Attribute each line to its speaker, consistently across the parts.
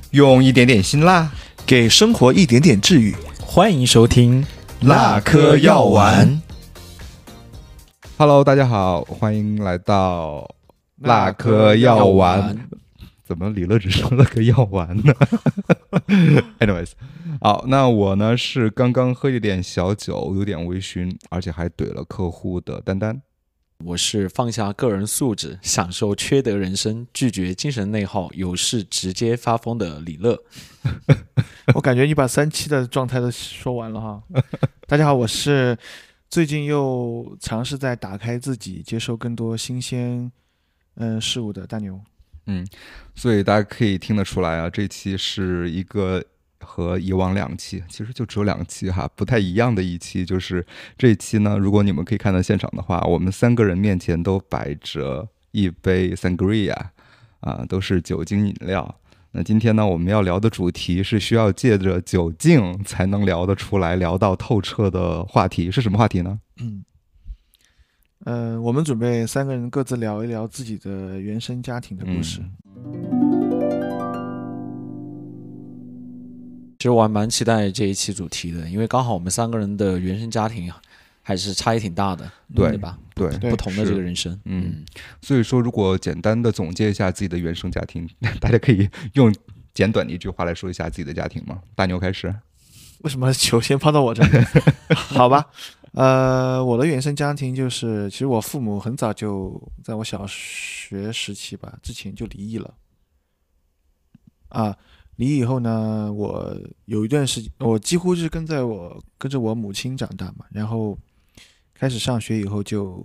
Speaker 1: 用一点点辛辣，
Speaker 2: 给生活一点点治愈。
Speaker 3: 欢迎收听
Speaker 1: 辣颗药丸。Hello， 大家好，欢迎来到辣颗药丸。怎么李乐只说了个药丸呢？Anyways， 好，那我呢是刚刚喝一点小酒，有点微醺，而且还怼了客户的丹丹。
Speaker 3: 我是放下个人素质，享受缺德人生，拒绝精神内耗，有事直接发疯的李乐。
Speaker 2: 我感觉你把3期的状态都说完了哈。大家好，我是最近又尝试在打开自己，接受更多新鲜事物的大牛。
Speaker 1: 所以大家可以听得出来啊，这期是一个和以往2期其实就只有2期哈，不太一样的一期。就是这一期呢，如果你们可以看到现场的话，我们3个人面前都摆着一杯 Sangria 啊，都是酒精饮料。那今天呢，我们要聊的主题是需要借着酒精才能聊得出来、聊到透彻的话题，是什么话题呢？
Speaker 2: 我们准备3个人各自聊一聊自己的原生家庭的故事。
Speaker 3: 其实我还蛮期待这一期主题的，因为刚好我们3个人的原生家庭还是差异挺大的，对吧？
Speaker 1: 对，
Speaker 3: 不同的这个人生。
Speaker 1: 所以说如果简单的总结一下自己的原生家庭，大家可以用简短的一句话来说一下自己的家庭吗？大牛开始。
Speaker 2: 为什么球先抛到我这里？好吧，我的原生家庭就是，其实我父母很早就在我小学时期吧，之前就离异了。离异以后呢，我有一段时间，我几乎是跟着我母亲长大嘛，然后开始上学以后就，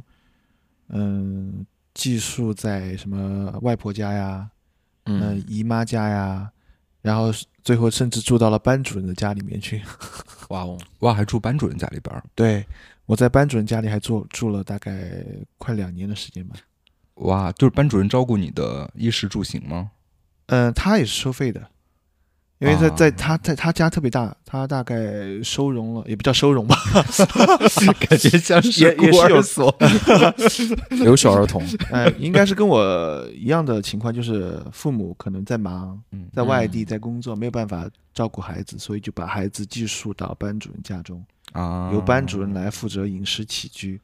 Speaker 2: 寄宿在什么外婆家呀，姨妈家呀，然后最后甚至住到了班主任的家里面去。
Speaker 1: 哇，还住班主任家里边？
Speaker 2: 对，我在班主任家里还住了大概快2年的时间吧。
Speaker 1: 哇，就是班主任照顾你的衣食住行吗？
Speaker 2: 他也是收费的，因为在他家特别大，他大概收容了，也不叫收容吧，
Speaker 1: 感觉像是孤儿所，
Speaker 3: 留守儿童。
Speaker 2: 应该是跟我一样的情况，就是父母可能在忙，在外地在工作，没有办法照顾孩子，所以就把孩子寄宿到班主任家中，由班主任来负责饮食起居。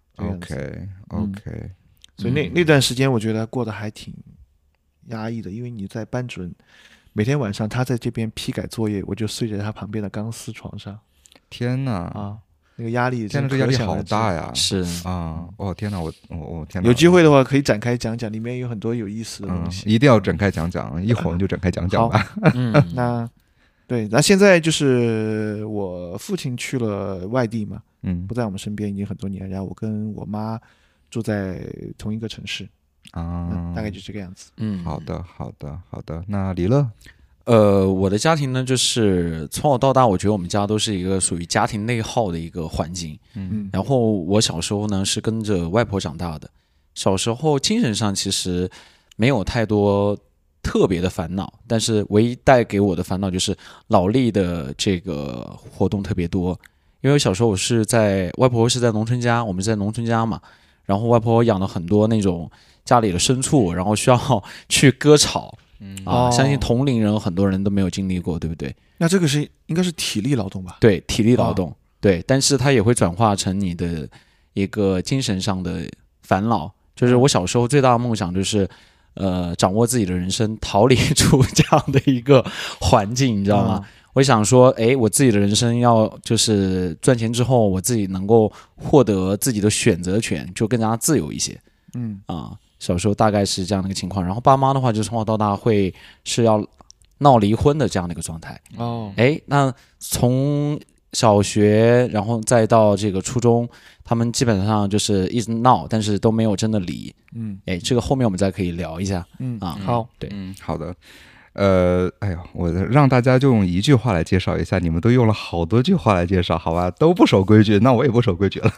Speaker 1: OK，
Speaker 2: 所以那段时间我觉得过得还挺压抑的，因为你在班主任每天晚上他在这边批改作业，我就睡在他旁边的钢丝床上。
Speaker 1: 天哪！
Speaker 2: 那个压力，
Speaker 1: 天哪，这压力好大呀！
Speaker 3: 是
Speaker 1: 啊，天哪，我天哪！
Speaker 2: 有机会的话可以展开讲讲，里面有很多有意思的东西。
Speaker 1: 一定要展开讲讲，一会儿我们就展开讲讲吧。
Speaker 2: 那现在就是我父亲去了外地嘛，不在我们身边已经很多年，然后我跟我妈住在同一个城市。大概就这个样子。
Speaker 1: 好的。那李乐，
Speaker 3: 我的家庭呢，就是从小到大，我觉得我们家都是一个属于家庭内耗的一个环境。然后我小时候呢是跟着外婆长大的，小时候精神上其实没有太多特别的烦恼，但是唯一带给我的烦恼就是脑力的这个活动特别多。因为小时候外婆是在农村家，我们是在农村家嘛，然后外婆养了很多那种家里的牲畜，然后需要去割草。相信同龄人很多人都没有经历过，对不对？
Speaker 2: 那这个应该是体力劳动吧？
Speaker 3: 对，体力劳动，对，但是它也会转化成你的一个精神上的烦恼。就是我小时候最大的梦想就是掌握自己的人生，逃离出这样的一个环境，你知道吗？我想说，我自己的人生要就是赚钱之后，我自己能够获得自己的选择权，就更加自由一些。小时候大概是这样的一个情况。然后爸妈的话，就从小到大是要闹离婚的这样的一个状态。那从小学，然后再到这个初中，他们基本上就是一直闹，但是都没有真的离。这个后面我们再可以聊一下。
Speaker 2: 好，
Speaker 3: 对，
Speaker 1: 好的。我让大家就用一句话来介绍一下，你们都用了好多句话来介绍，好吧？都不守规矩，那我也不守规矩了。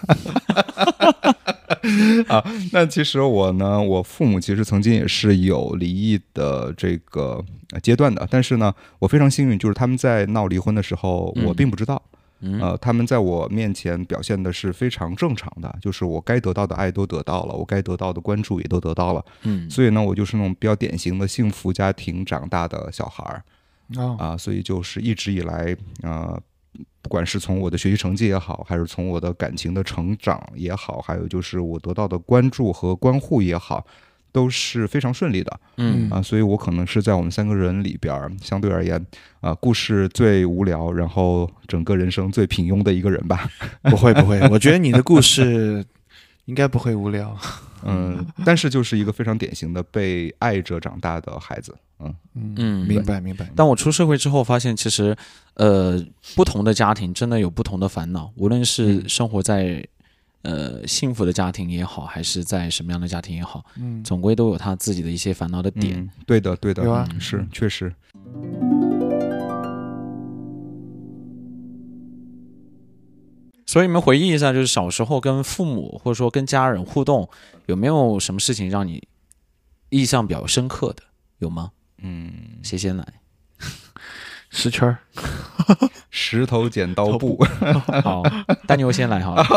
Speaker 1: 那其实我父母其实曾经也是有离异的这个阶段的，但是呢，我非常幸运，就是他们在闹离婚的时候，我并不知道。他们在我面前表现的是非常正常的，就是我该得到的爱都得到了，我该得到的关注也都得到了。所以呢，我就是那种比较典型的幸福家庭长大的小孩。 所以就是一直以来不管是从我的学习成绩也好，还是从我的感情的成长也好，还有就是我得到的关注和关护也好，都是非常顺利的。所以我可能是在我们3个人里边相对而言故事最无聊，然后整个人生最平庸的一个人吧。
Speaker 2: 不会，我觉得你的故事应该不会无聊。
Speaker 1: 但是就是一个非常典型的被爱着长大的孩子。
Speaker 2: 明白。
Speaker 3: 当我出社会之后，发现其实不同的家庭真的有不同的烦恼，无论是生活在幸福的家庭也好，还是在什么样的家庭也好，总归都有他自己的一些烦恼的点。
Speaker 1: 对的，
Speaker 2: 有啊，
Speaker 1: 是确实。
Speaker 3: 所以你们回忆一下，就是小时候跟父母或者说跟家人互动，有没有什么事情让你印象比较深刻的？有吗？谁先来
Speaker 2: 10圈
Speaker 1: 石头剪刀布。
Speaker 3: 好，大牛先来好了。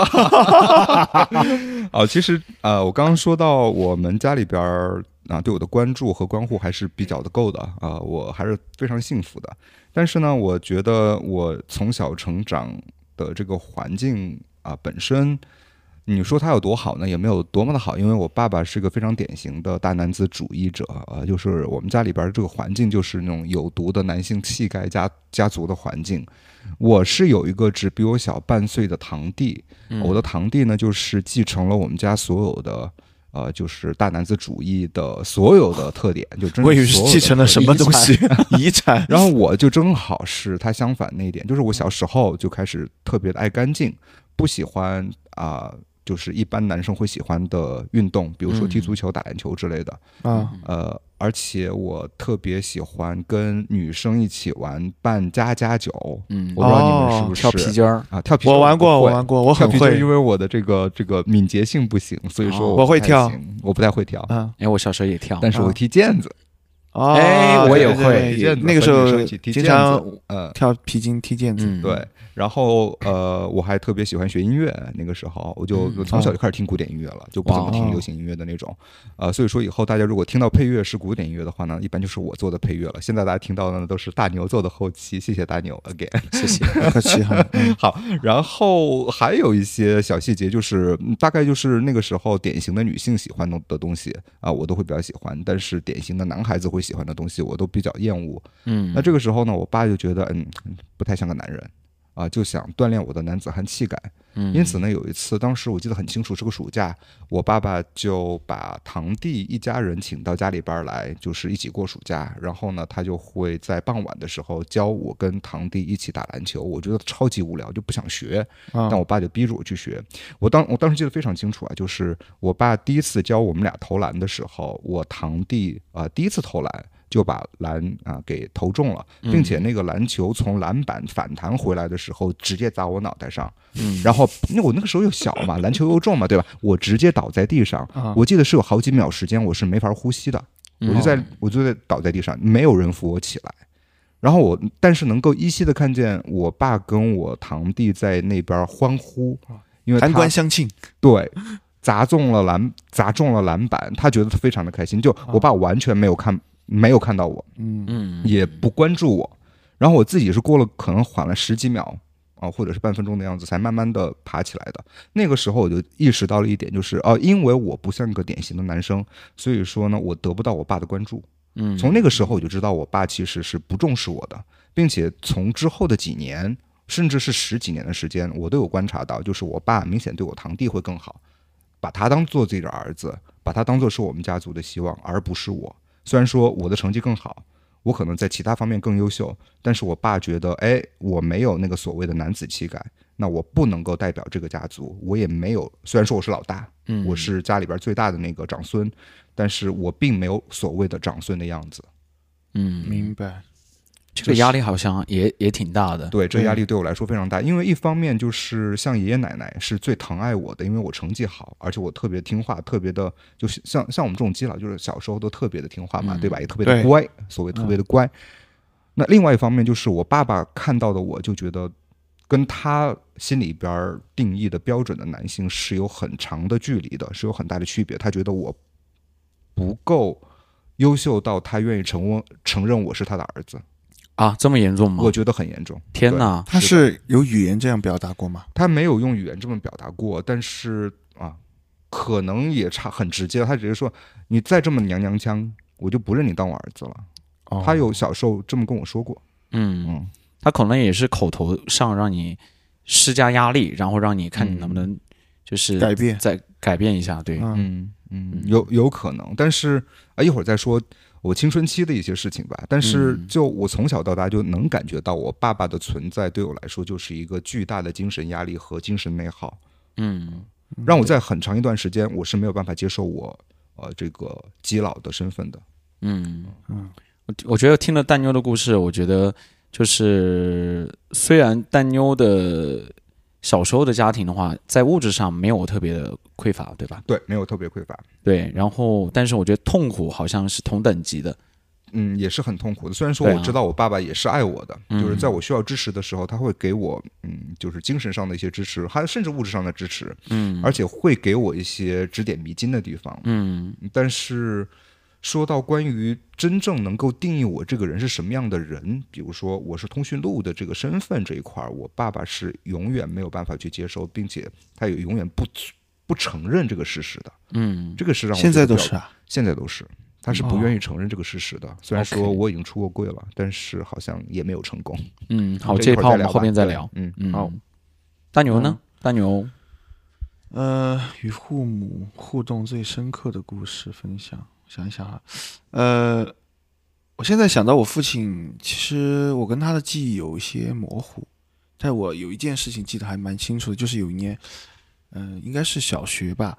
Speaker 1: 其实我刚刚说到我们家里边对我的关注和关护还是比较的够的我还是非常幸福的。但是呢，我觉得我从小成长的这个环境本身，你说它有多好呢？也没有多么的好，因为我爸爸是个非常典型的大男子主义者就是我们家里边这个环境就是那种有毒的男性气概家族的环境。我是有一个只比我小半岁的堂弟，我的堂弟呢就是继承了我们家所有的就是大男子主义的所有的特点，就真的
Speaker 2: 我以为是继承了什么东西遗产。
Speaker 1: 然后我就正好是他相反那一点，就是我小时候就开始特别的爱干净，不喜欢就是一般男生会喜欢的运动，比如说踢足球、打篮球之类的而且我特别喜欢跟女生一起玩扮家家酒。我不知道你们是不是
Speaker 3: 跳皮筋
Speaker 1: 跳皮筋
Speaker 2: 我玩过，我很会，
Speaker 1: 因为我的这个敏捷性不行，所以说
Speaker 2: 我会跳，
Speaker 1: 我不太会跳。
Speaker 3: 我小时候也跳，
Speaker 1: 但是我踢毽子。
Speaker 3: 我也会。
Speaker 2: 那个时候
Speaker 1: 经
Speaker 2: 常跳皮筋、踢毽子。
Speaker 1: 对。然后我还特别喜欢学音乐，那个时候我就从小就开始听古典音乐了，就不怎么听流行音乐的那种所以说以后大家如果听到配乐是古典音乐的话呢，一般就是我做的配乐了。现在大家听到的呢都是大牛做的后期，谢谢大牛 again。
Speaker 3: 谢谢，
Speaker 2: 客气
Speaker 1: 好，然后还有一些小细节，就是大概就是那个时候典型的女性喜欢的东西我都会比较喜欢，但是典型的男孩子会喜欢的东西我都比较厌恶。那这个时候呢，我爸就觉得不太像个男人就想锻炼我的男子汉气概。因此呢，有一次，当时我记得很清楚，是个暑假，我爸爸就把堂弟一家人请到家里边来，就是一起过暑假。然后呢，他就会在傍晚的时候教我跟堂弟一起打篮球。我觉得超级无聊，就不想学，但我爸就逼着我去学。我当时记得非常清楚就是我爸第一次教我们俩投篮的时候，我堂弟第一次投篮就把篮给投中了，并且那个篮球从篮板反弹回来的时候直接砸我脑袋上。然后因为我那个时候又小嘛，篮球又重嘛，对吧？我直接倒在地上，我记得是有好几秒时间我是没法呼吸的，我就在倒在地上，没有人扶我起来。然后但是能够依稀的看见我爸跟我堂弟在那边欢呼，因为
Speaker 2: 寒官相庆，
Speaker 1: 对，砸中了篮板，他觉得非常的开心。就我爸完全没有看到我，也不关注我。然后我自己是过了可能缓了10几秒或者是半分钟的样子，才慢慢的爬起来的。那个时候我就意识到了一点，就是因为我不像个典型的男生，所以说呢，我得不到我爸的关注。从那个时候我就知道我爸其实是不重视我的，并且从之后的几年，甚至是10几年的时间，我都有观察到，就是我爸明显对我堂弟会更好，把他当做自己的儿子，把他当做是我们家族的希望，而不是我。虽然说我的成绩更好，我可能在其他方面更优秀，但是我爸觉得我没有那个所谓的男子气概，那我不能够代表这个家族。我也没有，虽然说我是老大，我是家里边最大的那个长孙，但是我并没有所谓的长孙的样子。
Speaker 2: 明白。
Speaker 3: 这个压力好像也挺大的。
Speaker 1: 对，这个压力对我来说非常大，因为一方面就是像爷爷奶奶是最疼爱我的，因为我成绩好，而且我特别听话，特别的就是像我们这种基佬，就是小时候都特别的听话嘛，对吧？也特别的乖，所谓特别的乖。那另外一方面就是我爸爸看到的我就觉得跟他心里边定义的标准的男性是有很长的距离的，是有很大的区别。他觉得我不够优秀到他愿意承认我是他的儿子。
Speaker 3: 啊，这么严重吗？
Speaker 1: 我觉得很严重。
Speaker 3: 天哪，
Speaker 2: 他是有语言这样表达过吗？
Speaker 1: 他没有用语言这么表达过，但是可能也很直接，他直接说你再这么娘娘腔，我就不认你当我儿子了。他有小时候这么跟我说过。
Speaker 3: 他可能也是口头上让你施加压力，然后让你看你能不能就是再改变一下。对，
Speaker 1: 有可能，但是一会儿再说我青春期的一些事情吧。但是就我从小到大就能感觉到我爸爸的存在对我来说就是一个巨大的精神压力和精神内耗。让我在很长一段时间我是没有办法接受我这个基佬的身份的。
Speaker 3: 我觉得听了蛋妞的故事，我觉得就是虽然蛋妞的小时候的家庭的话，在物质上没有特别的匮乏，对吧？
Speaker 1: 对，没有特别匮乏。
Speaker 3: 对，然后但是我觉得痛苦好像是同等级的。
Speaker 1: 也是很痛苦的。虽然说我知道我爸爸也是爱我的，就是在我需要支持的时候，他会给我就是精神上的一些支持，还甚至物质上的支持，而且会给我一些指点迷津的地方。但是说到关于真正能够定义我这个人是什么样的人，比如说我是通讯录的这个身份这一块，我爸爸是永远没有办法去接受，并且他也永远不承认这个事实的。这个是让我
Speaker 2: 现在都是啊，
Speaker 1: 现在都是，他是不愿意承认这个事实的。虽然说我已经出过柜了，但是好像也没有成功。
Speaker 3: 好，这一趴我们后面再聊。
Speaker 2: 好，
Speaker 3: 大牛呢？大牛，
Speaker 2: 与父母互动最深刻的故事分享。想一想啊，我现在想到我父亲，其实我跟他的记忆有一些模糊，但我有一件事情记得还蛮清楚的，就是有一年，应该是小学吧，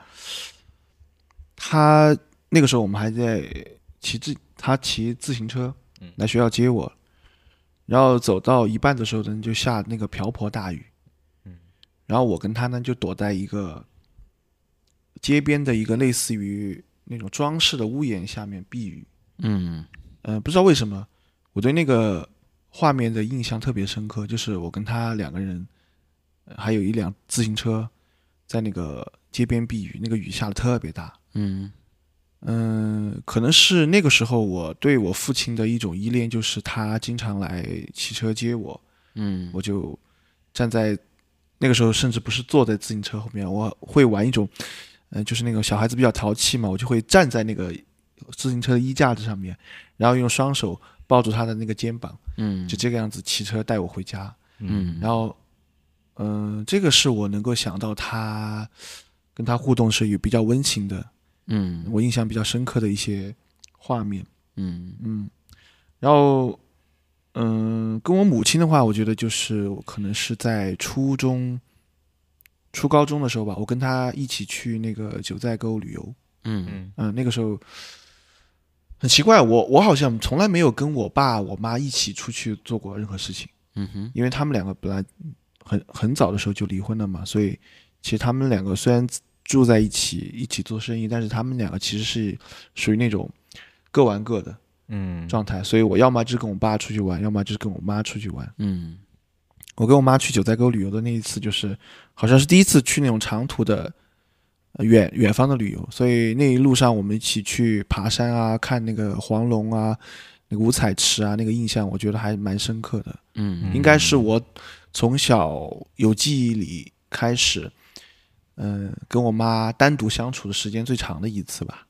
Speaker 2: 他那个时候我们还在他骑自行车来学校接我，然后走到一半的时候呢，就下那个瓢泼大雨，然后我跟他呢就躲在一个街边的一个类似于那种装饰的屋檐下面避雨。不知道为什么我对那个画面的印象特别深刻，就是我跟他两个人，还有一辆自行车在那个街边避雨，那个雨下的特别大。可能是那个时候我对我父亲的一种依恋，就是他经常来骑车接我。我就站在那个时候，甚至不是坐在自行车后面，我会玩一种就是那个小孩子比较淘气嘛，我就会站在那个自行车的衣架子上面，然后用双手抱住他的那个肩膀，就这个样子骑车带我回家。然后这个是我能够想到他跟他互动是有比较温情的，我印象比较深刻的一些画面。然后跟我母亲的话，我觉得就是我可能是在初高中的时候吧，我跟他一起去那个九寨沟旅游。那个时候很奇怪，我好像从来没有跟我爸我妈一起出去做过任何事情。因为他们两个本来很早的时候就离婚了嘛，所以其实他们两个虽然住在一起做生意，但是他们两个其实是属于那种各玩各的状态。所以我要么就是跟我爸出去玩，要么就是跟我妈出去玩。我跟我妈去九寨沟旅游的那一次，就是好像是第一次去那种长途的远方的旅游，所以那一路上我们一起去爬山啊，看那个黄龙啊，那个五彩池啊，那个印象我觉得还蛮深刻的。应该是我从小有记忆里开始，跟我妈单独相处的时间最长的一次吧。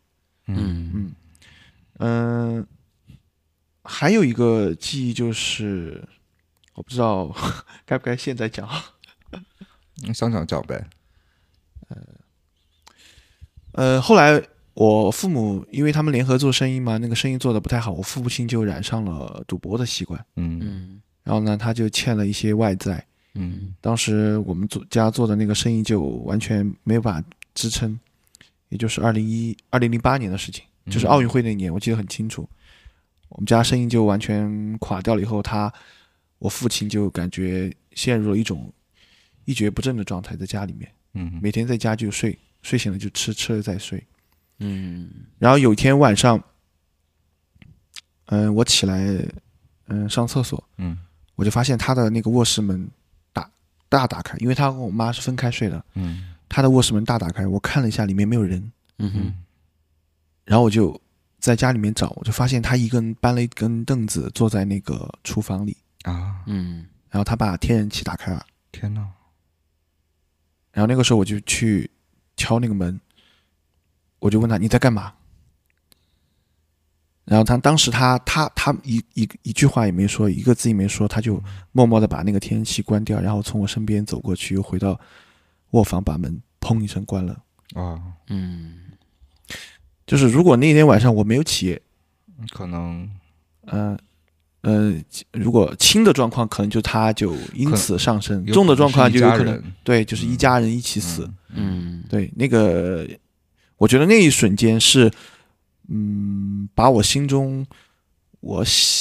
Speaker 2: 还有一个记忆就是，我不知道该不该现在讲。
Speaker 1: 想讲呗。
Speaker 2: 后来我父母因为他们联合做生意嘛，那个生意做得不太好，我父亲就染上了赌博的习惯。然后呢，他就欠了一些外债。当时我们家做的那个生意就完全没有办法支撑，也就是2008年的事情，就是奥运会那年，我记得很清楚。我们家生意就完全垮掉了以后，我父亲就感觉陷入了一种一蹶不振的状态，在家里面。每天在家就睡醒了就吃，吃了再睡。然后有一天晚上，我起来上厕所，我就发现他的那个卧室门大打开，因为他跟我妈是分开睡的。他的卧室门大打开，我看了一下里面没有人。然后我就在家里面找，我就发现他一个人搬了一根凳子坐在那个厨房里
Speaker 1: 啊，
Speaker 2: 然后他把天然气打开了，
Speaker 1: 天哪！
Speaker 2: 然后那个时候我就去敲那个门，我就问他你在干嘛？然后他当时他一句话也没说，一个字也没说，他就默默的把那个天然气关掉，然后从我身边走过去，又回到卧房，把门砰一声关了。
Speaker 1: 啊，
Speaker 2: 就是如果那天晚上我没有起夜，
Speaker 1: 可能，
Speaker 2: 如果轻的状况，可能就他就因此上升；重的状况就有可能对，就是一家人一起死。对，那个我觉得那一瞬间是。把我心中我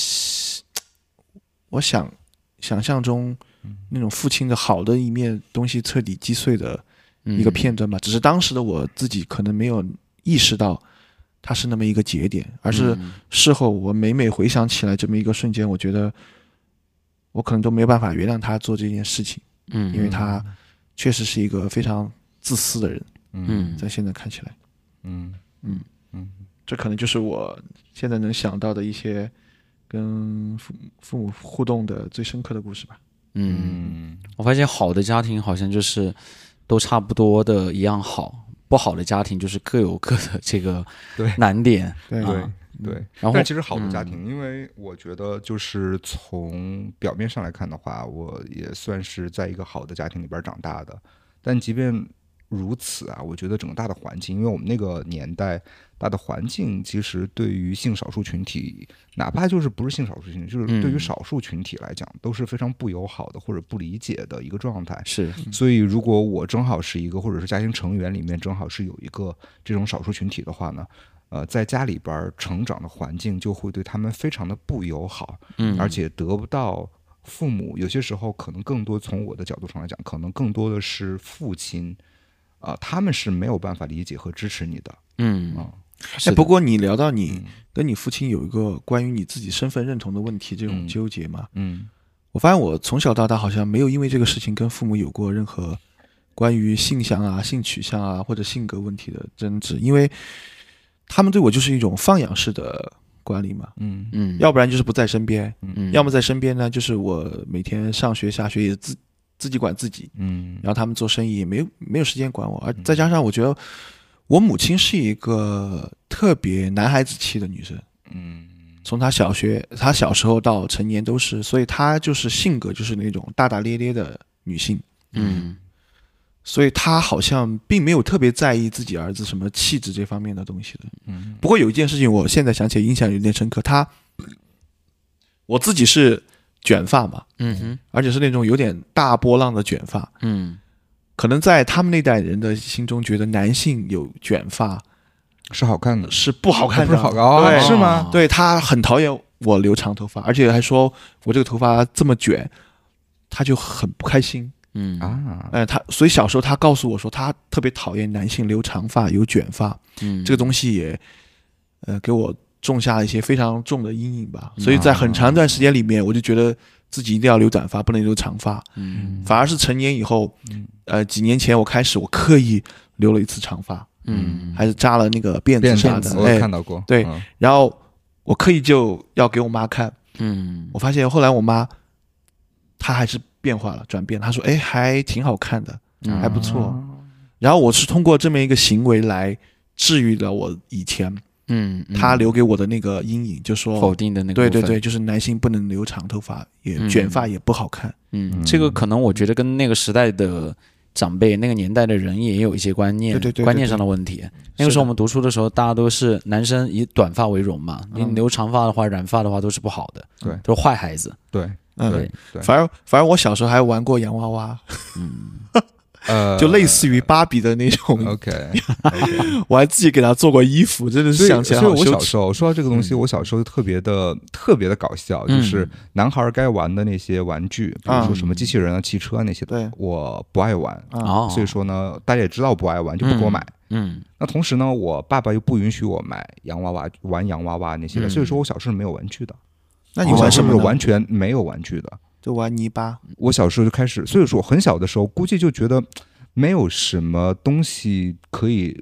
Speaker 2: 想象中那种父亲的好的一面东西彻底击碎的一个片段吧。只是当时的我自己可能没有意识到它是那么一个节点，而是事后我每回想起来这么一个瞬间，我觉得我可能都没有办法原谅他做这件事情。因为他确实是一个非常自私的人。在现在看起来，这可能就是我现在能想到的一些跟父母互动的最深刻的故事吧。
Speaker 3: 我发现好的家庭好像就是都差不多的一样好，不好的家庭就是各有各的这个难点。
Speaker 2: 对。
Speaker 1: 然后，但其实好的家庭，因为我觉得就是从表面上来看的话，我也算是在一个好的家庭里边长大的。但即便如此啊，我觉得整个大的环境，因为我们那个年代大的环境，其实对于性少数群体，哪怕就是不是性少数群体，就是对于少数群体来讲，都是非常不友好的或者不理解的一个状态。
Speaker 3: 是，
Speaker 1: 所以如果我正好是一个，或者是家庭成员里面正好是有一个这种少数群体的话呢，在家里边成长的环境就会对他们非常的不友好，而且得不到父母，有些时候可能更多从我的角度上来讲，可能更多的是父亲。他们是没有办法理解和支持你的。
Speaker 2: 不过你聊到你跟你父亲有一个关于你自己身份认同的问题，这种纠结嘛，我发现我从小到大好像没有因为这个事情跟父母有过任何关于性向啊、性取向啊或者性格问题的争执，因为他们对我就是一种放养式的管理嘛，要不然就是不在身边，要么在身边呢，就是我每天上学下学也自己管自己，然后他们做生意也没有时间管我，而再加上我觉得我母亲是一个特别男孩子气的女生，从她小时候到成年都是，所以她就是性格就是那种大大咧咧的女性，所以她好像并没有特别在意自己儿子什么气质这方面的东西的。不过有一件事情我现在想起来印象有点深刻，我自己是卷发嘛，而且是那种有点大波浪的卷发，可能在他们那代人的心中觉得男性有卷发
Speaker 1: 是好看的，
Speaker 2: 是不好看的，
Speaker 1: 不是好看，对，是吗？
Speaker 2: 对，他很讨厌我留长头发，而且还说我这个头发这么卷，他就很不开心。所以小时候他告诉我说，他特别讨厌男性留长发有卷发，这个东西也给我种下了一些非常重的阴影吧。所以在很长一段时间里面，我就觉得自己一定要留短发，不能留长发。反而是成年以后，几年前我刻意留了一次长发，还是扎了那个辫子啥的，
Speaker 1: 我看到过。
Speaker 2: 对，然后我刻意就要给我妈看，我发现后来我妈她还是变化了，转变，她说还挺好看的，还不错。然后我是通过这么一个行为来治愈了我以前他留给我的那个阴影，就说
Speaker 3: 否定的那个部分，
Speaker 2: 对，就是男性不能留长头发，也卷发也不好看。
Speaker 3: 这个可能我觉得跟那个时代的长辈、那个年代的人也有一些观念上的问题。那个时候我们读书的时候，大家都是男生以短发为荣嘛，你留长发的话、染发的话都是不好的，
Speaker 1: 对，
Speaker 3: 都是坏孩子。
Speaker 1: 对，
Speaker 2: 反而我小时候还玩过洋娃娃，就类似于芭比的那种。
Speaker 1: OK，
Speaker 2: 我还自己给他做过衣服，真的是想起来好羞耻。
Speaker 1: 所以我小时候说到这个东西，我小时候特别的搞笑，就是男孩该玩的那些玩具，比如说什么机器人啊、汽车那些的，我不爱玩。所以说呢，大家也知道我不爱玩，就不给我买。那同时呢，我爸爸又不允许我买洋娃娃、玩洋娃娃那些的，所以说我小时候是没有玩具的。
Speaker 2: 那你玩什么？
Speaker 1: 完全没有玩具的，
Speaker 2: 就玩泥巴。
Speaker 1: 我小时候就开始，所以说我很小的时候估计就觉得没有什么东西可以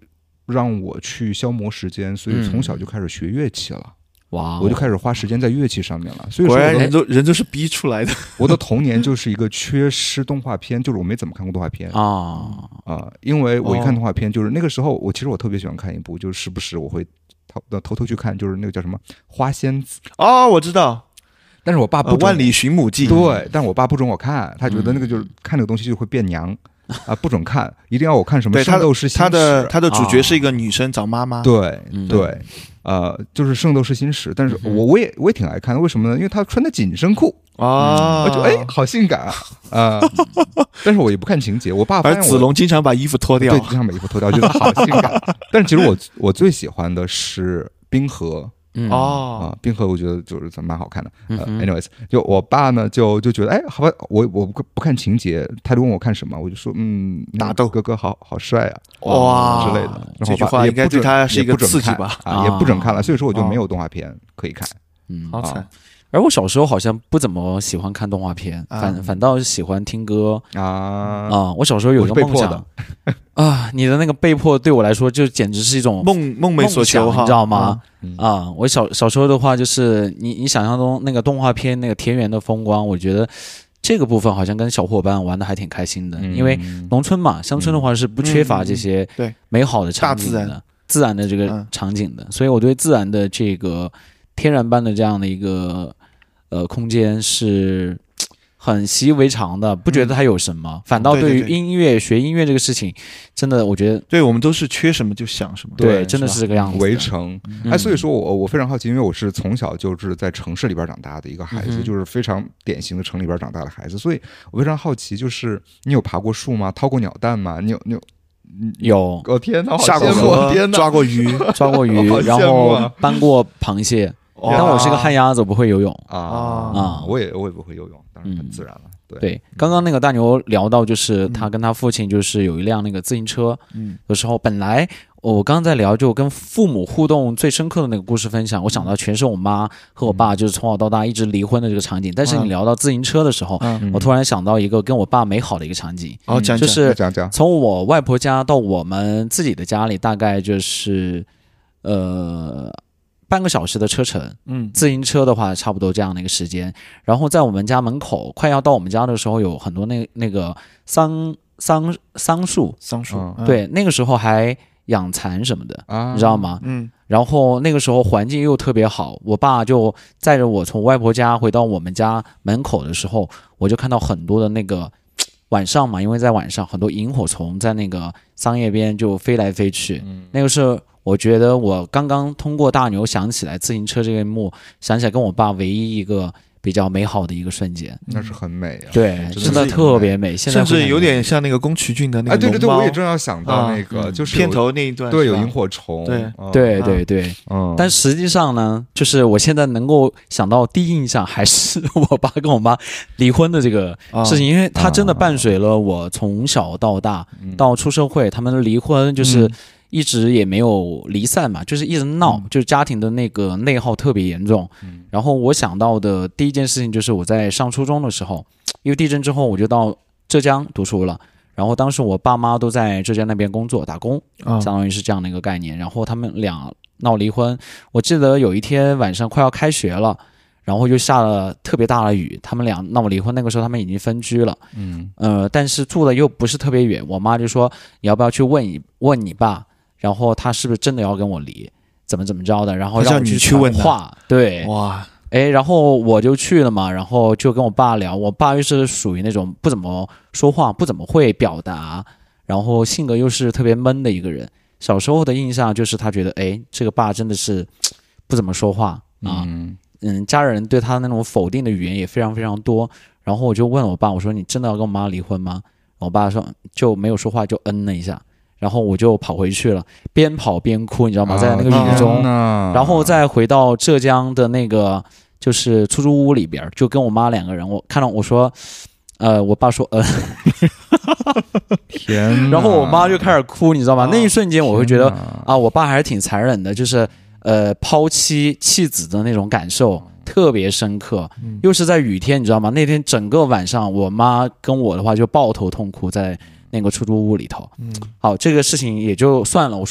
Speaker 1: 让我去消磨时间，所以从小就开始学乐器了。
Speaker 3: 哇！
Speaker 1: 我就开始花时间在乐器上面了。所以说
Speaker 2: 果然人都是逼出来的。
Speaker 1: 我的童年就是一个缺失动画片，就是我没怎么看过动画片因为我一看动画片，就是那个时候其实我特别喜欢看一部，就是时不时我会偷偷去看，就是那个叫什么花仙子。
Speaker 2: 我知道。
Speaker 1: 但是我爸不
Speaker 2: 万里寻母记。
Speaker 1: 对，但是我爸不准我看，他觉得那个就是看那个东西就会变娘。不准看，一定要我看什么圣斗士星矢。
Speaker 2: 他的主角是一个女生找妈妈。
Speaker 1: 对对，就是圣斗士星矢。但是我也挺爱看的，为什么呢？因为他穿的紧身裤我就好性感但是我也不看情节。我爸发现
Speaker 2: 而子龙经常把衣服脱掉，
Speaker 1: 对，经常把衣服脱掉，觉得好性感。但是其实我最喜欢的是冰河。冰河我觉得就是蛮好看的。anyways， 就我爸呢就觉得好吧，我不看情节，他就问我看什么，我就说
Speaker 2: 打斗
Speaker 1: 哥哥好帅
Speaker 2: 哇
Speaker 1: 之类的。
Speaker 2: 这句话应该对他是一个刺激吧？
Speaker 1: 也不准看了，所以说我就没有动画片可以看。
Speaker 2: 好惨。
Speaker 3: 而我小时候好像不怎么喜欢看动画片，反倒喜欢听歌我小时候有一个梦想你的那个被迫对我来说就简直是一种
Speaker 2: 梦寐所求，
Speaker 3: 你知道吗？我小时候的话，就是你想象中那个动画片那个田园的风光，我觉得这个部分好像跟小伙伴玩的还挺开心的，因为农村嘛，乡村的话是不缺乏这些美好的场景的，自然的这个场景的，所以我对自然的这个天然般的这样的一个空间是很习以为常的，不觉得它有什么，反倒对于音乐学音乐这个事情，真的我觉得
Speaker 2: 对我们都是缺什么就想什么，
Speaker 3: 对，真的是这个样子。
Speaker 1: 围城所以说我非常好奇，因为我是从小就是在城市里边长大的一个孩子，就是非常典型的城里边长大的孩子，所以我非常好奇，就是你有爬过树吗？掏过鸟蛋吗？你有？我天哪，
Speaker 2: 下过河，抓过鱼，
Speaker 3: 然后搬过螃蟹。但我是个旱鸭子，不会游泳
Speaker 1: 我也不会游泳，当然很自然了。
Speaker 3: 对，刚刚那个大牛聊到，就是他跟他父亲就是有一辆那个自行车，有时候本来我刚刚在聊就跟父母互动最深刻的那个故事分享，我想到全是我妈和我爸就是从小到大一直离婚的这个场景。但是你聊到自行车的时候，我突然想到一个跟我爸美好的一个场景，就是从我外婆家到我们自己的家里，大概就是半个小时的车程，自行车的话差不多这样的一个时间。然后在我们家门口快要到我们家的时候，有很多那个桑树，对，那个时候还养蚕什么的，你知道吗？然后那个时候环境又特别好，我爸就载着我从外婆家回到我们家门口的时候，我就看到很多的那个晚上嘛，因为在晚上很多萤火虫在那个桑叶边就飞来飞去，那个是我觉得我刚刚通过大牛想起来自行车这一幕，想起来跟我爸唯一一个比较美好的一个瞬间。
Speaker 1: 那是很美
Speaker 3: 对，真的特别美。现在
Speaker 2: 甚至有点像那个宫崎骏的那个龙猫。
Speaker 1: 对，我也正要想到那个，就是
Speaker 2: 片头那一段，
Speaker 1: 对，有萤火虫。
Speaker 3: 对。但实际上呢，就是我现在能够想到第一印象还是我爸跟我妈离婚的这个事情，因为他真的伴随了我从小到大到出社会，他们的离婚就是一直也没有离散嘛，就是一直闹，就是家庭的那个内耗特别严重。然后我想到的第一件事情就是我在上初中的时候，因为地震之后我就到浙江读书了，然后当时我爸妈都在浙江那边工作打工，相当于是这样的一个概念。然后他们俩闹离婚，我记得有一天晚上快要开学了，然后就下了特别大的雨，他们俩闹离婚。那个时候他们已经分居了，但是住的又不是特别远。我妈就说你要不要去问你爸，然后他是不是真的要跟我离，怎么着的，然后让我去问话。对，
Speaker 2: 哇，
Speaker 3: 然后我就去了嘛，然后就跟我爸聊。我爸又是属于那种不怎么说话，不怎么会表达，然后性格又是特别闷的一个人。小时候的印象就是他觉得这个爸真的是不怎么说话啊。家人对他那种否定的语言也非常非常多。然后我就问我爸，我说你真的要跟我妈离婚吗？我爸说就没有说话，就了一下。然后我就跑回去了，边跑边哭，你知道吗？在那个雨中，然后再回到浙江的那个就是出租屋里边，就跟我妈两个人。我看到我说，我爸说
Speaker 1: 天，
Speaker 3: 然后我妈就开始哭，你知道吗？那一瞬间我会觉得我爸还是挺残忍的，就是抛妻弃子的那种感受特别深刻，又是在雨天，你知道吗？那天整个晚上，我妈跟我的话就抱头痛哭在那个出租屋里头。好，这个事情也就算了。我说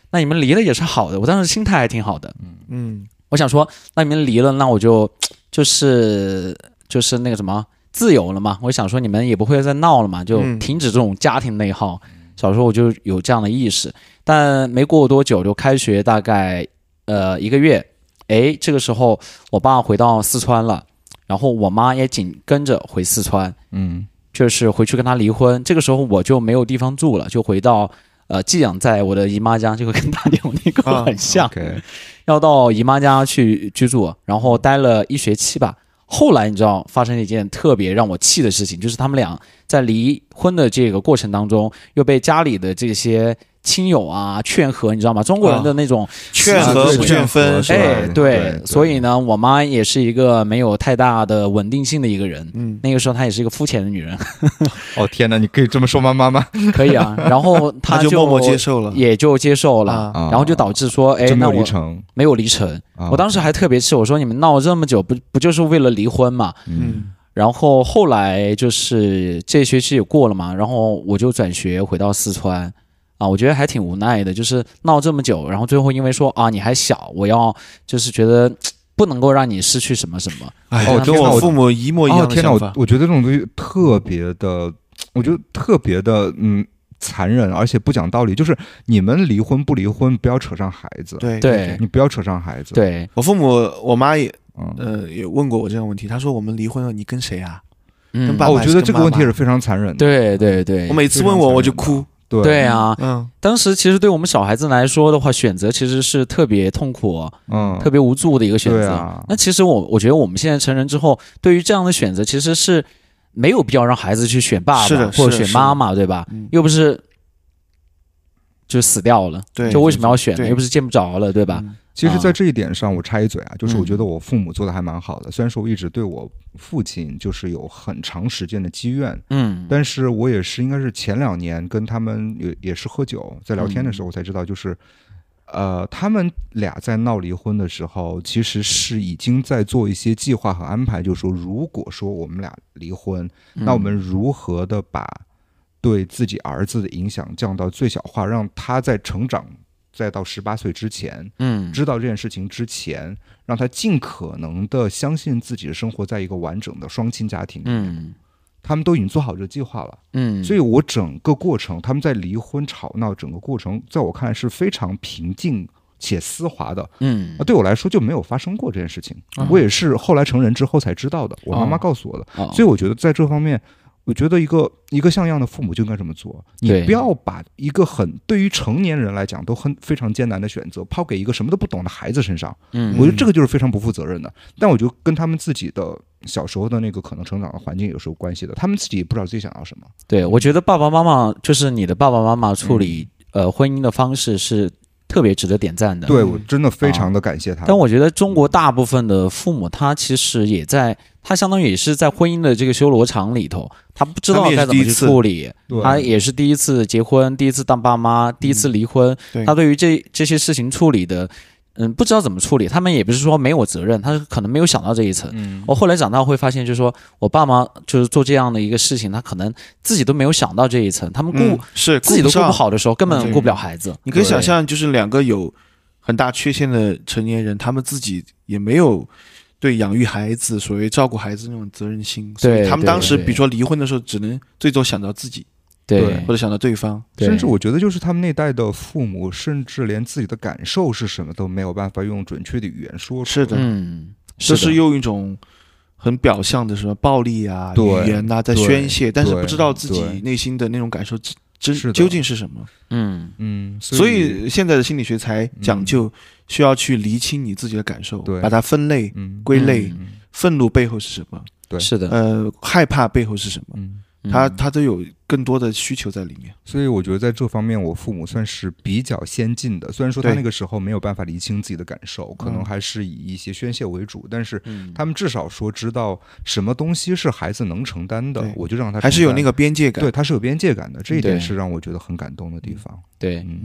Speaker 3: 那你们离了也是好的。我当时心态还挺好的，我想说，那你们离了，那我就是那个什么自由了嘛。我想说你们也不会再闹了嘛，就停止这种家庭内耗。小时候我就有这样的意识，但没过多久就开学，大概1个月，这个时候我爸回到四川了，然后我妈也紧跟着回四川，就是回去跟他离婚。这个时候我就没有地方住了，就回到寄养在我的姨妈家，这个跟大牛那个很像，要到姨妈家去居住，然后待了1学期吧。后来你知道发生了一件特别让我气的事情，就是他们俩在离婚的这个过程当中，又被家里的这些亲友啊劝和，你知道吗？中国人的那种
Speaker 2: 劝和不劝分，
Speaker 3: 对，所以呢，我妈也是一个没有太大的稳定性的一个人。那个时候她也是一个肤浅的女人。
Speaker 1: 哦天哪，你可以这么说吗，妈妈？
Speaker 3: 可以啊。然后她
Speaker 2: 就默默接受了，
Speaker 3: 也就接受了，然后就导致说，那我没有离成。我当时还特别气，我说你们闹这么久，不就是为了离婚嘛？然后后来就是这学期也过了嘛，然后我就转学回到四川。我觉得还挺无奈的，就是闹这么久，然后最后因为说你还小，我要就是觉得不能够让你失去什么什么。
Speaker 2: 跟我父母一模一样的想法。
Speaker 1: 我觉得这种东西特别的，我觉得特别的残忍，而且不讲道理。就是你们离婚不离婚，不要扯上孩子。
Speaker 3: 对，
Speaker 1: 你不要扯上孩子。
Speaker 3: 对，
Speaker 2: 我父母我妈也也问过我这样的问题，她说我们离婚了，你跟谁啊？跟爸爸。
Speaker 1: 我觉得这个问题是非常残忍的。
Speaker 3: 对，
Speaker 2: 我每次问我就哭。
Speaker 3: 对啊，当时其实对我们小孩子来说的话，选择其实是特别痛苦，特别无助的一个选择。那其实我觉得我们现在成人之后，对于这样的选择，其实是没有必要让孩子去选爸爸或者选妈妈，对吧？又不是就死掉了，就为什么要选呢？又不是见不着了，对吧？
Speaker 1: 其实在这一点上我插一嘴就是我觉得我父母做的还蛮好的，虽然说我一直对我父亲就是有很长时间的积怨，但是我也是应该是前2年跟他们也是喝酒在聊天的时候我才知道，就是他们俩在闹离婚的时候其实是已经在做一些计划和安排，就是说如果说我们俩离婚，那我们如何的把对自己儿子的影响降到最小化，让他在成长再到18岁之前，知道这件事情之前，让他尽可能的相信自己生活在一个完整的双亲家庭里面，他们都已经做好这个计划了，所以我整个过程，他们在离婚吵闹整个过程，在我看来是非常平静且丝滑的，对我来说就没有发生过这件事情，我也是后来成人之后才知道的，我妈妈告诉我的，所以我觉得在这方面。我觉得一个像样的父母就应该这么做，你不要把一个对于成年人来讲都非常艰难的选择抛给一个什么都不懂的孩子身上，我觉得这个就是非常不负责任的。但我觉得跟他们自己的小时候的那个可能成长的环境有时候关系的，他们自己也不知道自己想要什么。
Speaker 3: 对，我觉得爸爸妈妈就是你的爸爸妈妈处理婚姻的方式是特别值得点赞的。
Speaker 1: 对，我真的非常的感谢他。
Speaker 3: 但我觉得中国大部分的父母，他其实也在，他相当于也是在婚姻的这个修罗场里头，他不知道该怎么去处理，他也是第一次结婚，第一次当爸妈，第一次离婚，他对于这些事情处理的。不知道怎么处理，他们也不是说没有责任，他可能没有想到这一层。我后来长大会发现，就是说我爸妈就是做这样的一个事情，他可能自己都没有想到这一层，他们自己都顾不好的时候，根本顾不了孩子。
Speaker 2: 你可以想象，就是2个有很大缺陷的成年人，他们自己也没有对养育孩子、所谓照顾孩子那种责任心，所以他们当时比如说离婚的时候，只能最多想到自己。
Speaker 3: 对，
Speaker 2: 或者想到对方，
Speaker 1: 甚至我觉得就是他们那代的父母，甚至连自己的感受是什么都没有办法用准确的语言说出来。
Speaker 2: 是的，这是用一种很表象的什么暴力啊、语言啊在宣泄，但是不知道自己内心的那种感受究竟是什么。所以现在的心理学才讲究需要去厘清你自己的感受，把它分类、归类。愤怒背后是什么？
Speaker 3: 对，是的。
Speaker 2: 害怕背后是什么？他都有更多的需求在里面，
Speaker 1: 所以我觉得在这方面我父母算是比较先进的。虽然说他那个时候没有办法厘清自己的感受，可能还是以一些宣泄为主，但是他们至少说知道什么东西是孩子能承担的，我就让他
Speaker 2: 还是有那个边界感。
Speaker 1: 对，他是有边界感的，这一点是让我觉得很感动的地方。
Speaker 3: 对，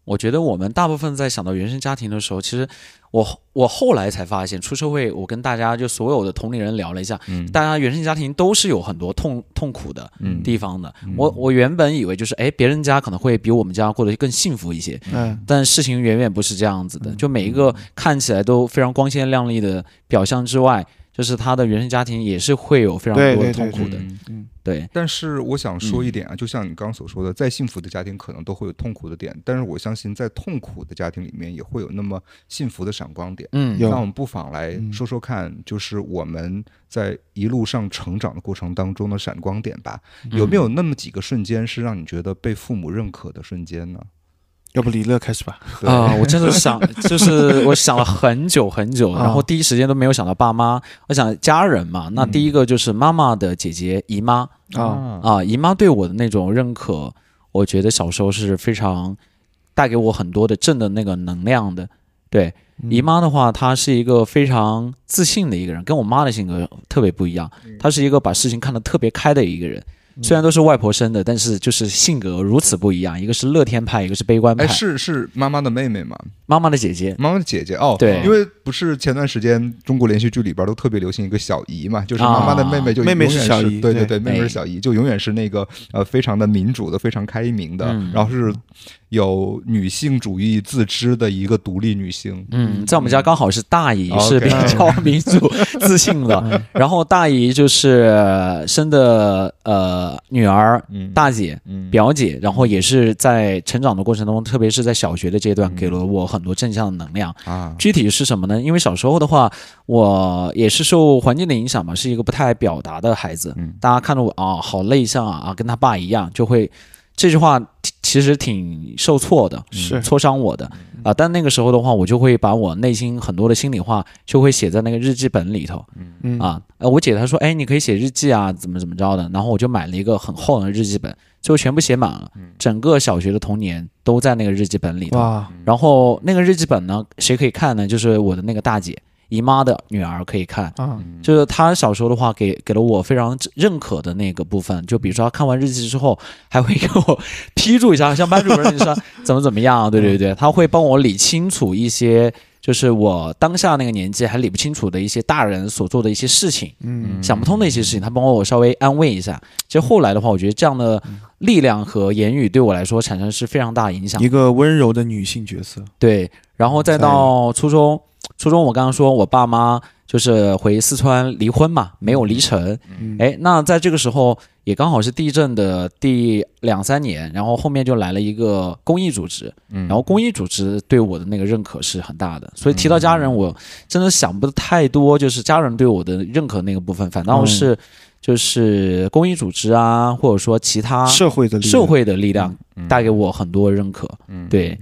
Speaker 3: 我觉得我们大部分在想到原生家庭的时候，其实我后来才发现，出社会我跟大家就所有的同龄人聊了一下，大家原生家庭都是有很多痛苦的地方的。我原本以为就是别人家可能会比我们家过得更幸福一些，但事情远远不是这样子的。就每一个看起来都非常光鲜亮丽的表象之外，就是他的原生家庭也是会有非常多的痛苦的。对，
Speaker 1: 但是我想说一点啊，就像你刚刚所说的，再幸福的家庭可能都会有痛苦的点，但是我相信在痛苦的家庭里面也会有那么幸福的闪光点。那我们不妨来说说看，就是我们在一路上成长的过程当中的闪光点吧。有没有那么几个瞬间是让你觉得被父母认可的瞬间呢？
Speaker 2: 要不李乐开始吧。
Speaker 3: 我真的想，就是我想了很久很久，然后第一时间都没有想到爸妈，我想家人嘛。那第一个就是妈妈的姐姐姨妈姨妈对我的那种认可，我觉得小时候是非常带给我很多的正的那个能量的。对，姨妈的话，她是一个非常自信的一个人，跟我妈的性格特别不一样。她是一个把事情看得特别开的一个人。虽然都是外婆生的，但是就是性格如此不一样，一个是乐天派，一个是悲观派。
Speaker 1: 是妈妈的妹妹吗？
Speaker 3: 妈妈的姐姐。
Speaker 1: 妈妈的姐姐哦，
Speaker 3: 对，
Speaker 1: 因为不是前段时间中国连续剧里边都特别流行一个小姨嘛，就是妈妈的妹妹就永远是
Speaker 2: 小姨，
Speaker 1: 对，妹妹是小姨，就永远是那个非常的民主的，非常开明的，然后是有女性主义自知的一个独立女性。
Speaker 3: 在我们家刚好是大姨是比较民主自信的，然后大姨就是生的女儿、大姐、表姐，然后也是在成长的过程中，特别是在小学的阶段，给了我很多正向的能量。具体是什么呢？因为小时候的话，我也是受环境的影响嘛，是一个不太爱表达的孩子。大家看到我好内向啊，跟他爸一样，就会这句话其实挺受挫的，是挫伤我的但那个时候的话，我就会把我内心很多的心里话就会写在那个日记本里头。我姐她说，你可以写日记啊，怎么着的。然后我就买了一个很厚的日记本，最后全部写满了，整个小学的童年都在那个日记本里头。然后那个日记本呢，谁可以看呢？就是我的那个大姐。姨妈的女儿可以看，就是她小时候的话给了我非常认可的那个部分，就比如说她看完日记之后，还会给我批注一下，像班主任说怎么样，对，她会帮我理清楚一些，就是我当下那个年纪还理不清楚的一些大人所做的一些事情，想不通的一些事情，她帮我稍微安慰一下。其实后来的话，我觉得这样的力量和言语对我来说产生是非常大的影响，
Speaker 2: 一个温柔的女性角色。
Speaker 3: 对，然后再到初中我刚刚说我爸妈就是回四川离婚嘛，没有离成。那在这个时候也刚好是地震的第2-3年，然后后面就来了一个公益组织，然后公益组织对我的那个认可是很大的。所以提到家人，我真的想不得太多，就是家人对我的认可那个部分，反倒是就是公益组织啊，或者说其他
Speaker 2: 社会
Speaker 3: 的力量带给我很多认可。对，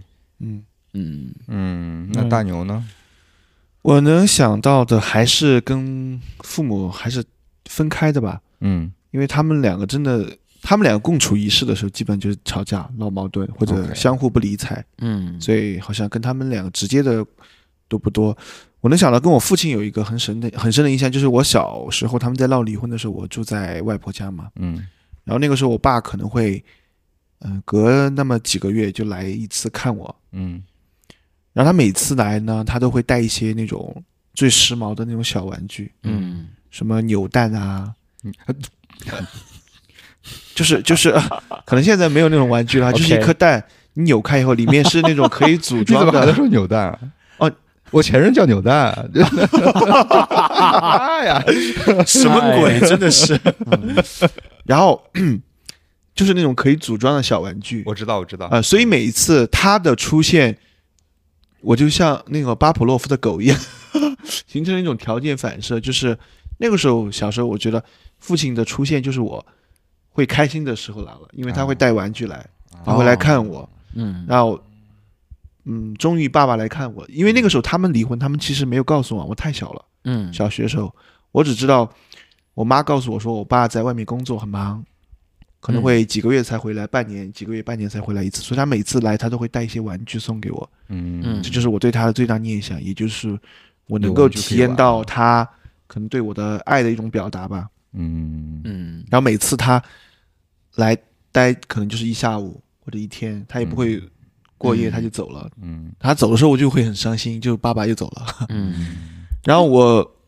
Speaker 1: 那大牛呢？
Speaker 2: 我能想到的还是跟父母还是分开的吧，因为他们两个共处一室的时候，基本就是吵架、闹矛盾或者相互不理睬，所以好像跟他们两个直接的都不多。我能想到跟我父亲有一个很深的印象，就是我小时候他们在闹离婚的时候，我住在外婆家嘛，然后那个时候我爸可能会隔那么几个月就来一次看我，然后他每次来呢，他都会带一些那种最时髦的那种小玩具，什么扭蛋啊，就是可能现在没有那种玩具了，就是一颗蛋，你扭开以后，里面是那种可以组装的。
Speaker 1: 你怎么还在说扭蛋啊？我前任叫扭蛋。呀，
Speaker 2: 什么鬼？真的是。然后就是那种可以组装的小玩具。
Speaker 1: 我知道。
Speaker 2: 所以每一次他的出现，我就像那个巴甫洛夫的狗一样，形成了一种条件反射。就是那个时候，小时候我觉得父亲的出现就是我会开心的时候来了，因为他会带玩具来，他会来看我。然后终于爸爸来看我，因为那个时候他们离婚，他们其实没有告诉我，我太小了。小学的时候，我只知道我妈告诉我说，我爸在外面工作很忙，可能会几个月才回来，半年才回来一次，所以他每次来他都会带一些玩具送给我。这就是我对他的最大念想，也就是我能够体验到他可能对我的爱的一种表达吧。然后每次他来待可能就是一下午或者一天，他也不会过夜他就走了。他走的时候我就会很伤心，就爸爸又走了。然后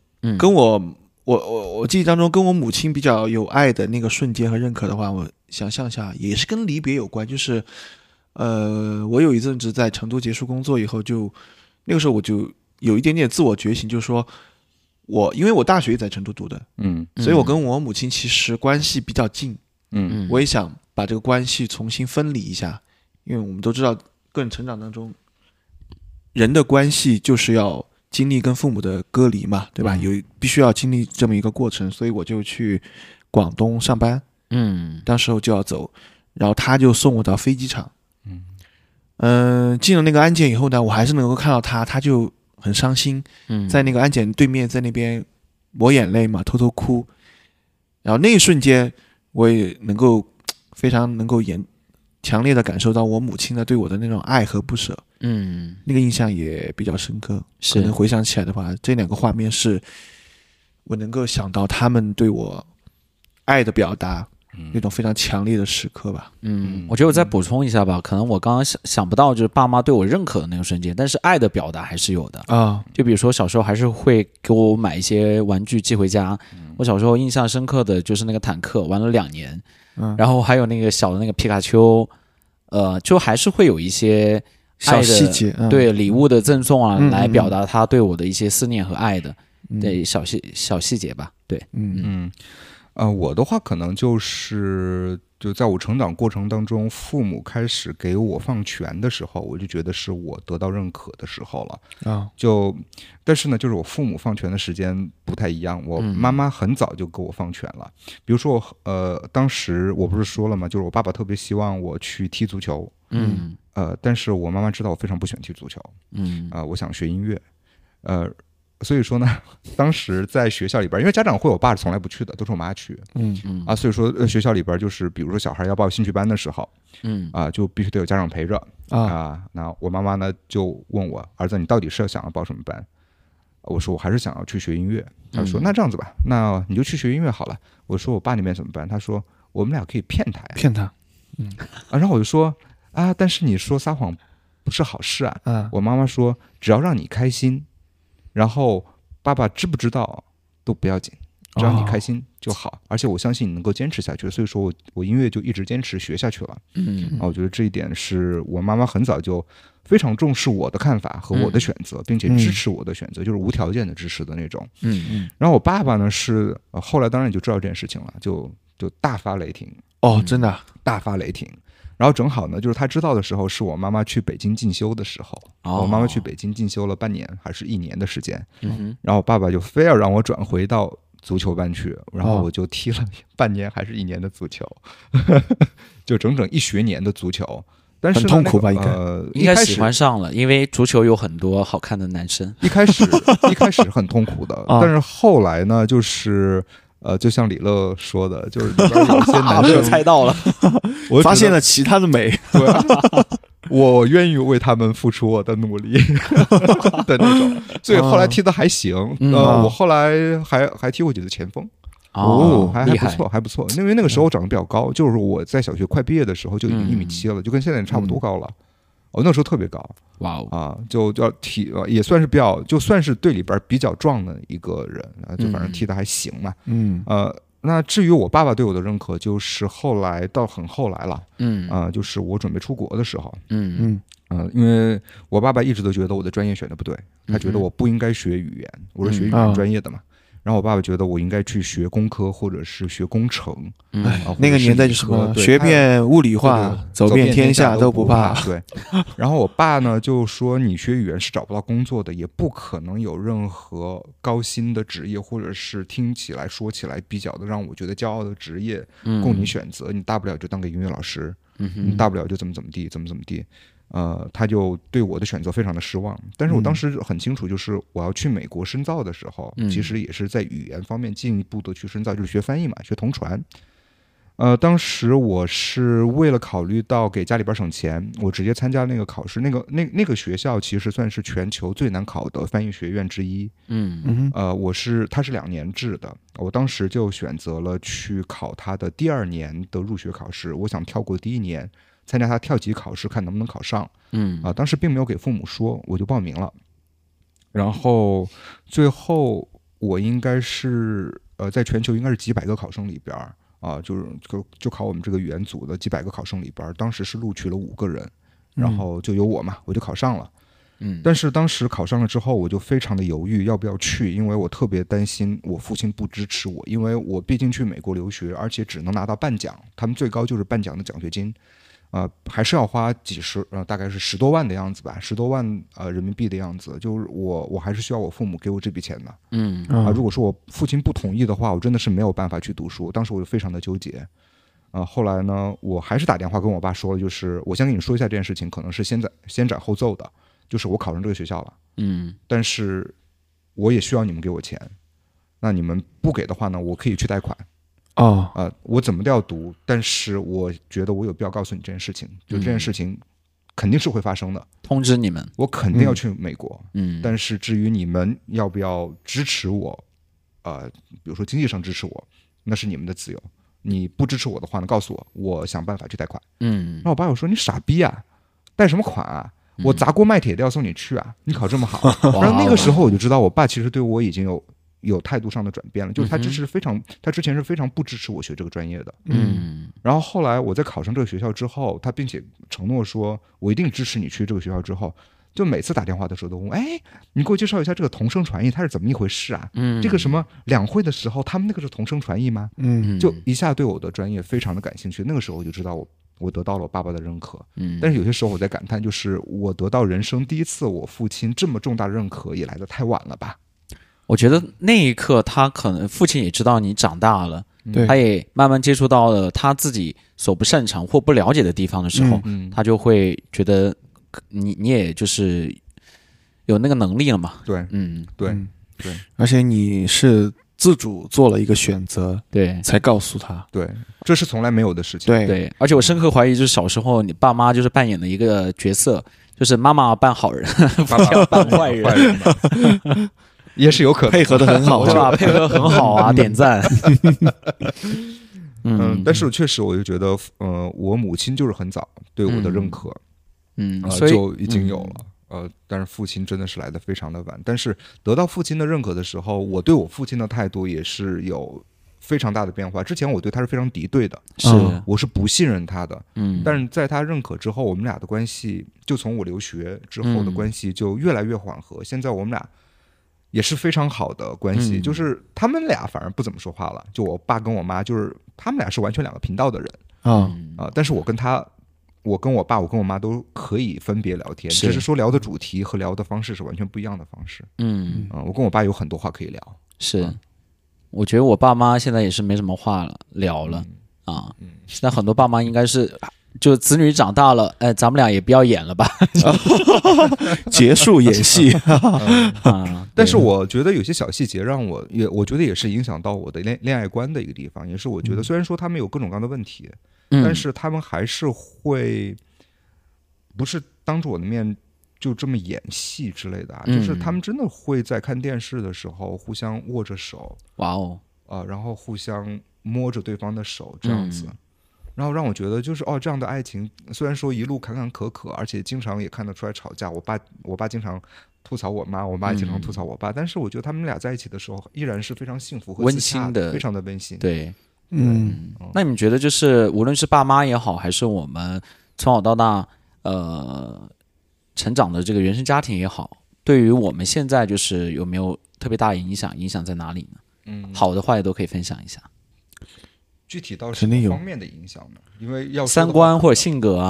Speaker 2: 我记忆当中跟我母亲比较有爱的那个瞬间和认可的话，我想象一下也是跟离别有关，就是我有一阵子在成都结束工作以后，就那个时候我就有一点点自我觉醒，就是说因为我大学也在成都读的，所以我跟我母亲其实关系比较近，我也想把这个关系重新分离一下，因为我们都知道个人成长当中人的关系就是要经历跟父母的割离嘛，对吧？必须要经历这么一个过程，所以我就去广东上班，当时候就要走，然后他就送我到飞机场，进了那个安检以后呢，我还是能够看到他就很伤心，在那个安检对面在那边抹眼泪嘛，偷偷哭，然后那一瞬间我也能够非常能够强烈的感受到我母亲的对我的那种爱和不舍，那个印象也比较深刻。可能回想起来的话，这两个画面是我能够想到他们对我爱的表达，那种非常强烈的时刻吧。
Speaker 3: 我觉得我再补充一下吧，可能我刚刚想不到就是爸妈对我认可的那个瞬间，但是爱的表达还是有的啊。就比如说小时候还是会给我买一些玩具寄回家，我小时候印象深刻的就是那个坦克玩了2年，然后还有那个小的那个皮卡丘，就还是会有一些
Speaker 2: 小细节，
Speaker 3: 对礼物的赠送啊，来表达他对我的一些思念和爱的，对小细节吧。对，
Speaker 1: 我的话可能就在我成长过程当中，父母开始给我放权的时候，我就觉得是我得到认可的时候了但是呢，就是我父母放权的时间不太一样，我妈妈很早就给我放权了。比如说当时我不是说了吗？就是我爸爸特别希望我去踢足球，但是我妈妈知道我非常不喜欢踢足球，我想学音乐，所以说呢，当时在学校里边，因为家长会我爸是从来不去的，都是我妈去，所以说学校里边就是比如说小孩要报兴趣班的时候，就必须得有家长陪着那我妈妈呢就问我，儿子你到底是想要报什么班？我说我还是想要去学音乐。他说那这样子吧，那你就去学音乐好了。我说我爸那边怎么办？他说我们俩可以骗他呀，
Speaker 2: 骗他，
Speaker 1: 然后我就说但是你说撒谎不是好事啊。我妈妈说只要让你开心，然后爸爸知不知道都不要紧，只要你开心就好，而且我相信你能够坚持下去，所以说我音乐就一直坚持学下去了。我觉得这一点是我妈妈很早就非常重视我的看法和我的选择，并且支持我的选择，就是无条件的支持的那种。然后我爸爸呢是后来当然你就知道这件事情了，就大发雷霆。
Speaker 2: 真的
Speaker 1: 大发雷霆。然后正好呢，就是他知道的时候是我妈妈去北京进修的时候，我妈妈去北京进修了半年还是1年的时间，然后爸爸就非要让我转回到足球班去，然后我就踢了半年还是1年的足球，就整整1学年的足球。但是
Speaker 2: 很痛苦吧？
Speaker 3: 应该喜欢上了，因为足球有很多好看的男生。
Speaker 1: 一开始很痛苦的，但是后来呢，就是就像李乐说的，就是里边有些男生
Speaker 3: 猜到了，
Speaker 2: 我发现了其他的美。
Speaker 1: 对，我愿意为他们付出我的努力的那种，所以后来踢得还行。我后来还踢过几次前锋。还不错，因为那个时候我长得比较高，就是我在小学快毕业的时候就已经1.7米了，就跟现在差不多高了。我那时候特别高，就要踢，也算是就算是队里边比较壮的一个人，就反正踢得还行嘛。那至于我爸爸对我的认可，就是后来到很后来了，就是我准备出国的时候，因为我爸爸一直都觉得我的专业选的不对，他觉得我不应该学语言，我是学语言专业的嘛。然后我爸爸觉得我应该去学工科或者是学工程，
Speaker 2: 那个年代就是什么学遍物理化，走遍天下都不怕。
Speaker 1: 对。然后我爸呢就说，你学语言是找不到工作的，也不可能有任何高薪的职业，或者是听起来说起来比较的让我觉得骄傲的职业供你选择，你大不了就当个音乐老师，你大不了就怎么地。他就对我的选择非常的失望。但是我当时很清楚，就是我要去美国深造的时候，其实也是在语言方面进一步的去深造，就是学翻译嘛，学同传。当时我是为了考虑到给家里边省钱，我直接参加那个考试。那个学校其实算是全球最难考的翻译学院之一。它是2年制的，我当时就选择了去考它的第2年的入学考试。我想跳过第1年， 参加他跳级考试，看能不能考上。当时并没有给父母说，我就报名了。然后最后我应该是在全球应该是几百个考生里边就考我们这个语言组的几百个考生里边，当时是录取了5个人，然后就有我嘛，我就考上了。但是当时考上了之后，我就非常的犹豫要不要去，因为我特别担心我父亲不支持我，因为我毕竟去美国留学，而且只能拿到半奖，他们最高就是半奖的奖学金，还是要花大概是10多万的样子吧，10多万人民币的样子，就是我还是需要我父母给我这笔钱的。如果说我父亲不同意的话，我真的是没有办法去读书，当时我就非常的纠结。后来呢，我还是打电话跟我爸说了，就是我先跟你说一下这件事情，可能是先斩后奏的。就是我考上这个学校了，但是我也需要你们给我钱，那你们不给的话呢，我可以去贷款。我怎么都要读，但是我觉得我有必要告诉你这件事情，就这件事情肯定是会发生的，
Speaker 3: 通知你们，
Speaker 1: 我肯定要去美国。但是至于你们要不要支持我，比如说经济上支持我，那是你们的自由。你不支持我的话呢，告诉我，我想办法去贷款。然后我爸我说你傻逼啊，贷什么款啊？我砸锅卖铁都要送你去啊！你考这么好。然后那个时候我就知道我爸其实对我已经有态度上的转变了，就是他之前是非常不支持我学这个专业的。然后后来我在考上这个学校之后，他并且承诺说我一定支持你去这个学校之后，就每次打电话的时候都问，你给我介绍一下这个同声传译它是怎么一回事啊？这个什么两会的时候他们那个是同声传译吗？就一下对我的专业非常的感兴趣。那个时候我就知道我得到了我爸爸的认可。但是有些时候我在感叹，就是我得到人生第一次我父亲这么重大的认可也来得太晚了吧。
Speaker 3: 我觉得那一刻他可能父亲也知道你长大了，他也慢慢接触到了他自己所不擅长或不了解的地方的时候，他就会觉得你也就是有那个能力了嘛。
Speaker 1: 对，对，
Speaker 2: 而且你是自主做了一个选择，
Speaker 3: 对，
Speaker 2: 才告诉他，
Speaker 1: 对，这是从来没有的事情。
Speaker 3: 对，而且我深刻怀疑，就是小时候你爸妈就是扮演的一个角色，就是妈妈扮好人，爸爸扮坏人，
Speaker 1: 也是有可能
Speaker 2: 配合的很好，
Speaker 3: 对吧？配合很好啊，点赞。
Speaker 1: 但是确实我就觉得，我母亲就是很早对我的认可，
Speaker 3: 所以
Speaker 1: 就已经有了。但是父亲真的是来得非常的晚。但是得到父亲的认可的时候，我对我父亲的态度也是有非常大的变化。之前我对他是非常敌对的，我是不信任他的。但是在他认可之后，我们俩的关系就从我留学之后的关系就越来越缓和。现在我们俩也是非常好的关系，就是他们俩反而不怎么说话了。就我爸跟我妈，就是他们俩是完全2个频道的人但是我跟我爸，我跟我妈都可以分别聊天，只是说聊的主题和聊的方式是完全不一样的方式。我跟我爸有很多话可以聊。
Speaker 3: 是，我觉得我爸妈现在也是没什么话聊了现在很多爸妈应该是就子女长大了，咱们俩也不要演了吧，
Speaker 2: 结束演戏。
Speaker 1: 但是我觉得有些小细节让我觉得也是影响到我的恋爱观的一个地方，也是我觉得虽然说他们有各种各样的问题，但是他们还是会不是当着我的面就这么演戏之类的就是他们真的会在看电视的时候互相握着手，然后互相摸着对方的手这样子。然后让我觉得就是这样的爱情虽然说一路坎坎坷坷，而且经常也看得出来吵架，我爸经常吐槽我妈，我妈也经常吐槽我爸，但是我觉得他们俩在一起的时候依然是非常幸福和
Speaker 3: 温馨的，
Speaker 1: 非常的温馨。
Speaker 3: 对，那你们觉得就是无论是爸妈也好，还是我们从小到大成长的这个原生家庭也好，对于我们现在就是有没有特别大的影响？影响在哪里呢？好的坏的都可以分享一下。
Speaker 1: 具体到什么方面的影响呢？因为要
Speaker 3: 三观或者性格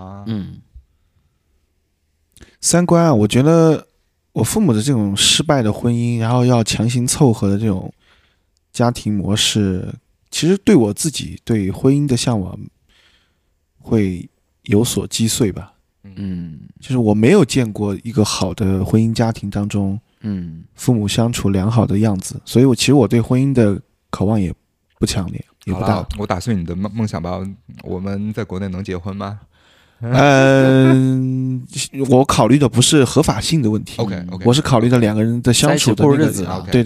Speaker 2: 三观我觉得我父母的这种失败的婚姻，然后要强行凑合的这种家庭模式，其实对我自己对婚姻的向往会有所击碎吧。就是我没有见过一个好的婚姻家庭当中，父母相处良好的样子，所以其实我对婚姻的渴望也不强烈。也不大。
Speaker 1: 我打碎你的梦想吧。我们在国内能结婚吗？
Speaker 2: 我考虑的不是合法性的问题。
Speaker 1: OK，
Speaker 2: 我是考虑的2个人的相处的
Speaker 3: 日子。
Speaker 2: 对。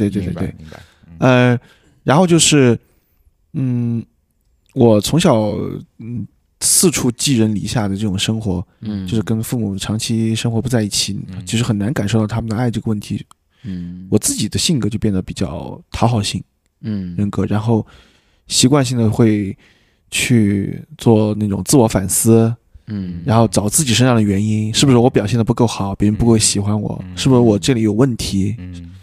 Speaker 2: 然后就是，我从小四处寄人篱下的这种生活，就是跟父母长期生活不在一起，其实很难感受到他们的爱这个问题。我自己的性格就变得比较讨好型，人格，然后习惯性的会去做那种自我反思，然后找自己身上的原因，是不是我表现的不够好，别人不够喜欢我，是不是我这里有问题？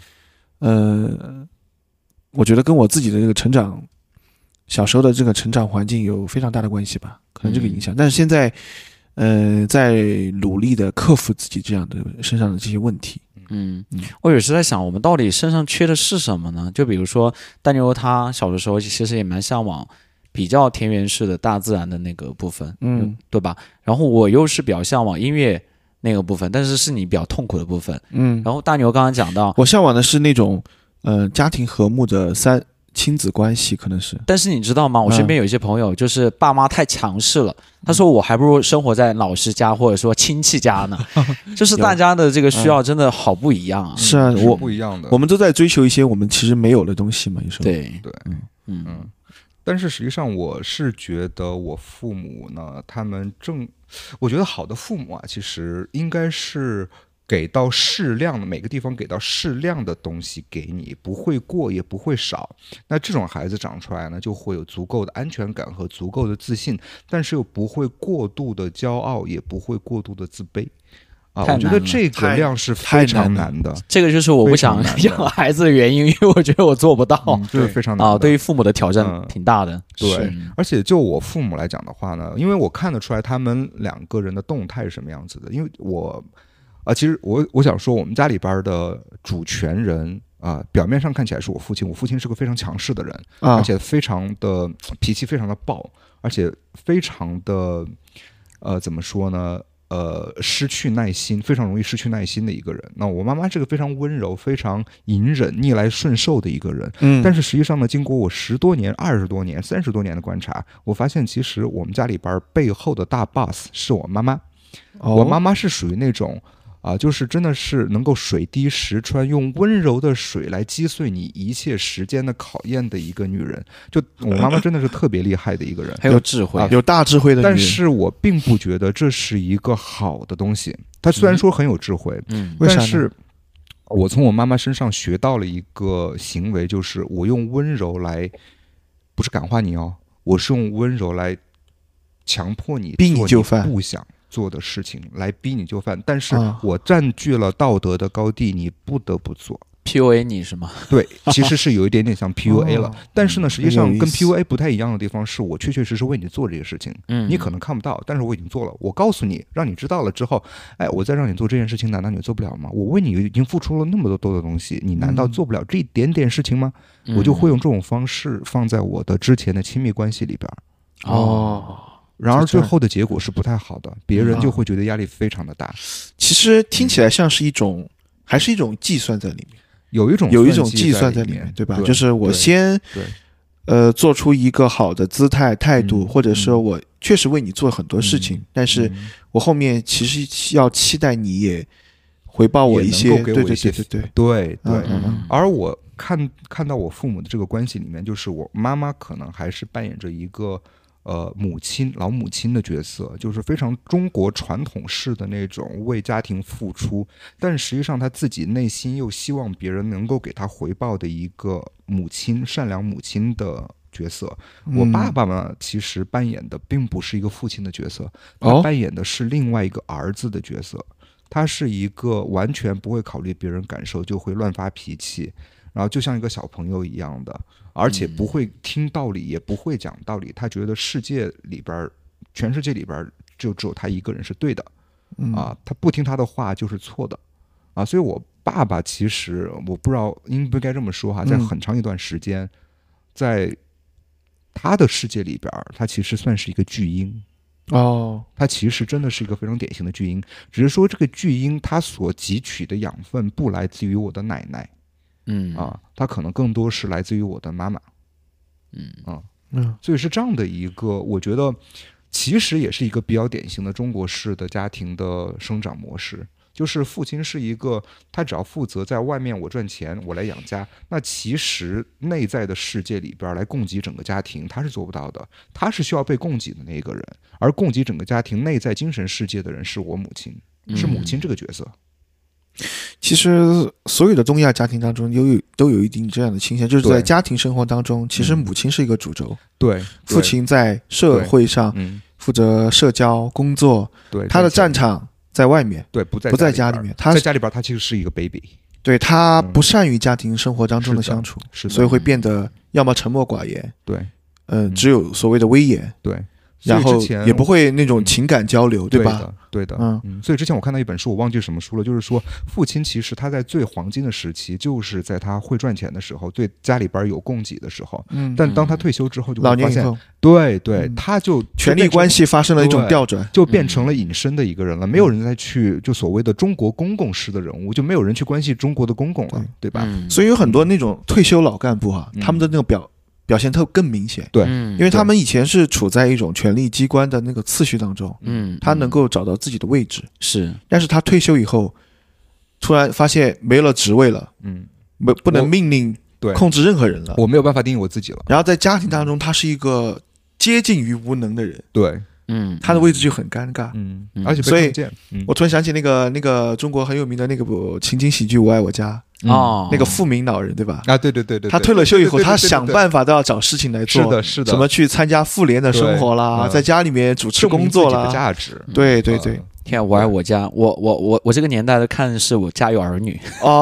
Speaker 2: 我觉得跟我自己的这个成长，小时候的这个成长环境有非常大的关系吧，可能这个影响。但是现在，在努力的克服自己这样的身上的这些问题。
Speaker 3: 我有时在想，我们到底身上缺的是什么呢？就比如说大牛他小的时候其实也蛮向往比较田园式的大自然的那个部分，对吧？然后我又是比较向往音乐那个部分，但是是你比较痛苦的部分。然后大牛刚刚讲到，
Speaker 2: 我向往的是那种家庭和睦的亲子关系，可能是。
Speaker 3: 但是你知道吗？我身边有一些朋友，就是爸妈太强势了。他说我还不如生活在老师家或者说亲戚家呢。就是大家的这个需要真的好不一样啊。
Speaker 2: 是啊，
Speaker 1: 是不一样的。
Speaker 2: 我们都在追求一些我们其实没有的东西嘛，有时候。
Speaker 3: 对，
Speaker 1: 但是实际上，我是觉得我父母呢，他们我觉得好的父母啊，其实应该是给到适量的，每个地方给到适量的东西给你，不会过也不会少。那这种孩子长出来呢，就会有足够的安全感和足够的自信，但是又不会过度的骄傲，也不会过度的自卑。我觉得这个量是非常难的。
Speaker 3: 这个就是我不想养孩子的原因，因为我觉得我做不到。
Speaker 1: 这是非常难的。
Speaker 3: 对于父母的挑战挺大的。
Speaker 1: 对，而且就我父母来讲的话呢，因为我看得出来他们两个人的动态是什么样子的。因为其实我想说，我们家里边的主权人表面上看起来是我父亲，我父亲是个非常强势的人，而且非常的脾气非常的暴，而且非常的怎么说呢？失去耐心，非常容易失去耐心的一个人。那我妈妈是个非常温柔、非常隐忍、逆来顺受的一个人。但是实际上呢，经过我10多年、20多年、30多年的观察，我发现其实我们家里边背后的大 boss 是我妈妈。我妈妈是属于那种就是真的是能够水滴石穿，用温柔的水来击碎你一切时间的考验的一个女人。就我妈妈真的是特别厉害的一个人，
Speaker 3: 很有智慧，
Speaker 2: 有大智慧的女人。
Speaker 1: 但是我并不觉得这是一个好的东西。她虽然说很有智慧，但是我从我妈妈身上学到了一个行为，就是我用温柔来，不是感化你我是用温柔来强迫你
Speaker 2: 逼你就范，
Speaker 1: 不想做的事情来逼你就范，但是我占据了道德的高地，你不得不做。
Speaker 3: PUA 你是吗？
Speaker 1: 对，其实是有一点点像 PUA 了，但是呢，实际上跟 PUA 不太一样的地方是，我确确实实为你做这个事情，你可能看不到，但是我已经做了。我告诉你，让你知道了之后，我再让你做这件事情，难道你做不了吗？我为你已经付出了那么多的东西，你难道做不了这一点点事情吗？我就会用这种方式放在我的之前的亲密关系里边。然而最后的结果是不太好的，别人就会觉得压力非常的大。
Speaker 2: 其实听起来像是还是一种计算在里面，
Speaker 1: 有一种
Speaker 2: 计算在里面，对吧？就是我先做出一个好的姿态态度，或者说我确实为你做很多事情，但是我后面其实要期待你也回报我一些，
Speaker 1: 对。而我看到我父母的这个关系里面，就是我妈妈可能还是扮演着一个老母亲的角色，就是非常中国传统式的那种为家庭付出，但实际上她自己内心又希望别人能够给她回报的一个善良母亲的角色。我爸爸呢，其实扮演的并不是一个父亲的角色，他扮演的是另外一个儿子的角色。他是一个完全不会考虑别人感受，就会乱发脾气，然后就像一个小朋友一样的，而且不会听道理，也不会讲道理。他觉得全世界里边就只有他一个人是对的，他不听他的话就是错的，所以我爸爸其实我不知道应不应该这么说在很长一段时间，在他的世界里边，他其实算是一个巨婴。他其实真的是一个非常典型的巨婴，只是说这个巨婴他所汲取的养分不来自于我的奶奶。它可能更多是来自于我的妈妈，所以是这样的一个，我觉得其实也是一个比较典型的中国式的家庭的生长模式。 就是父亲是一个，他只要负责在外面我赚钱，我来养家，那其实内在的世界里边来供给整个家庭，他是做不到的，他是需要被供给的那个人，而供给整个家庭内在精神世界的人是我母亲，是母亲这个角色。
Speaker 2: 其实所有的东亚家庭当中都有一定这样的倾向，就是在家庭生活当中，其实母亲是一个主轴，
Speaker 1: 对，
Speaker 2: 父亲在社会上负责社交工作，
Speaker 1: 对，
Speaker 2: 他的战场在外面，
Speaker 1: 对，不
Speaker 2: 在家里面，他
Speaker 1: 在家里边他其实是一个 baby，
Speaker 2: 对，他不善于家庭生活当中的相处，所以会变得要么沉默寡言，
Speaker 1: 对，
Speaker 2: 只有所谓的威严，
Speaker 1: 对。
Speaker 2: 然后也不会那种情感交流，对吧？
Speaker 1: 对的，所以之前我看到一本书，我忘记什么书了，就是说父亲其实他在最黄金的时期，就是在他会赚钱的时候，对家里边有供给的时候。但当他退休之后，就会发现，老年以后，他就
Speaker 2: 权力关系发生了一种调转，
Speaker 1: 就变成了隐身的一个人了。没有人再去就所谓的中国公公式的人物，就没有人去关系中国的公公了，对吧？
Speaker 2: 所以有很多那种退休老干部啊，他们的那个表现更明显，
Speaker 1: 对，
Speaker 2: 因为他们以前是处在一种权力机关的那个次序当中，他能够找到自己的位置，
Speaker 3: 是，
Speaker 2: 但是他退休以后，突然发现没了职位了，不能命令控制任何人了，
Speaker 1: 我没有办法定义我自己了。
Speaker 2: 然后在家庭当中，他是一个接近于无能的人，
Speaker 1: 对，
Speaker 2: 他的位置就很尴尬，
Speaker 1: 而且
Speaker 2: 所以我突然想起那个中国很有名的那个情景喜剧《我爱我家》。那个富民老人对吧？
Speaker 1: 啊，对，
Speaker 2: 他退了休以后，他想办法都要找事情来做，
Speaker 1: 是的，
Speaker 2: 什么去参加妇联的生活啦，在家里面主持工作啦，
Speaker 1: 价值，
Speaker 2: 对。
Speaker 3: 天，我爱我家，我这个年代的看是我家有儿女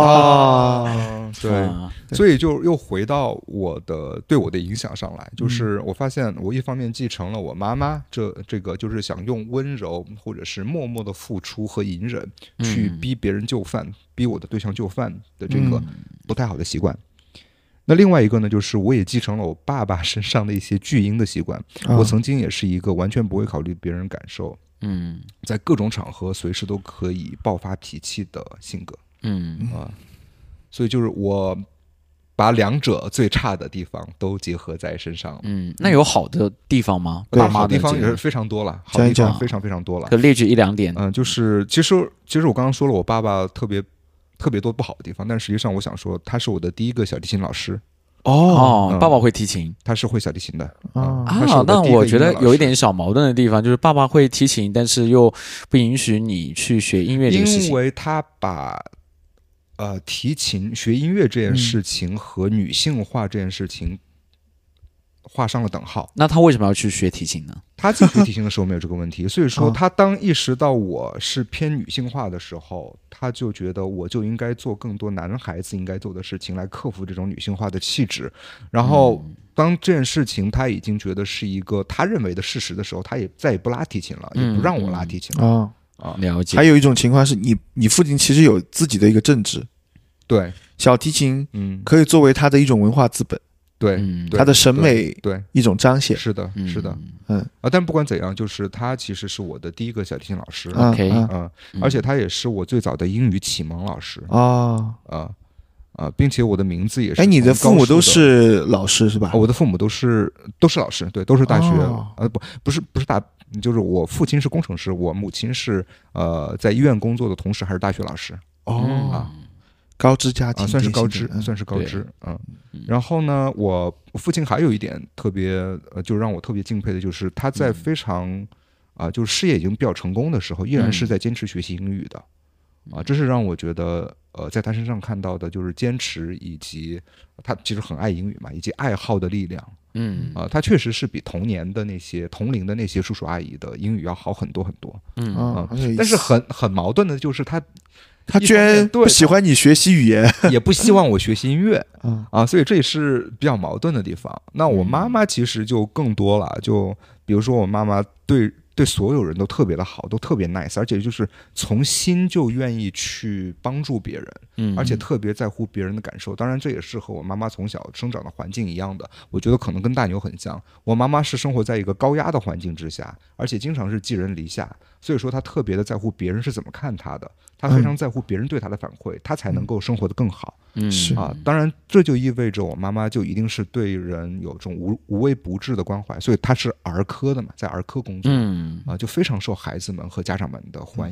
Speaker 1: 对，所以就又回到对我的影响上来，就是我发现我一方面继承了我妈妈这个就是想用温柔或者是默默的付出和隐忍去逼别人就范，逼我的对象就范的这个不太好的习惯。那另外一个呢，就是我也继承了我爸爸身上的一些巨婴的习惯。我曾经也是一个完全不会考虑别人感受，在各种场合随时都可以爆发脾气的性格，所以就是我把两者最差的地方都结合在身上。
Speaker 3: 那有好的地方吗？
Speaker 1: 好地方也是非常多了，好地方非常非常多了。
Speaker 3: 可列举一两点。
Speaker 1: 就是其实我刚刚说了，我爸爸特别多不好的地方，但实际上我想说，他是我的第一个小提琴老师。
Speaker 3: 爸爸会提琴，
Speaker 1: 他是会小提琴的
Speaker 3: 那我觉得有一点小矛盾的地方，就是爸爸会提琴，但是又不允许你去学音乐这个事情，
Speaker 1: 因为他把提琴学音乐这件事情和女性化这件事情画上了等号。
Speaker 3: 那他为什么要去学提琴呢？
Speaker 1: 他自己学提琴的时候没有这个问题，所以说他当意识到我是偏女性化的时候，他就觉得我就应该做更多男孩子应该做的事情来克服这种女性化的气质。然后当这件事情他已经觉得是一个他认为的事实的时候，他也再也不拉提琴了，也不让我拉提琴了。
Speaker 3: 了解。
Speaker 2: 还有一种情况是你父亲其实有自己的一个政治，
Speaker 1: 对，
Speaker 2: 小提琴可以作为他的一种文化资本，
Speaker 1: 对，
Speaker 2: 他的审美
Speaker 1: 对
Speaker 2: 一种彰显。
Speaker 1: 是的，但不管怎样，就是他其实是我的第一个小提琴老师。
Speaker 3: OK，
Speaker 1: 而且他也是我最早的英语启蒙老师并且我的名字也是。
Speaker 2: 你的父母都是老师是吧？
Speaker 1: 我的父母都是老师，对，都是大学不是大，就是我父亲是工程师，我母亲是在医院工作的同时还是大学老师。
Speaker 2: 高知家庭
Speaker 1: 算是高知，算是高知。然后呢，我父亲还有一点特别就让我特别敬佩的，就是他在非常就是事业已经比较成功的时候，依然是在坚持学习英语的。这是让我觉得在他身上看到的就是坚持，以及他其实很爱英语嘛，以及爱好的力量。他确实是比同龄的那些叔叔阿姨的英语要好很多很多。但是很矛盾的就是他
Speaker 2: 居然不喜欢你学习语言，
Speaker 1: 也不希望我学习音乐所以这也是比较矛盾的地方。那我妈妈其实就更多了，就比如说我妈妈对所有人都特别的好，都特别 nice， 而且就是从心就愿意去帮助别人，而且特别在乎别人的感受。当然这也是和我妈妈从小生长的环境一样的，我觉得可能跟大牛很像。我妈妈是生活在一个高压的环境之下，而且经常是寄人篱下，所以说她特别的在乎别人是怎么看她的，她非常在乎别人对她的反馈，她才能够生活得更好。当然这就意味着我妈妈就一定是对人有这种无微不至的关怀，所以她是儿科的嘛，在儿科工作就非常受孩子们和家长们的欢迎。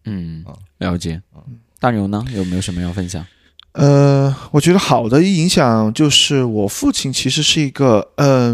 Speaker 3: 了解。大牛呢，有没有什么要分享？
Speaker 2: 我觉得好的影响就是我父亲其实是一个，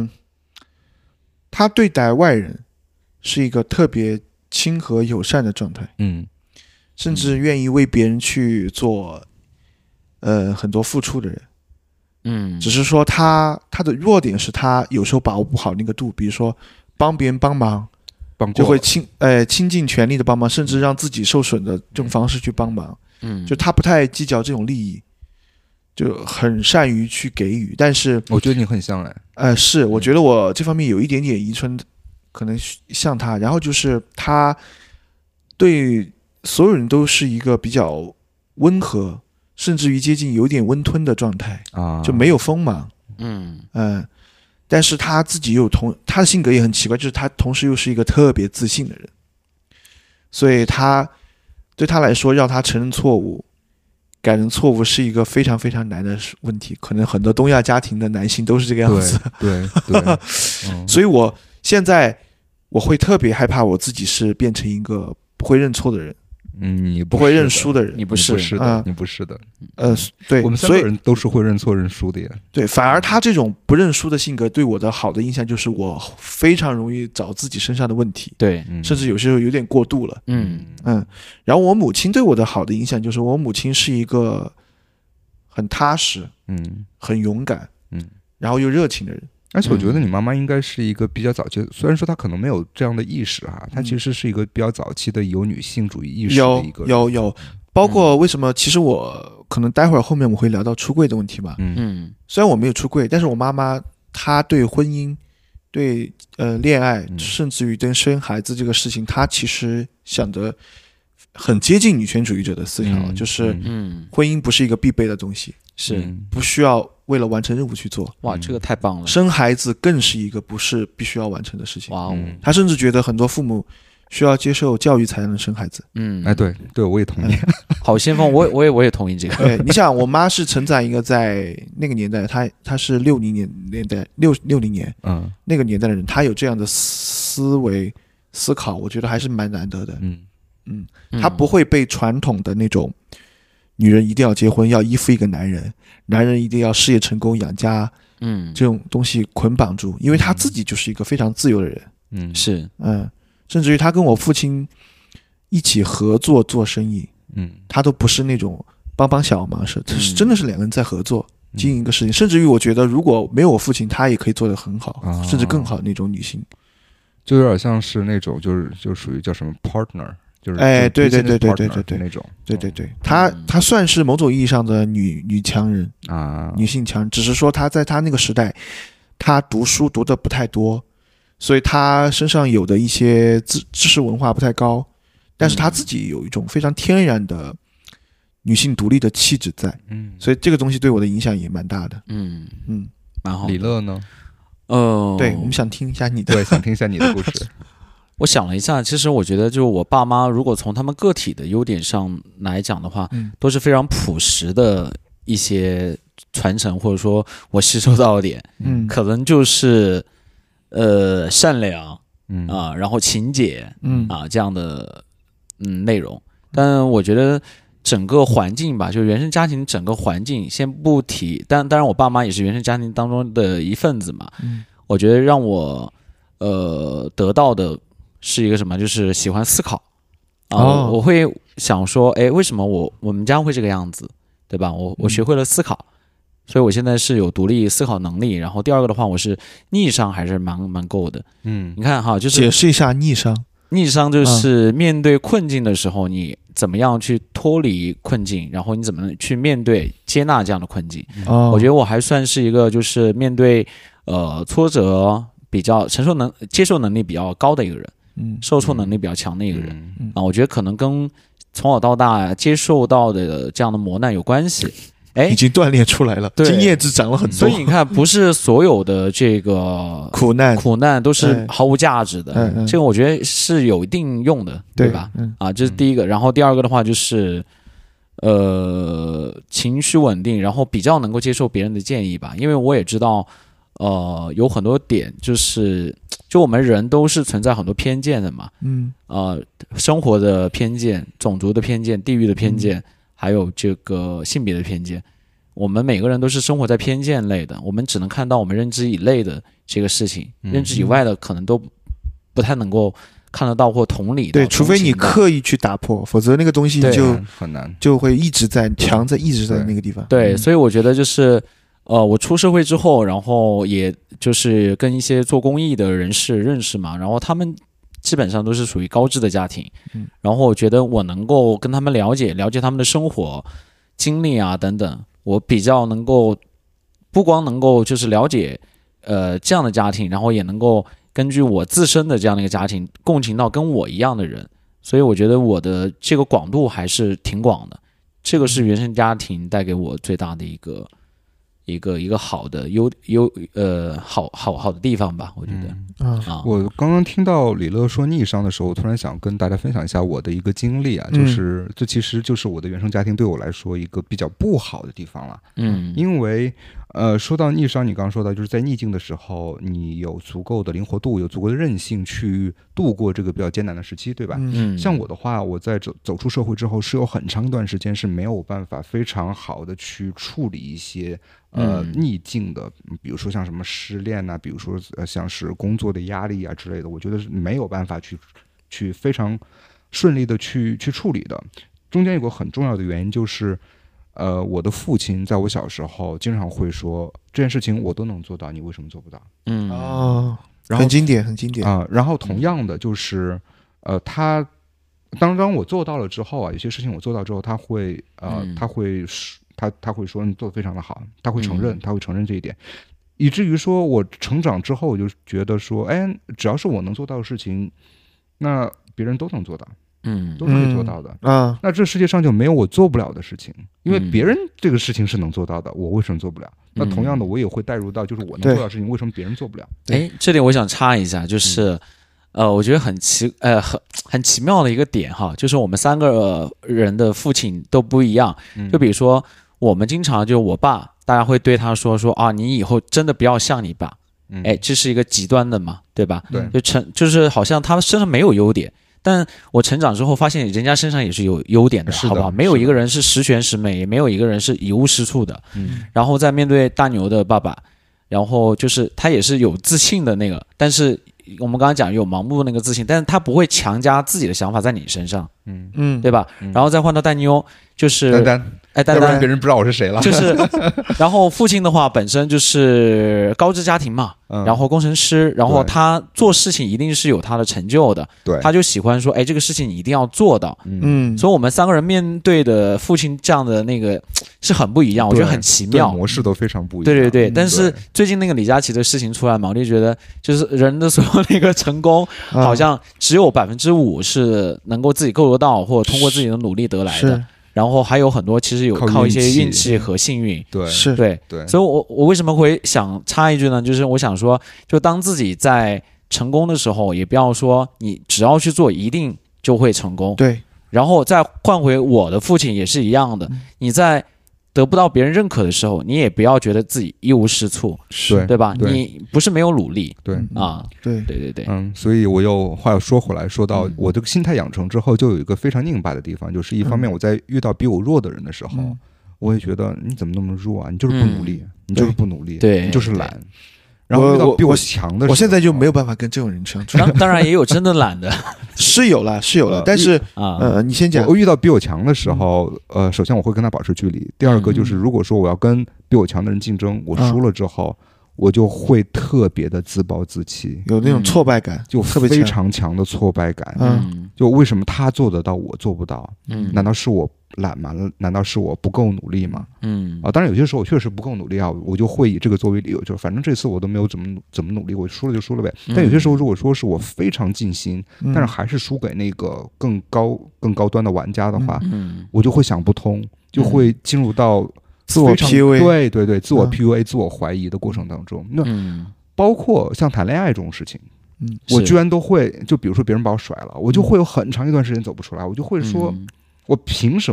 Speaker 2: 他对待外人是一个特别亲和友善的状态，甚至愿意为别人去做，很多付出的人，只是说他的弱点是他有时候把握不好那个度，比如说帮别人帮忙，就会倾尽全力的帮忙，甚至让自己受损的这种方式去帮忙，就他不太计较这种利益。就很善于去给予，但是
Speaker 1: 我觉得你很像
Speaker 2: 是，我觉得我这方面有一点点遗传，可能像他。然后就是他对所有人都是一个比较温和，甚至于接近有点温吞的状态就没有锋芒。但是他自己他的性格也很奇怪，就是他同时又是一个特别自信的人，所以对他来说，让他承认错误。改正错误是一个非常非常难的问题，可能很多东亚家庭的男性都是这个样子。
Speaker 1: 对，
Speaker 2: 所以我现在会特别害怕我自己是变成一个不会认错的人。
Speaker 1: 你
Speaker 2: 不会认输的人，
Speaker 3: 你不是
Speaker 1: 的，你不是的。
Speaker 2: 对，
Speaker 1: 我们三个人都是会认错认输的呀。
Speaker 2: 对，反而他这种不认输的性格对我的好的印象就是我非常容易找自己身上的问题，
Speaker 3: 对，
Speaker 2: 甚至有些时候有点过度了。然后我母亲对我的好的印象就是我母亲是一个很踏实，很勇敢，然后又热情的人。
Speaker 1: 而且我觉得你妈妈应该是一个比较早期，虽然说她可能没有这样的意识她其实是一个比较早期的有女性主义意识的一个人。
Speaker 2: 有，包括为什么？其实我可能待会儿后面我会聊到出柜的问题吧。虽然我没有出柜，但是我妈妈她对婚姻、对恋爱，甚至于对生孩子这个事情，她其实想得很接近女权主义者的思想，就是婚姻不是一个必备的东西，
Speaker 3: 是
Speaker 2: 不需要为了完成任务去做。
Speaker 3: 哇，这个太棒了！
Speaker 2: 生孩子更是一个不是必须要完成的事情。
Speaker 3: 哇，
Speaker 2: 他甚至觉得很多父母需要接受教育才能生孩子。
Speaker 1: 对，我也同意。
Speaker 3: 好先锋，我也同意这个。
Speaker 2: 对，你想，我妈是承载一个在那个年代，她是60年代60年，那个年代的人，她有这样的思维思考，我觉得还是蛮难得的。她不会被传统的那种女人一定要结婚，要依附一个男人，男人一定要事业成功养家，这种东西捆绑住，因为他自己就是一个非常自由的人。
Speaker 3: 是，
Speaker 2: 甚至于他跟我父亲一起合作做生意，他都不是那种帮小忙，真的是两个人在合作经营一个事情。甚至于我觉得如果没有我父亲，他也可以做得很好，甚至更好那种女性，
Speaker 1: 就有点像是那种就属于叫什么 partner。对
Speaker 2: 那种，对，她算是某种意义上的女强人女性强人，只是说她在她那个时代，她读书读的不太多，所以她身上有的一些知识文化不太高，但是她自己有一种非常天然的女性独立的气质在，所以这个东西对我的影响也蛮大的。
Speaker 3: 蛮好。
Speaker 1: 李乐呢？
Speaker 2: 对，我们想听一下你的，
Speaker 1: 对，想听一下你的故事。
Speaker 3: 我想了一下，其实我觉得，就是我爸妈如果从他们个体的优点上来讲的话，都是非常朴实的一些传承，或者说我吸收到的点，可能就是善良，然后勤俭，这样的内容。但我觉得整个环境吧，就原生家庭整个环境，先不提，当然我爸妈也是原生家庭当中的一份子嘛，我觉得让我得到的。是一个什么？就是喜欢思考我会想说，为什么我们家会这个样子，对吧？我学会了思考，所以我现在是有独立思考能力。然后第二个的话，我是逆商还是蛮够的。你看哈，就是
Speaker 2: 解释一下逆商。
Speaker 3: 逆商就是面对困境的时候，你怎么样去脱离困境，然后你怎么去面对接纳这样的困境。我觉得我还算是一个就是面对挫折比较接受能力比较高的一个人。受挫能力比较强的一个人我觉得可能跟从小到大接受到的这样的磨难有关系。
Speaker 2: 已经锻炼出来了，经验值长了很多。
Speaker 3: 所以你看，不是所有的这个苦难都是毫无价值的。这个我觉得是有一定用的，对吧？这是第一个。然后第二个的话就是情绪稳定，然后比较能够接受别人的建议吧。因为我也知道有很多点就我们人都是存在很多偏见的嘛，生活的偏见、种族的偏见、地域的偏见，还有这个性别的偏见。我们每个人都是生活在偏见类的，我们只能看到我们认知以内的这个事情，认知以外的可能都不太能够看得到或同理到。
Speaker 2: 对，除非你刻意去打破，否则那个东西就
Speaker 1: 很难，
Speaker 2: 就会一直在一直在那个地方。
Speaker 3: 对，所以我觉得就是我出社会之后，然后也就是跟一些做公益的人士认识嘛，然后他们基本上都是属于高知的家庭，然后我觉得我能够跟他们了解他们的生活经历啊等等，我比较能够不光能够就是了解这样的家庭，然后也能够根据我自身的这样的一个家庭共情到跟我一样的人，所以我觉得我的这个广度还是挺广的，这个是原生家庭带给我最大的一个好的好的地方吧，我觉得。
Speaker 1: 我刚刚听到李乐说逆商的时候，我突然想跟大家分享一下我的一个经历啊，就是这其实就是我的原生家庭对我来说一个比较不好的地方了。因为说到逆商，你刚刚说到就是在逆境的时候，你有足够的灵活度，有足够的韧性去度过这个比较艰难的时期，对吧？像我的话，我在走出社会之后，是有很长一段时间是没有办法非常好的去处理一些逆境的，比如说像什么失恋啊，比如说像是工作的压力啊之类的，我觉得是没有办法去非常顺利的去处理的。中间有个很重要的原因就是。我的父亲在我小时候经常会说这件事情我都能做到，你为什么做不到？
Speaker 2: 很经典，很经典
Speaker 1: 啊。然后同样的就是，当我做到了之后啊，有些事情我做到之后，他会说你做得非常的好，他会承认这一点，以至于说我成长之后，我就觉得说，哎，只要是我能做到的事情，那别人都能做到。都是可以做到的那这世界上就没有我做不了的事情，因为别人这个事情是能做到的，我为什么做不了？那同样的，我也会带入到就是我能做到的事情，为什么别人做不了？
Speaker 3: 这里我想插一下，就是我觉得很奇妙的一个点哈，就是我们三个人的父亲都不一样。就比如说我们经常就我爸，大家会对他说啊，你以后真的不要像你爸。这是一个极端的嘛，对吧？
Speaker 1: 对，
Speaker 3: 就是好像他身上没有优点。但我成长之后发现人家身上也是有优点的，好不好？没有一个人是十全十美，也没有一个人是一无是处的。然后在面对大牛的爸爸，然后就是他也是有自信的那个，但是我们刚刚讲有盲目那个自信，但是他不会强加自己的想法在你身上，对吧？然后再换到大妞，就是
Speaker 1: 丹丹，别人不知道我是谁了。
Speaker 3: 就是，然后父亲的话本身就是高知家庭嘛，然后工程师，然后他做事情一定是有他的成就的，
Speaker 1: 对，
Speaker 3: 他就喜欢说，这个事情你一定要做到，所以我们三个人面对的父亲这样的那个是很不一样，我觉得很奇妙，
Speaker 1: 模式都非常不一
Speaker 3: 样。对，但是最近那个李佳琦的事情出来嘛，我就觉得就是人的所有那个成功，好像只有5%是能够自己够得到，或者通过自己的努力得来的。然后还有很多其实有靠一些运气和幸运，
Speaker 1: 对，
Speaker 3: 所以我为什么会想插一句呢？就是我想说，就当自己在成功的时候，也不要说你只要去做一定就会成功，
Speaker 2: 对。
Speaker 3: 然后再换回我的父亲也是一样的，你在得不到别人认可的时候，你也不要觉得自己一无是处，对吧？你不是没有努力，
Speaker 1: 对
Speaker 3: 啊，对，
Speaker 1: 所以我又话又说回来，说到我这个心态养成之后，就有一个非常拧巴的地方，就是一方面我在遇到比我弱的人的时候，我也觉得你怎么那么弱啊？你就是不努力，你就是不努力，
Speaker 3: 对，
Speaker 1: 你就是懒。然后遇到比我强的时候，
Speaker 2: 我现在就没有办法跟这种人相处。
Speaker 3: 当然也有真的懒的，
Speaker 2: 是有了，但是你先讲。
Speaker 1: 我遇到比我强的时候，首先我会跟他保持距离。第二个就是，如果说我要跟比我强的人竞争，我输了之后，我就会特别的自暴自弃，
Speaker 2: 有那种挫败感，
Speaker 1: 就非常强的挫败感。就为什么他做得到，我做不到？难道是我懒吗？难道是我不够努力吗？当然有些时候我确实不够努力啊，我就会以这个作为理由，就是反正这次我都没有怎么努力，我输了就输了呗。但有些时候如果说是我非常尽心，但是还是输给那个更高端的玩家的话，我就会想不通，就会进入到
Speaker 2: 自我 PUA，
Speaker 1: 对，自我 PUA、自我怀疑的过程当中。那包括像谈恋爱这种事情，我居然都会，就比如说别人把我甩了，我就会有很长一段时间走不出来，我就会说，我凭什么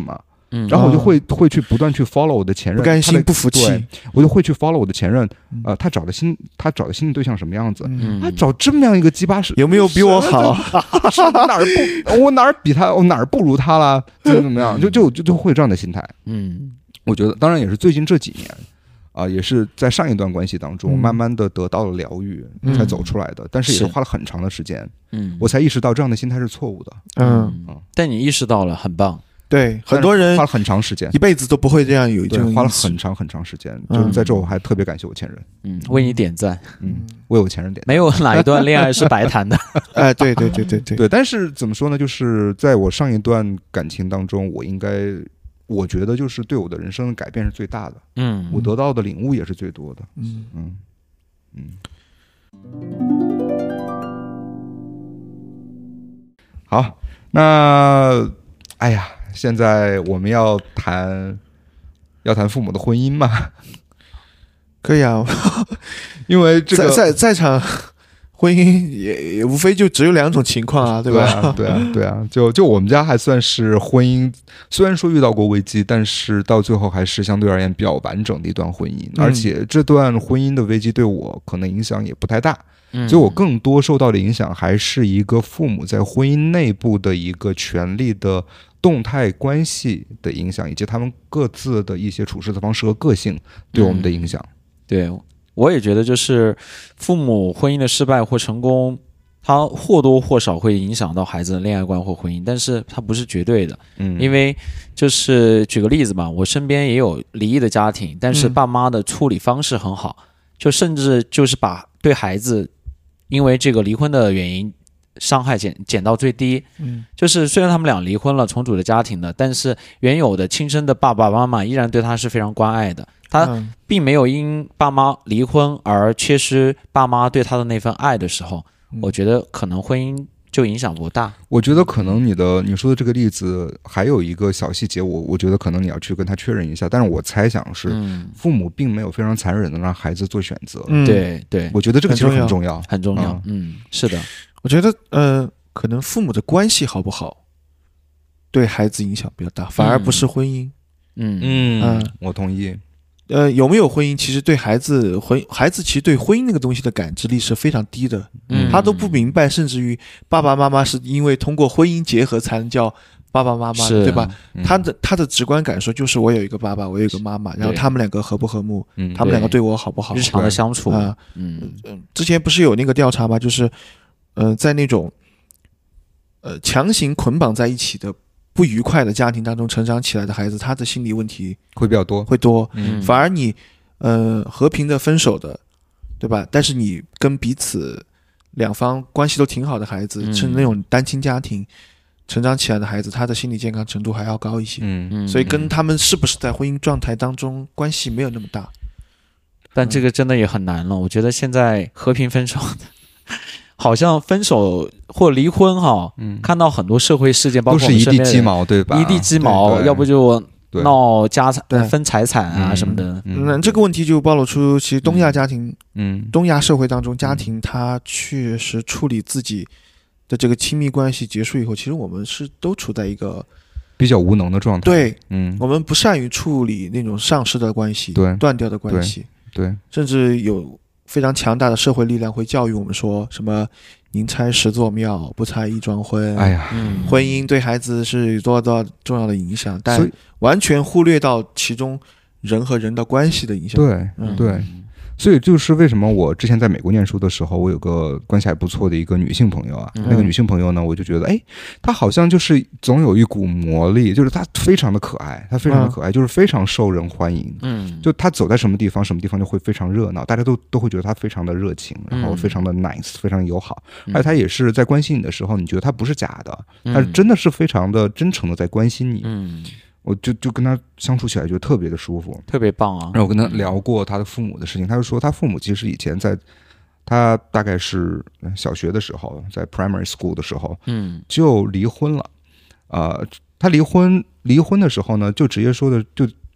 Speaker 1: 然后我就会去不断去 follow 我的前任，
Speaker 2: 不甘心不服气，
Speaker 1: 我就会去 follow 我的前任，他找的新的对象什么样子，他找这么样一个鸡巴
Speaker 2: 有没有比我好？
Speaker 1: 我哪儿比他，我哪儿不如他了？怎么样？就会有这样的心态。我觉得当然也是最近这几年。也是在上一段关系当中，慢慢的得到了疗愈，才走出来的。但是也是花了很长的时间，我才意识到这样的心态是错误的。
Speaker 3: 但你意识到了，很棒。
Speaker 2: 对，很多人
Speaker 1: 花了很长时间，
Speaker 2: 一辈子都不会这样有这种。
Speaker 1: 花了很长时间。就是在这，我还特别感谢我前任。
Speaker 3: 为你点赞。
Speaker 1: 为我前任点赞。
Speaker 3: 没有哪一段恋爱是白谈的。
Speaker 2: 对。
Speaker 1: 但是怎么说呢？就是在我上一段感情当中，我觉得就是对我的人生的改变是最大的，我得到的领悟也是最多的，好，那现在我们要谈父母的婚姻嘛？
Speaker 2: 可以啊，
Speaker 1: 因为这个
Speaker 2: 在场。婚姻也无非就只有2种情况啊，对吧？
Speaker 1: 对啊，就我们家还算是婚姻，虽然说遇到过危机，但是到最后还是相对而言比较完整的一段婚姻，而且这段婚姻的危机对我可能影响也不太大，所以我更多受到的影响还是一个父母在婚姻内部的一个权力的动态关系的影响，以及他们各自的一些处事的方式和个性对我们的影响。
Speaker 3: 对。我也觉得，就是父母婚姻的失败或成功，它或多或少会影响到孩子的恋爱观或婚姻，但是它不是绝对的。因为就是举个例子吧，我身边也有离异的家庭，但是爸妈的处理方式很好，就甚至就是把对孩子因为这个离婚的原因伤害减到最低。就是虽然他们俩离婚了，重组了家庭的，但是原有的亲生的爸爸妈妈依然对他是非常关爱的。他并没有因爸妈离婚而缺失爸妈对他的那份爱的时候，我觉得可能婚姻就影响不大。
Speaker 1: 我觉得可能你说的这个例子还有一个小细节，我觉得可能你要去跟他确认一下，但是我猜想是父母并没有非常残忍的让孩子做选择。
Speaker 3: 对，
Speaker 1: 我觉得这个其实很重要，
Speaker 3: 很重要。是的，
Speaker 2: 我觉得可能父母的关系好不好对孩子影响比较大，反而不是婚姻。
Speaker 1: 我同意。
Speaker 2: 有没有婚姻，其实对孩子其实对婚姻那个东西的感知力是非常低的，他都不明白，甚至于爸爸妈妈是因为通过婚姻结合才能叫爸爸妈妈，对吧？他的直观感受就是我有一个爸爸，我有一个妈妈，然后他们两个和不和睦，他们两个对我好不好，
Speaker 3: 日常的相处
Speaker 2: 之前不是有那个调查吗？就是在那种强行捆绑在一起的不愉快的家庭当中成长起来的孩子，他的心理问题
Speaker 1: 会比较多，
Speaker 2: 反而你和平的分手的，对吧？但是你跟彼此两方关系都挺好的孩子，是那种单亲家庭成长起来的孩子，他的心理健康程度还要高一些。所以跟他们是不是在婚姻状态当中关系没有那么大。
Speaker 3: 但这个真的也很难了，我觉得现在和平分手好像分手或离婚看到很多社会事件，包括
Speaker 1: 都是一地鸡毛，对吧？
Speaker 3: 一地鸡毛，要不就闹家产、分财产啊什么的。
Speaker 2: 这个问题就暴露出，其实东亚家庭，东亚社会当中，家庭它确实处理自己的这个亲密关系结束以后，其实我们是都处在一个
Speaker 1: 比较无能的状态。
Speaker 2: 对，我们不善于处理那种丧失的关系，断掉的关系，
Speaker 1: 对，
Speaker 2: 甚至有非常强大的社会力量会教育我们说什么宁拆十座庙，不拆一桩婚。婚姻对孩子是有多大重要的影响，但完全忽略到其中人和人的关系的影响。
Speaker 1: 对，所以就是为什么我之前在美国念书的时候，我有个关系还不错的一个女性朋友啊，那个女性朋友呢，我就觉得她好像就是总有一股魔力，就是她非常的可爱，就是非常受人欢迎。就她走在什么地方就会非常热闹，大家都会觉得她非常的热情，然后非常的 nice， 非常友好。而且她也是在关心你的时候，你觉得她不是假的，她真的是非常的真诚的在关心你。我就跟他相处起来就特别的舒服，
Speaker 3: 特别棒啊！
Speaker 1: 然后我跟他聊过他的父母的事情，他就说他父母其实以前在他大概是小学的时候，在 primary school 的时候，就离婚了。他离婚的时候呢，就直接说的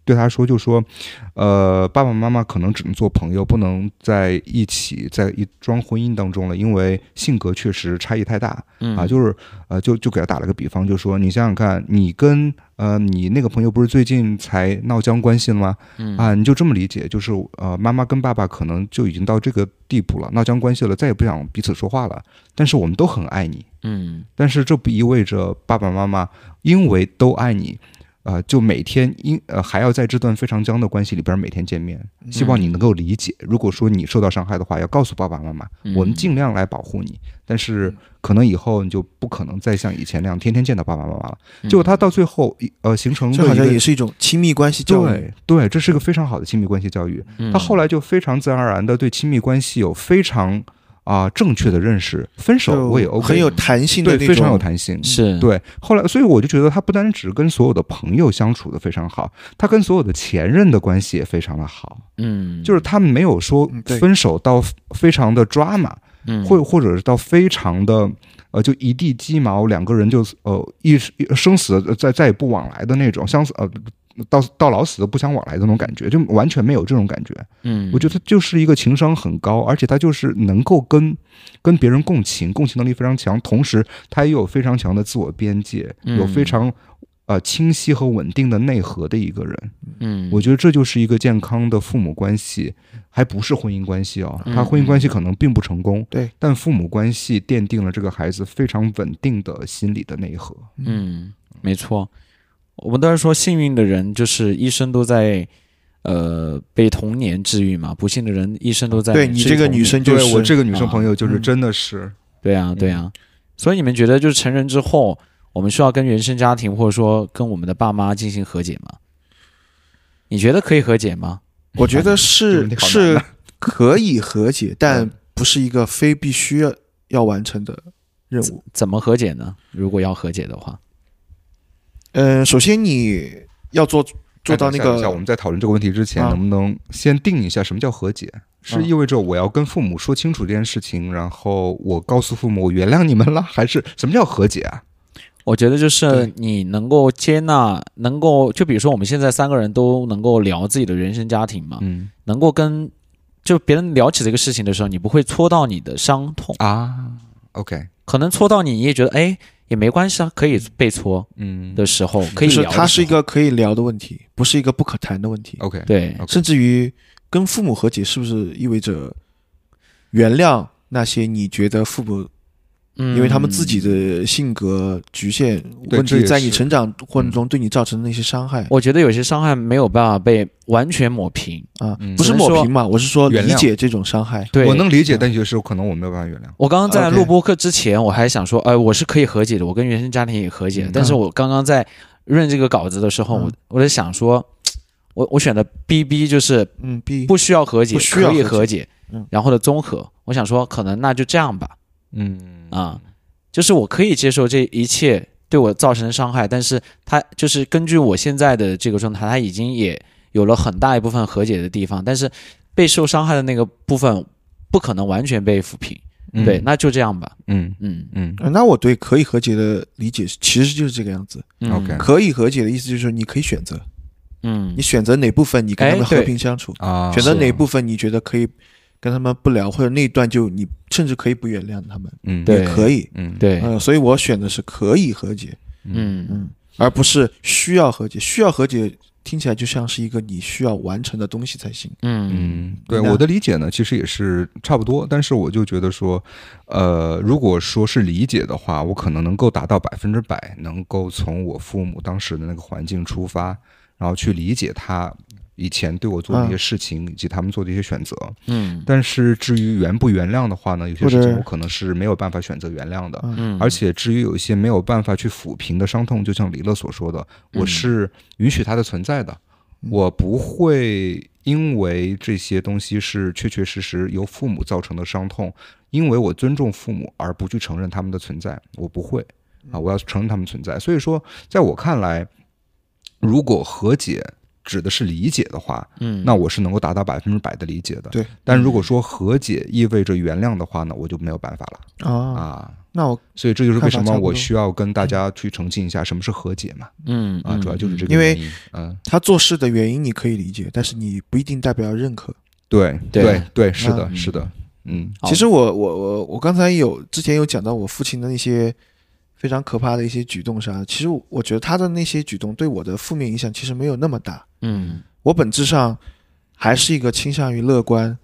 Speaker 1: 对他说，就说，爸爸妈妈可能只能做朋友，不能在一起，在一桩婚姻当中了，因为性格确实差异太大。就是就给他打了个比方，就说你想想看，你跟你那个朋友不是最近才闹僵关系了吗？你就这么理解，就是妈妈跟爸爸可能就已经到这个地步了，闹僵关系了，再也不想彼此说话了。但是我们都很爱你，但是这不意味着爸爸妈妈因为都爱你。就每天还要在这段非常僵的关系里边每天见面，希望你能够理解。如果说你受到伤害的话，要告诉爸爸妈妈，我们尽量来保护你。但是可能以后你就不可能再像以前那样天天见到爸爸妈妈了。结果他到最后形成
Speaker 2: 这好像也是一种亲密关系教育。
Speaker 1: 对，这是个非常好的亲密关系教育。他后来就非常自然而然的对亲密关系有非常正确的认识，分手我也 OK，
Speaker 2: 很有弹性的那种，
Speaker 1: 对，非常有弹性，
Speaker 3: 是
Speaker 1: 对。后来，所以我就觉得他不单只跟所有的朋友相处的非常好，他跟所有的前任的关系也非常的好。就是他们没有说分手到非常的drama，或者是到非常的就一地鸡毛，两个人就一生死再也不往来的那种，到老死都不相往来的那种感觉，就完全没有这种感觉。我觉得他就是一个情商很高，而且他就是能够跟别人共情能力非常强，同时他也有非常强的自我边界，有非常清晰和稳定的内核的一个人。我觉得这就是一个健康的父母关系，还不是婚姻关系哦。他婚姻关系可能并不成功，
Speaker 2: 对，
Speaker 1: 但父母关系奠定了这个孩子非常稳定的心理的内核。
Speaker 3: 没错。我们都是说幸运的人就是一生都在被童年治愈嘛，不幸的人一生都在
Speaker 2: 对你这个女生就是
Speaker 1: 对我这个女生朋友就是真的是
Speaker 3: 对啊。所以你们觉得就是成人之后我们需要跟原生家庭或者说跟我们的爸妈进行和解吗？你觉得可以和解吗？
Speaker 2: 我觉得是可以和解，但不是一个非必须要完成的任务。
Speaker 3: 怎么和解呢？如果要和解的话，
Speaker 2: 首先你要做到那个，
Speaker 1: 我们在讨论这个问题之前，能不能先定一下什么叫和解？是意味着我要跟父母说清楚这件事情，然后我告诉父母我原谅你们了，还是什么叫和解啊？
Speaker 3: 我觉得就是你能够接纳，能够就比如说我们现在3个人都能够聊自己的原生家庭嘛，能够跟就别人聊起这个事情的时候，你不会戳到你的伤痛
Speaker 1: 啊。OK，
Speaker 3: 可能戳到你也觉得也没关系啊，可以被戳的时候可以聊的时候，
Speaker 2: 就是它是一个可以聊的问题，不是一个不可谈的问题。
Speaker 1: OK，
Speaker 3: 对，
Speaker 2: 甚至于跟父母和解是不是意味着原谅那些你觉得父母因为他们自己的性格局限问题在你成长过程中对你造成的那些伤害？
Speaker 3: 我觉得有些伤害没有办法被完全抹平
Speaker 2: 啊，不是抹平嘛，我是说理解这种伤害。
Speaker 3: 对，
Speaker 1: 我能理解，但有时候可能我没有办法原谅。
Speaker 3: 我刚刚在录播客之前，我还想说，我是可以和解的，我跟原生家庭也和解。但是我刚刚在润这个稿子的时候，我在想说，我选的 BB 就是不需要和解，可以和解，然后的综合。我想说，可能那就这样吧。就是我可以接受这一切对我造成的伤害，但是他就是根据我现在的这个状态，他已经也有了很大一部分和解的地方，但是被受伤害的那个部分不可能完全被抚平。对，那就这样吧。
Speaker 2: 那我对可以和解的理解其实就是这个样子。
Speaker 1: OK，
Speaker 2: 可以和解的意思就是说你可以选择，你选择哪部分你跟他们和平相处，选择哪部分你觉得可以跟他们不聊，或者那一段就你甚至可以不原谅他们，也可以，
Speaker 3: 对，
Speaker 2: 所以我选的是可以和解，而不是需要和解。需要和解听起来就像是一个你需要完成的东西才行。
Speaker 1: 对，我的理解呢，其实也是差不多，但是我就觉得说，如果说是理解的话，我可能能够达到100%，能够从我父母当时的那个环境出发，然后去理解他以前对我做的一些事情，以及他们做的一些选择。但是至于原不原谅的话呢，有些事情我可能是没有办法选择原谅的。而且至于有一些没有办法去抚平的伤痛，就像李乐所说的，我是允许它的存在的，我不会因为这些东西是确确实实由父母造成的伤痛，因为我尊重父母而不去承认他们的存在，我不会我要承认他们存在。所以说在我看来，如果和解指的是理解的话，那我是能够达到100%的理解的。
Speaker 2: 对，
Speaker 1: 但如果说和解意味着原谅的话呢，我就没有办法了。
Speaker 2: 那我
Speaker 1: 所以这就是为什么我需要跟大家去澄清一下什么是和解嘛。主要就是这个原因。
Speaker 2: 因为他做事的原因你可以理解，但是你不一定代表认可。
Speaker 1: 对，是的，是的。
Speaker 2: 其实我刚才之前有讲到我父亲的那些非常可怕的一些举动啥，其实我觉得他的那些举动对我的负面影响其实没有那么大。我本质上还是一个倾向于乐观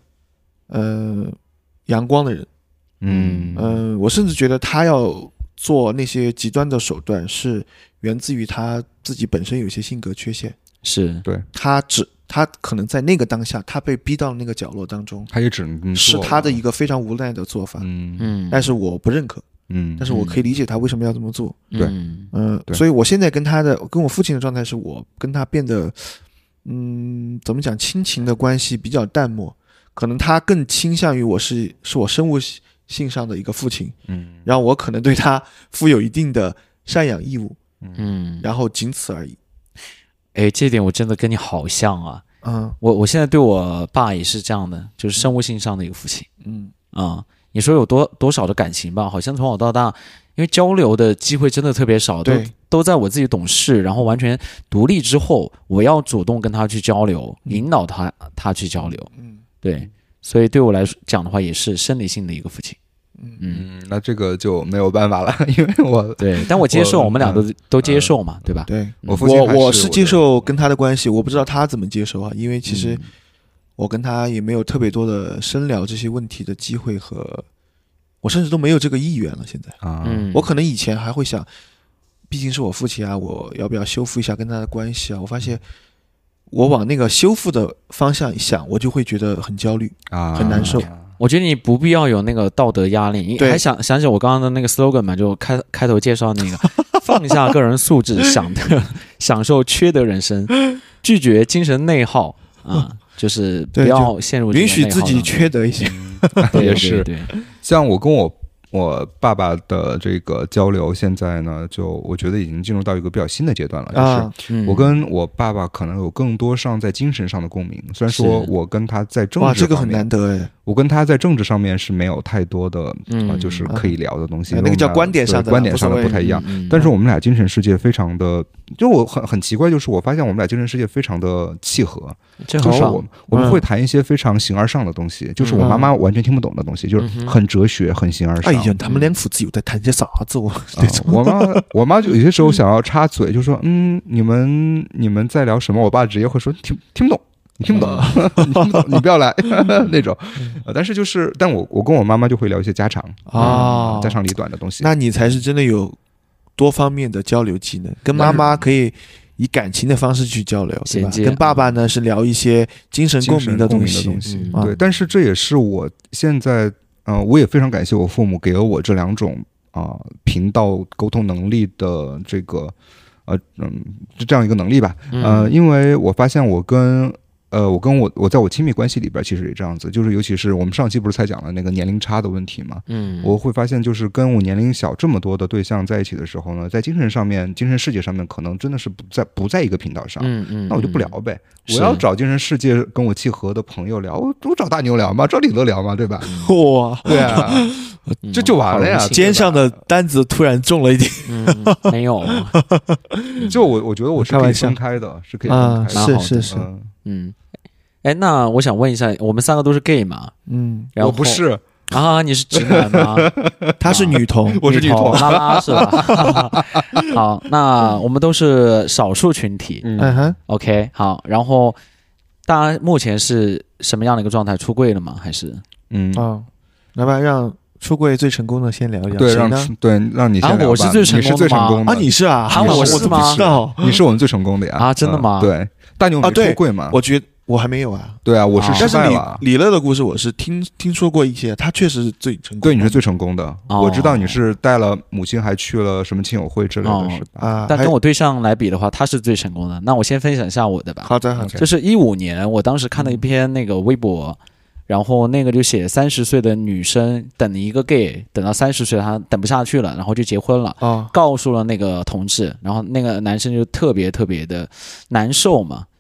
Speaker 2: 阳光的人。我甚至觉得他要做那些极端的手段是源自于他自己本身有一些性格缺陷。
Speaker 3: 是，
Speaker 1: 对，
Speaker 2: 他可能在那个当下他被逼到那个角落当中，
Speaker 1: 他也只能
Speaker 2: 是他的一个非常无奈的做法。但是我不认可。但是我可以理解他为什么要这么做。
Speaker 1: 对，
Speaker 2: 所以我现在跟我父亲的状态是我跟他变得怎么讲，亲情的关系比较淡漠，可能他更倾向于是我生物性上的一个父亲。然后我可能对他负有一定的赡养义务。然后仅此而已。
Speaker 3: 这点我真的跟你好像啊。我现在对我爸也是这样的，就是生物性上的一个父亲。你说有多少的感情吧，好像从小到大，因为交流的机会真的特别少，都在我自己懂事，然后完全独立之后，我要主动跟他去交流，引导他去交流。对，所以对我来讲的话，也是生理性的一个父亲。
Speaker 1: 那这个就没有办法了，因为
Speaker 3: 对，但我接受，我们俩都接受嘛，对吧？
Speaker 2: 对，
Speaker 1: 我父亲
Speaker 2: 我是接受跟他的关系，我不知道他怎么接受啊，因为其实我跟他也没有特别多的深聊这些问题的机会，和我甚至都没有这个意愿了。现在我可能以前还会想，毕竟是我父亲啊，我要不要修复一下跟他的关系啊？我发现我往那个修复的方向想，我就会觉得很焦虑很难受。
Speaker 3: 我觉得你不必要有那个道德压力，你还想起我刚刚的那个 slogan 嘛，就开头介绍那个放下个人素质，享受缺德人生，拒绝精神内耗就是不要陷入
Speaker 2: 允许自己缺德一些。
Speaker 1: 也是，
Speaker 3: 对，
Speaker 1: 像我跟我爸爸的这个交流，现在呢，就我觉得已经进入到一个比较新的阶段了。就是我跟我爸爸可能有更多上在精神上的共鸣。虽然说我跟他在政治方面，
Speaker 2: 这个很难得哎。
Speaker 1: 我跟他在政治上面是没有太多的就是可以聊的东西。
Speaker 2: 那个叫观点上的
Speaker 1: 不太一样。但是我们俩精神世界非常的，就我很奇怪，就是我发现我们俩精神世界非常的契合。就是我们会谈一些非常形而上的东西，就是我妈妈完全听不懂的东西，就是很哲学、很形而上。
Speaker 2: 哎呀，他们两父子有在谈些啥子？
Speaker 1: 我妈就有些时候想要插嘴，就说你们在聊什么？我爸直接会说听不懂，你听不懂，你听不懂，你不要来那种。但我跟我妈妈就会聊一些家常家长里短的东西。
Speaker 2: 那你才是真的有多方面的交流技能，跟妈妈可以以感情的方式去交流，对吧？跟爸爸呢是聊一些精神共鸣的东西。
Speaker 1: 对，但是这也是我现在我也非常感谢我父母给了我这两种频道沟通能力的这个这样一个能力吧。因为我发现我在我亲密关系里边其实也这样子，就是尤其是我们上期不是才讲了那个年龄差的问题嘛。我会发现就是跟我年龄小这么多的对象在一起的时候呢，在精神世界上面可能真的是不在一个频道上。那我就不聊呗。我要找精神世界跟我契合的朋友聊，我找大牛聊嘛，找李乐聊嘛，对吧？
Speaker 2: 哇，
Speaker 1: 对啊，这就完了呀。
Speaker 2: 肩上的担子突然重了一点。
Speaker 3: 没有，
Speaker 1: 就我觉得我是可以分开的，是可以分开的。
Speaker 2: 是。
Speaker 3: 那我想问一下，我们三个都是 gay 嘛？然后
Speaker 1: 我不是
Speaker 3: 你是直男吗？
Speaker 2: 她是女同，
Speaker 1: 我是女同，
Speaker 3: 拉拉是吧？好，那我们都是少数群体。OK， 好，然后大家目前是什么样的一个状态？出柜了吗？还是
Speaker 2: 来吧，让出柜最成功的先聊一聊。
Speaker 1: 对，让你先聊吧。
Speaker 3: 我是最成功的吗？
Speaker 2: 你是啊？
Speaker 3: 我是吗？
Speaker 1: 你是我们最成功的呀？
Speaker 3: 真的吗？
Speaker 1: 对，大牛没出柜吗？
Speaker 2: 我觉得我还没有啊。
Speaker 1: 对啊，我是失败了。
Speaker 2: 李乐的故事我是听说过一些，他确实是最成功。
Speaker 1: 对，你是最成功的。我知道你是带了母亲，还去了什么亲友会之类的，是吧？
Speaker 3: 但跟我对象来比的话，他是最成功的。那我先分享一下我的吧。
Speaker 2: 好的。
Speaker 3: 就是2015年，我当时看了一篇那个微博，然后那个就写30岁的女生等一个 gay 等到30岁，她等不下去了，然后就结婚了，告诉了那个同志，然后那个男生就特别特别的难受嘛。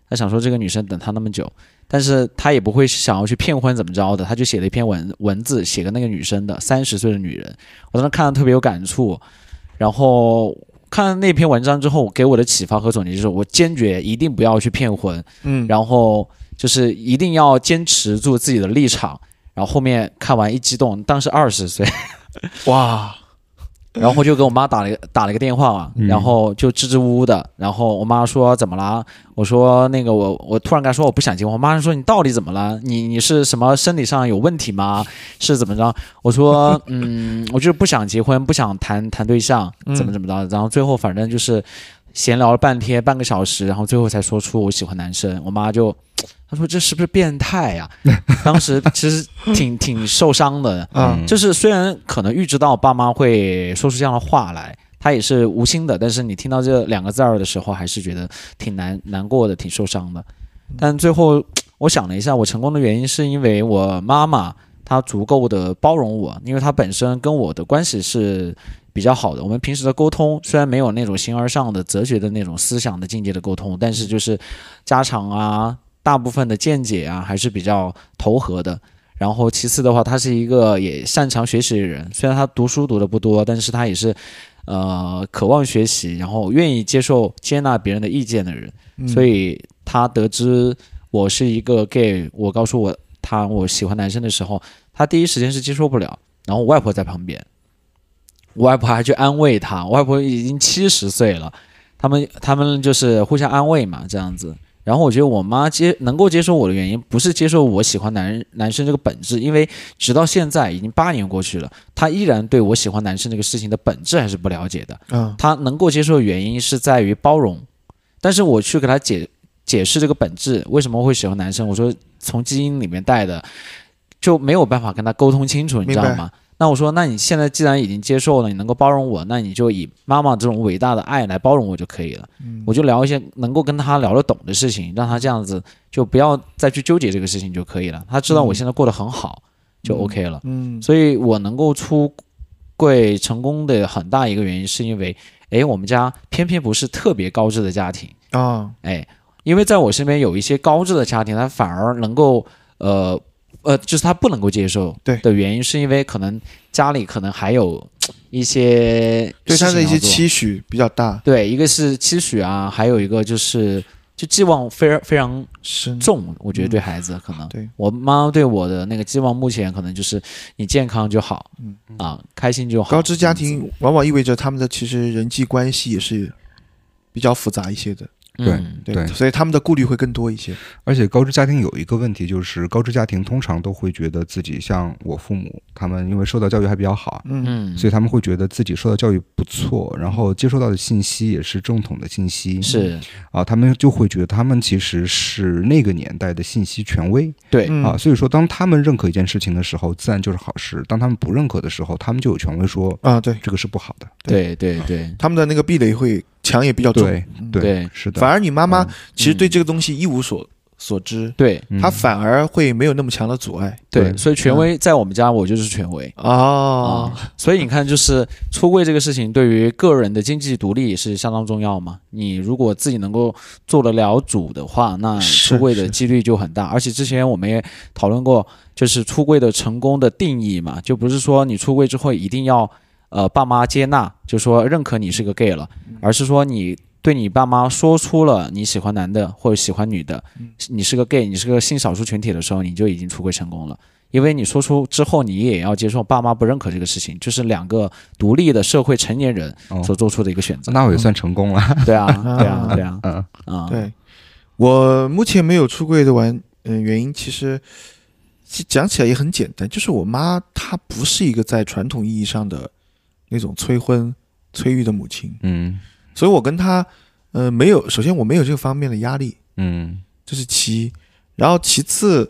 Speaker 3: 他想说这个女生等他那么久，但是他也不会想要去骗婚怎么着的，他就写了一篇文字，写个那个女生的30岁的女人，我当时看了特别有感触。然后看了那篇文章之后，给我的启发和总结就是，我坚决一定不要去骗婚，然后就是一定要坚持住自己的立场。然后后面看完一激动，当时20岁，
Speaker 2: 哇！
Speaker 3: 然后就给我妈打了一个电话嘛，然后就支支吾吾的，然后我妈说怎么了？我说那个我突然跟她说我不想结婚，我妈说你到底怎么了？你是什么生理上有问题吗？是怎么着？我说我就是不想结婚，不想谈对象，怎么着？然后最后反正就是闲聊了半天半个小时，然后最后才说出我喜欢男生。我妈就她说这是不是变态呀？当时其实挺受伤的，就是虽然可能预知到爸妈会说出这样的话来，他也是无心的，但是你听到这2个字儿的时候，还是觉得挺难过的，挺受伤的。但最后我想了一下，我成功的原因是因为我妈妈她足够的包容我，因为她本身跟我的关系是比较好的，我们平时的沟通虽然没有那种形而上的哲学的那种思想的境界的沟通，但是就是家常啊，大部分的见解啊还是比较投合的。然后其次的话，他是一个也擅长学习的人，虽然他读书读的不多，但是他也是渴望学习，然后愿意接纳别人的意见的人。所以他得知我是一个 gay， 我告诉我喜欢男生的时候，他第一时间是接受不了。然后我外婆在旁边，我外婆还去安慰他，我外婆已经70岁了，他们就是互相安慰嘛，这样子。然后我觉得我妈能够接受我的原因，不是接受我喜欢男生这个本质，因为直到现在已经8年过去了，她依然对我喜欢男生这个事情的本质还是不了解的。她能够接受的原因是在于包容，但是我去给她解释这个本质，为什么会喜欢男生，我说从基因里面带的，就没有办法跟她沟通清楚，你知道吗？那我说，那你现在既然已经接受了，你能够包容我，那你就以妈妈这种伟大的爱来包容我就可以了。我就聊一些能够跟他聊得懂的事情，让他这样子就不要再去纠结这个事情就可以了。他知道我现在过得很好，就 OK 了。所以我能够出柜成功的很大一个原因，是因为，我们家偏偏不是特别高质的家庭啊，因为在我身边有一些高质的家庭，他反而能够就是他不能够接受的原因，是因为可能家里可能还有一些
Speaker 2: 对他的一些期许比较大。
Speaker 3: 对，一个是期许啊，还有一个就寄望非常重。我觉得对孩子可能，对我妈对我的那个寄望，目前可能就是你健康就好，开心就好。
Speaker 2: 高知家庭往往意味着他们的其实人际关系也是比较复杂一些的。对，所以他们的顾虑会更多一些。
Speaker 1: 而且高知家庭有一个问题，就是高知家庭通常都会觉得自己像我父母，他们因为受到教育还比较好，所以他们会觉得自己受到教育不错，然后接收到的信息也是正统的信息，
Speaker 3: 是
Speaker 1: 啊，他们就会觉得他们其实是那个年代的信息权威，
Speaker 3: 对
Speaker 1: 啊，所以说当他们认可一件事情的时候，自然就是好事；当他们不认可的时候，他们就有权威说
Speaker 2: 啊，对，
Speaker 1: 这个是不好的。
Speaker 3: 对，
Speaker 2: 他们的那个壁垒会墙也比较重。
Speaker 1: 对，是的。
Speaker 2: 反而你妈妈其实对这个东西一无所知，
Speaker 3: 对，
Speaker 2: 她反而会没有那么强的阻碍。
Speaker 3: 对，所以权威在我们家，我就是权威所以你看，就是出柜这个事情，对于个人的经济独立也是相当重要嘛。你如果自己能够做得了主的话，那出柜的几率就很大。而且之前我们也讨论过，就是出柜的成功的定义嘛，就不是说你出柜之后一定要爸妈接纳，就说认可你是个 gay 了，而是说你对你爸妈说出了你喜欢男的或者喜欢女的，你是个 gay， 你是个性少数群体的时候，你就已经出柜成功了。因为你说出之后，你也要接受爸妈不认可这个事情，就是2个独立的社会成年人所做出的一个选择。
Speaker 1: 那我也算成功了。
Speaker 3: 对啊，
Speaker 2: 对，我目前没有出柜的原因，其实讲起来也很简单，就是我妈她不是一个在传统意义上的那种催婚催育的母亲，所以我跟她没有，首先我没有这个方面的压力，这是其一。然后其次，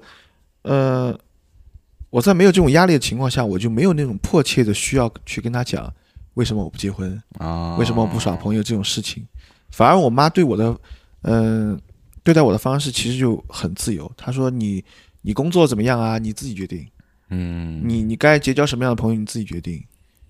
Speaker 2: 我在没有这种压力的情况下，我就没有那种迫切的需要去跟她讲为什么我不结婚为什么我不耍朋友这种事情。反而我妈对我的对待我的方式其实就很自由。她说你工作怎么样啊？你自己决定。你该结交什么样的朋友你自己决定。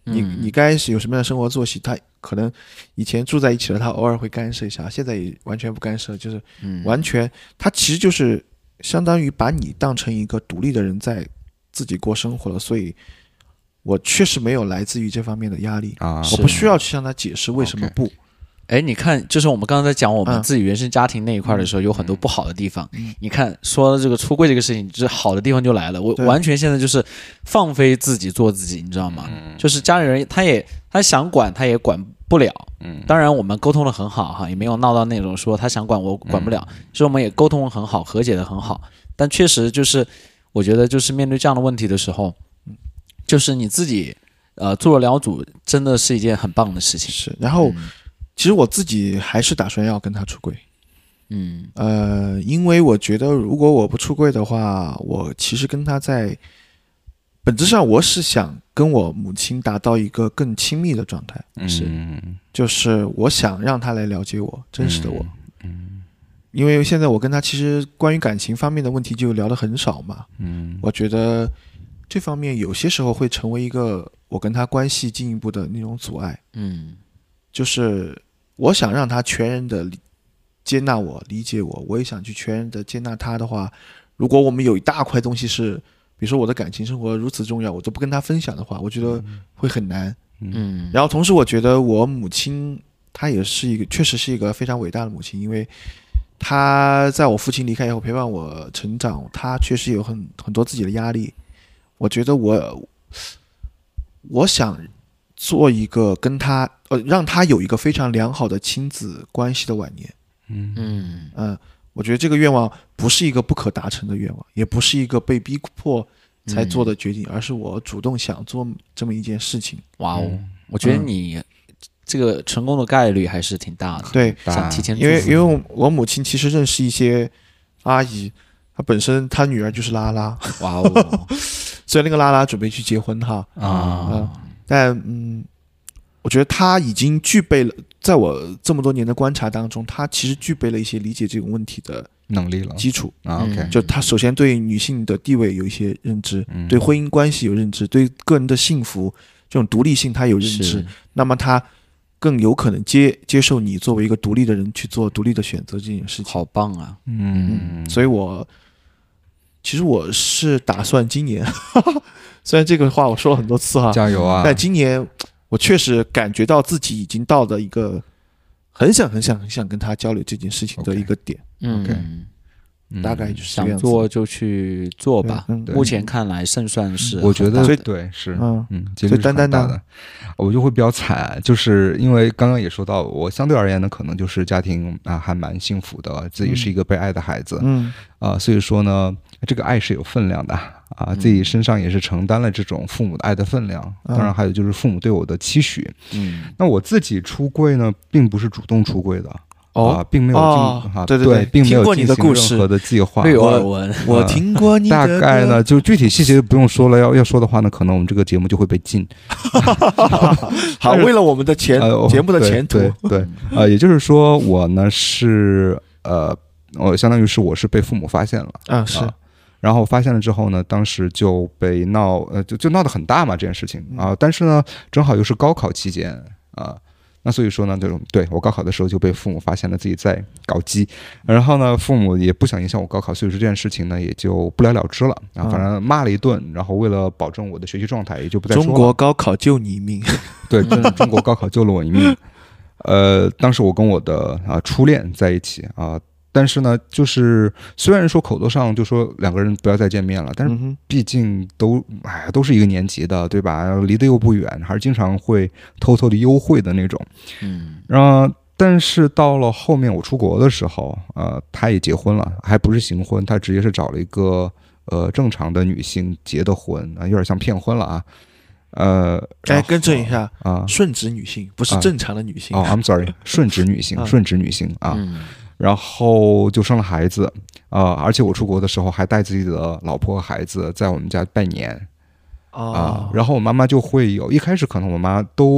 Speaker 2: 你该是有什么样的生活作息，他可能以前住在一起了，他偶尔会干涉一下，现在也完全不干涉，就是完全，他其实就是相当于把你当成一个独立的人在自己过生活了，所以我确实没有来自于这方面的压力啊，我不需要去向他解释为什么不。
Speaker 3: 哎，你看，就是我们刚刚在讲我们自己原生家庭那一块的时候，有很多不好的地方。你看，说这个出柜这个事情，就是好的地方就来了。我完全现在就是放飞自己，做自己，你知道吗？就是家里人他想管，他也管不了。当然我们沟通的很好哈，也没有闹到那种说他想管我管不了。其实我们也沟通得很好，和解的很好。但确实就是，我觉得就是面对这样的问题的时候，就是你自己做了主，真的是一件很棒的事情。
Speaker 2: 是，然后。其实我自己还是打算要跟他出柜，因为我觉得如果我不出柜的话，我其实跟他在本质上我是想跟我母亲达到一个更亲密的状态，就是我想让他来了解我真实的我，因为现在我跟他其实关于感情方面的问题就聊得很少嘛，我觉得这方面有些时候会成为一个我跟他关系进一步的那种阻碍，就是我想让他全然的接纳我、理解我，我也想去全然的接纳他的话，如果我们有一大块东西是，比如说我的感情生活如此重要，我都不跟他分享的话，我觉得会很难。然后同时我觉得我母亲她也是确实是一个非常伟大的母亲，因为她在我父亲离开以后陪伴我成长，她确实有很多自己的压力。我觉得我想做一个跟他让他有一个非常良好的亲子关系的晚年。我觉得这个愿望不是一个不可达成的愿望，也不是一个被逼迫才做的决定，而是我主动想做这么一件事情。
Speaker 3: 哇哦，我觉得你这个成功的概率还是挺大的。
Speaker 2: 对，
Speaker 3: 想提前
Speaker 2: 因为我母亲其实认识一些阿姨，她本身她女儿就是拉拉。
Speaker 3: 哇哦，
Speaker 2: 所以那个拉拉准备去结婚哈但我觉得他已经具备了，在我这么多年的观察当中，他其实具备了一些理解这种问题的
Speaker 1: 能力了
Speaker 2: 基础
Speaker 1: OK，
Speaker 2: 就他首先对女性的地位有一些认知，对婚姻关系有认知，对个人的幸福这种独立性他有认知，那么他更有可能接受你作为一个独立的人去做独立的选择这件事情。
Speaker 3: 好棒啊！
Speaker 2: 所以其实我是打算今年虽然这个话我说了很多次哈，
Speaker 1: 加油啊！
Speaker 2: 但今年我确实感觉到自己已经到了一个很想跟他交流这件事情的一个点。大概就是这样子。
Speaker 3: 想做就去做吧。目前看来胜算是
Speaker 1: 我觉得对是几率是很大的。我就会比较惨，就是因为刚刚也说到，我相对而言呢，可能就是家庭还蛮幸福的，自己是一个被爱的孩子，所以说呢，这个爱是有分量的自己身上也是承担了这种父母的爱的分量。当然还有就是父母对我的期许。那我自己出柜呢，并不是主动出柜的。并没有
Speaker 2: 对，
Speaker 1: 并没有
Speaker 2: 进行
Speaker 1: 任何的计划。
Speaker 2: 我听过你的
Speaker 1: 大概呢，就具体细节不用说了。要说的话呢，可能我们这个节目就会被禁。
Speaker 2: 好，为了我们的节目的前途，
Speaker 1: 对，也就是说，我呢是我相当于是我是被父母发现了
Speaker 2: 是。
Speaker 1: 然后发现了之后呢，当时就被就闹得很大嘛这件事情但是呢，正好又是高考期间那所以说呢，对我高考的时候就被父母发现了自己在搞基，然后呢，父母也不想影响我高考，所以说这件事情呢也就不了了之了反正骂了一顿，然后为了保证我的学习状态，也就不再说了。
Speaker 2: 中国高考救你一命，
Speaker 1: 对，中国高考救了我一命。当时我跟我的初恋在一起但是呢，就是虽然说口头上就说两个人不要再见面了，但是毕竟都是一个年级的，对吧？离得又不远，还是经常会偷偷的幽会的那种。但是到了后面我出国的时候，他也结婚了，还不是行婚，他直接是找了一个正常的女性结的婚有点像骗婚了
Speaker 2: 更正一下顺直女性不是正常的女性
Speaker 1: I'm sorry， 顺直女性，顺直女性然后就生了孩子而且我出国的时候还带自己的老婆和孩子在我们家拜年然后我妈妈就会有，一开始可能我妈都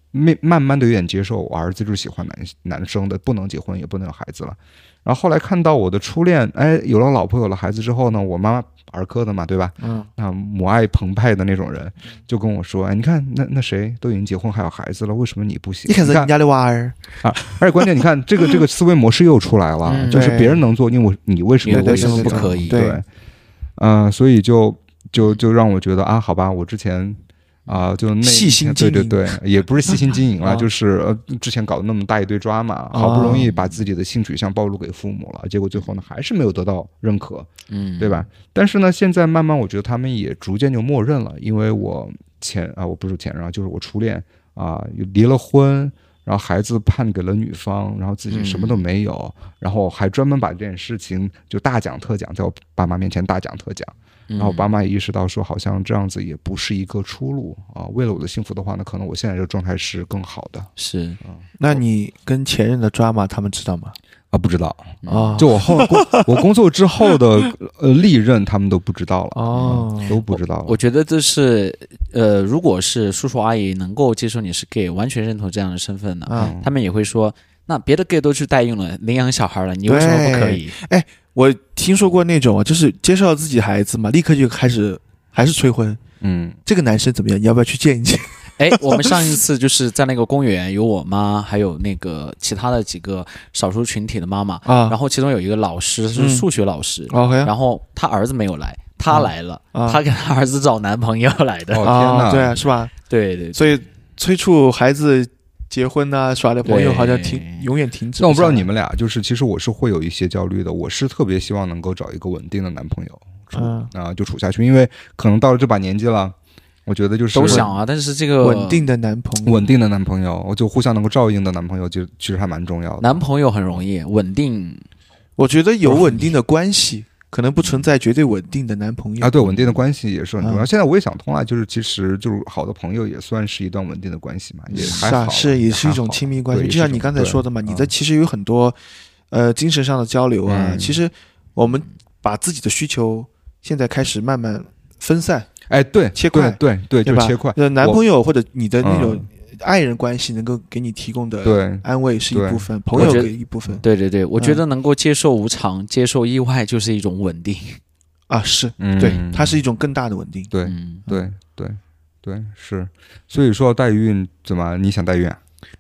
Speaker 1: 慢慢的有点接受，我儿子就是喜欢男生的，不能结婚也不能有孩子了。然后后来看到我的初恋，有了老婆有了孩子之后呢，我妈妈儿科的嘛，对吧？母爱澎湃的那种人，就跟我说，你看那谁都已经结婚还有孩子了，为什么你不行？
Speaker 2: 你看人家的娃儿
Speaker 1: 啊！而且关键你看这个思维模式又出来了，就是别人能做，你为什么
Speaker 3: 不可以？
Speaker 1: 对，所以就让我觉得啊，好吧，我之前。就
Speaker 2: 细心经营，
Speaker 1: 对，也不是细心经营了，就是之前搞的那么大一堆抓嘛，好不容易把自己的性取向暴露给父母了，结果最后呢还是没有得到认可，对吧？但是呢，现在慢慢我觉得他们也逐渐就默认了，因为我不是前任，就是我初恋离了婚，然后孩子判给了女方，然后自己什么都没有，然后还专门把这件事情就大讲特讲，在我爸妈面前大讲特讲。然后我爸妈也意识到说，好像这样子也不是一个出路为了我的幸福的话呢，可能我现在这个状态是更好的。
Speaker 3: 是
Speaker 2: 那你跟前任的抓马他们知道吗？
Speaker 1: 不知道就我工作之后的历任他们都不知道了都不知道了。
Speaker 3: 我觉得这是如果是叔叔阿姨能够接受你是 gay， 完全认同这样的身份的，他们也会说，那别的 gay 都去代孕了，领养小孩了，你为什么不可以？
Speaker 2: 我听说过那种就是接受自己孩子嘛，立刻就开始还是催婚。这个男生怎么样？你要不要去见一见？
Speaker 3: 我们上一次就是在那个公园，有我妈，还有那个其他的几个少数群体的妈妈然后其中有一个老师是数学老师然后他儿子没有来，他来了他跟他儿子找男朋友来的。
Speaker 1: 天哪，
Speaker 2: 对是吧？
Speaker 3: 对，
Speaker 2: 所以催促孩子结婚耍的朋友好像永远停止。
Speaker 1: 那我不知道你们俩，就是其实我是会有一些焦虑的，我是特别希望能够找一个稳定的男朋友就处下去，因为可能到了这把年纪了，我觉得就是
Speaker 3: 都想但是这个
Speaker 2: 稳定的男朋友，
Speaker 1: 我就互相能够照应的男朋友，就其实还蛮重要的。
Speaker 3: 男朋友很容易，稳定，
Speaker 2: 我觉得有稳定的关系。可能不存在绝对稳定的男朋友
Speaker 1: 对，稳定的关系也是很重要。现在我也想通了，就是其实就是好的朋友也算是一段稳定的关系嘛，也还好，
Speaker 2: 也是一种亲密关系。就像你刚才说的嘛，你的其实有很多精神上的交流其实我们把自己的需求现在开始慢慢分散，
Speaker 1: 对，
Speaker 2: 切块，
Speaker 1: 对，就是切块。
Speaker 2: 男朋友或者你的那种爱人关系能够给你提供的安慰是一部分，朋友给一部分。
Speaker 3: 对，我觉得能够接受无常，接受意外，就是一种稳定
Speaker 2: 是对，它是一种更大的稳定。
Speaker 1: 对，是。所以说代孕怎么？你想代孕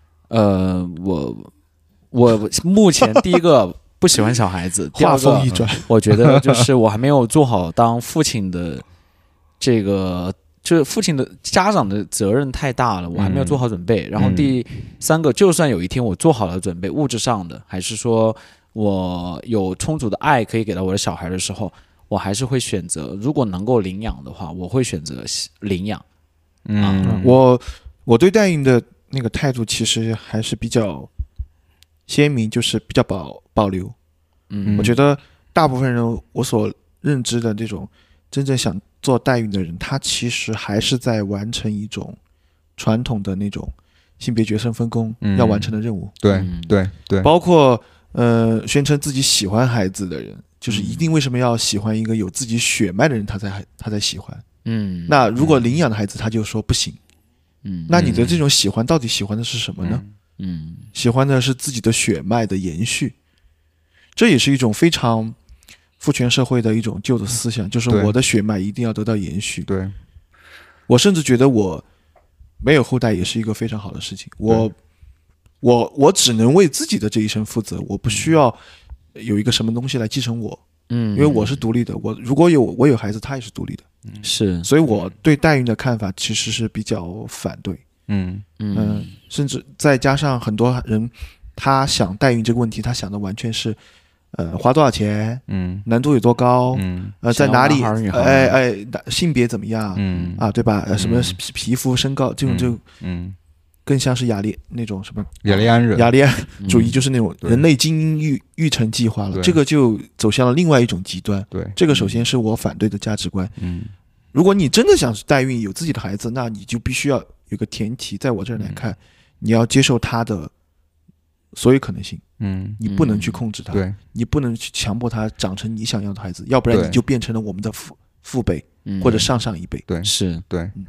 Speaker 3: 我目前第一个不喜欢小孩子，第二个我觉得就是我还没有做好当父亲的这个。就是父亲的家长的责任太大了，我还没有做好准备。然后第三个，就算有一天我做好了准备，物质上的，还是说我有充足的爱可以给到我的小孩的时候，我还是会选择，如果能够领养的话，我会选择领养。
Speaker 2: 我对代孕的那个态度其实还是比较鲜明，就是比较保留。我觉得大部分人我所认知的这种真正想做代孕的人，他其实还是在完成一种传统的那种性别角色分工要完成的任务。
Speaker 1: 对，
Speaker 2: 包括宣称自己喜欢孩子的人，就是一定为什么要喜欢一个有自己血脉的人，他才喜欢。那如果领养的孩子，他就说不行。那你的这种喜欢到底喜欢的是什么呢？喜欢的是自己的血脉的延续，这也是一种非常父权社会的一种旧的思想，就是我的血脉一定要得到延续。
Speaker 1: 对，
Speaker 2: 我甚至觉得我没有后代也是一个非常好的事情。我只能为自己的这一生负责，我不需要有一个什么东西来继承我。因为我是独立的，如果我有孩子，他也是独立的。
Speaker 3: 是，
Speaker 2: 所以我对代孕的看法其实是比较反对。甚至再加上很多人他想代孕这个问题，他想的完全是花多少钱，难度有多高，在哪里，性别怎么样，对吧？什么皮肤身高，这种就更像是那种什么
Speaker 1: 雅利安
Speaker 2: 主义，就是那种人类精英育成计划了，这个就走向了另外一种极端。
Speaker 1: 对，
Speaker 2: 这个首先是我反对的价值观。如果你真的想代孕有自己的孩子，那你就必须要有个前提，在我这儿来看，你要接受他的所有可能性。你不能去控制他，你不能去强迫他长成你想要的孩子，要不然你就变成了我们的父辈或者上一辈。
Speaker 1: 对，
Speaker 3: 是，
Speaker 1: 对。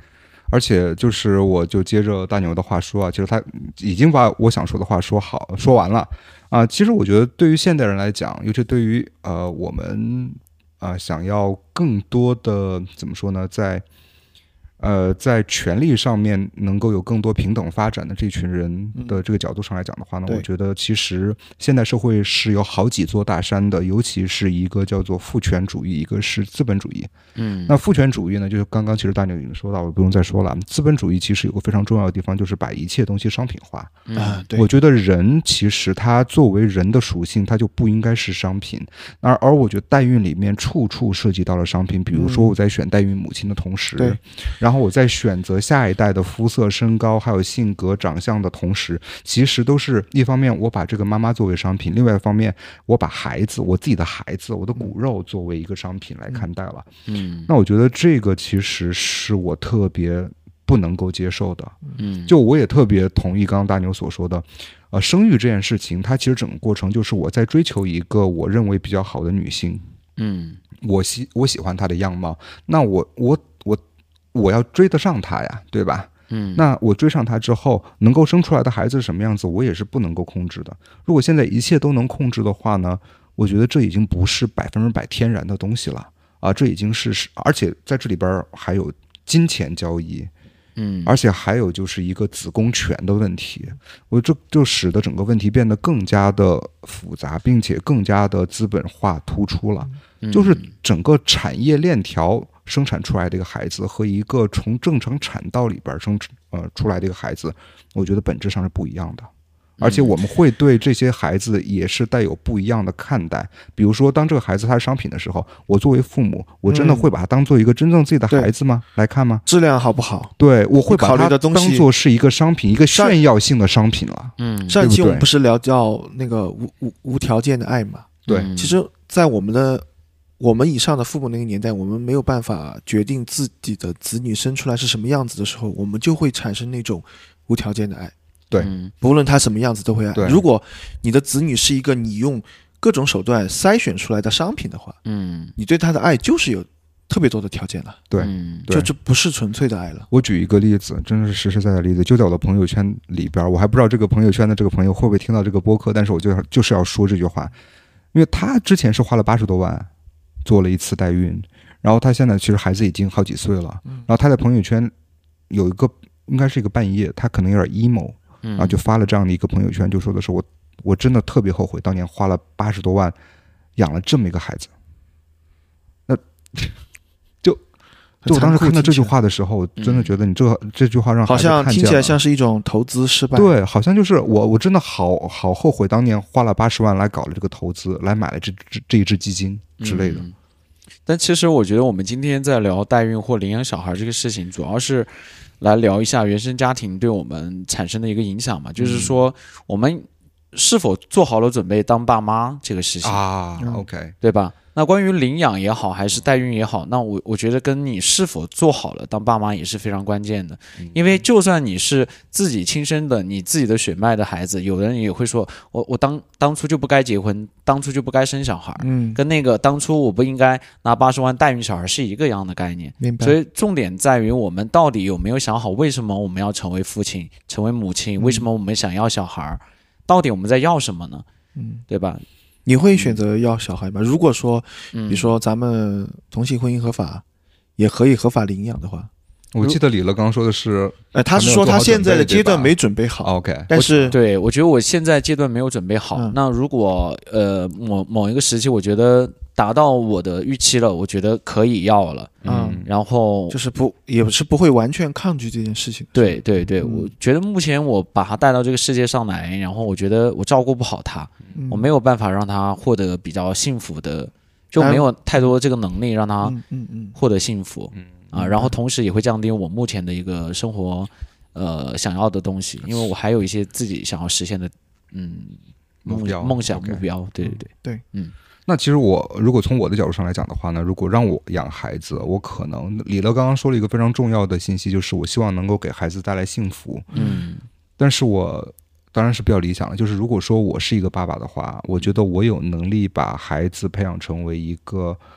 Speaker 1: 而且就是我就接着大牛的话说啊，其实他已经把我想说的话说完了啊。其实我觉得对于现代人来讲，尤其对于我们想要更多的怎么说呢，在权利上面能够有更多平等发展的这群人的这个角度上来讲的话呢，我觉得其实现代社会是有好几座大山的，尤其是一个叫做父权主义，一个是资本主义。那父权主义呢，就是刚刚其实大牛已经说到，我不用再说了。资本主义其实有个非常重要的地方，就是把一切东西商品化。
Speaker 2: 对，
Speaker 1: 我觉得人其实他作为人的属性，他就不应该是商品。而我觉得代孕里面处处涉及到了商品，比如说我在选代孕母亲的同时，然后我在选择下一代的肤色、身高还有性格、长相的同时，其实都是一方面我把这个妈妈作为商品，另外一方面我把孩子，我自己的孩子，我的骨肉作为一个商品来看待了。那我觉得这个其实是我特别不能够接受的。就我也特别同意刚刚大牛所说的，生育这件事情，它其实整个过程就是我在追求一个我认为比较好的女性。我喜欢她的样貌，那我要追得上她呀，对吧？那我追上她之后，能够生出来的孩子是什么样子，我也是不能够控制的。如果现在一切都能控制的话呢，我觉得这已经不是100%天然的东西了啊，这已经是，而且在这里边还有金钱交易。而且还有就是一个子宫权的问题，这就使得整个问题变得更加的复杂，并且更加的资本化突出了。就是整个产业链条生产出来的一个孩子和一个从正常产道里边出来的一个孩子，我觉得本质上是不一样的。而且我们会对这些孩子也是带有不一样的看待。比如说当这个孩子他是商品的时候，我作为父母，我真的会把他当做一个真正自己的孩子吗？来看吗？
Speaker 2: 质量好不好？
Speaker 1: 对，我会把它当做是一个商品，一个炫耀性的商品了。
Speaker 2: 上一期我们不是聊叫那个无条件的爱嘛？
Speaker 1: 对，
Speaker 2: 其实在我们以上的父母那个年代，我们没有办法决定自己的子女生出来是什么样子的时候，我们就会产生那种无条件的爱。
Speaker 1: 对，
Speaker 2: 不论他什么样子都会爱。如果你的子女是一个你用各种手段筛选出来的商品的话，你对他的爱就是有特别多的条件了。
Speaker 1: 对，
Speaker 2: 这不是纯粹的爱了。
Speaker 1: 我举一个例子，真的是实实在在的例子，就在我的朋友圈里边，我还不知道这个朋友圈的这个朋友会不会听到这个播客，但是我就是要说这句话，因为他之前是花了80多万做了一次代孕，然后他现在其实孩子已经好几岁了，然后他在朋友圈有一个应该是一个半夜，他可能有点 emo。然后就发了这样的一个朋友圈，就说的是我真的特别后悔当年花了80多万养了这么一个孩子。那就我当时看到这句话的时候，我真的觉得你这句话让孩子看见了，
Speaker 2: 好像听起来像是一种投资失败。
Speaker 1: 对，好像就是我真的好后悔当年花了80万来搞了这个投资，来买了这一只基金之类的。
Speaker 3: 但其实我觉得我们今天在聊代孕或领养小孩这个事情，主要是来聊一下原生家庭对我们产生的一个影响嘛，就是说我们是否做好了准备当爸妈这个事情
Speaker 1: 啊 ，OK，
Speaker 3: 对吧？那关于领养也好，还是代孕也好，那我觉得跟你是否做好了当爸妈也是非常关键的。因为就算你是自己亲生的，你自己的血脉的孩子，有的人也会说，我当初就不该结婚，当初就不该生小孩，跟那个当初我不应该拿80万代孕小孩是一个样的概念。
Speaker 2: 明白。
Speaker 3: 所以重点在于我们到底有没有想好，为什么我们要成为父亲，成为母亲？为什么我们想要小孩？到底我们在要什么呢？对吧？
Speaker 2: 你会选择要小孩吗？如果说，比如说咱们同性婚姻合法，也可以合法领养的话，
Speaker 1: 我记得李乐刚刚说的是，
Speaker 2: 他是说他现在的阶段没准备好。
Speaker 1: OK，
Speaker 2: 但是
Speaker 3: 我觉得我现在阶段没有准备好。那如果某一个时期，我觉得达到我的预期了，我觉得可以要了。然后
Speaker 2: 就是也是不会完全抗拒这件事情。
Speaker 3: 对，我觉得目前我把他带到这个世界上来，然后我觉得我照顾不好他，我没有办法让他获得比较幸福的，就没有太多这个能力让他获得幸福。然后同时也会降低我目前的一个生活想要的东西，因为我还有一些自己想要实现的梦想目标。对。
Speaker 1: 那其实如果从我的角度上来讲的话呢，如果让我养孩子，我可能李乐刚刚说了一个非常重要的信息，就是我希望能够给孩子带来幸福。但是我当然是比较理想的，就是如果说我是一个爸爸的话，我觉得我有能力把孩子培养成为一个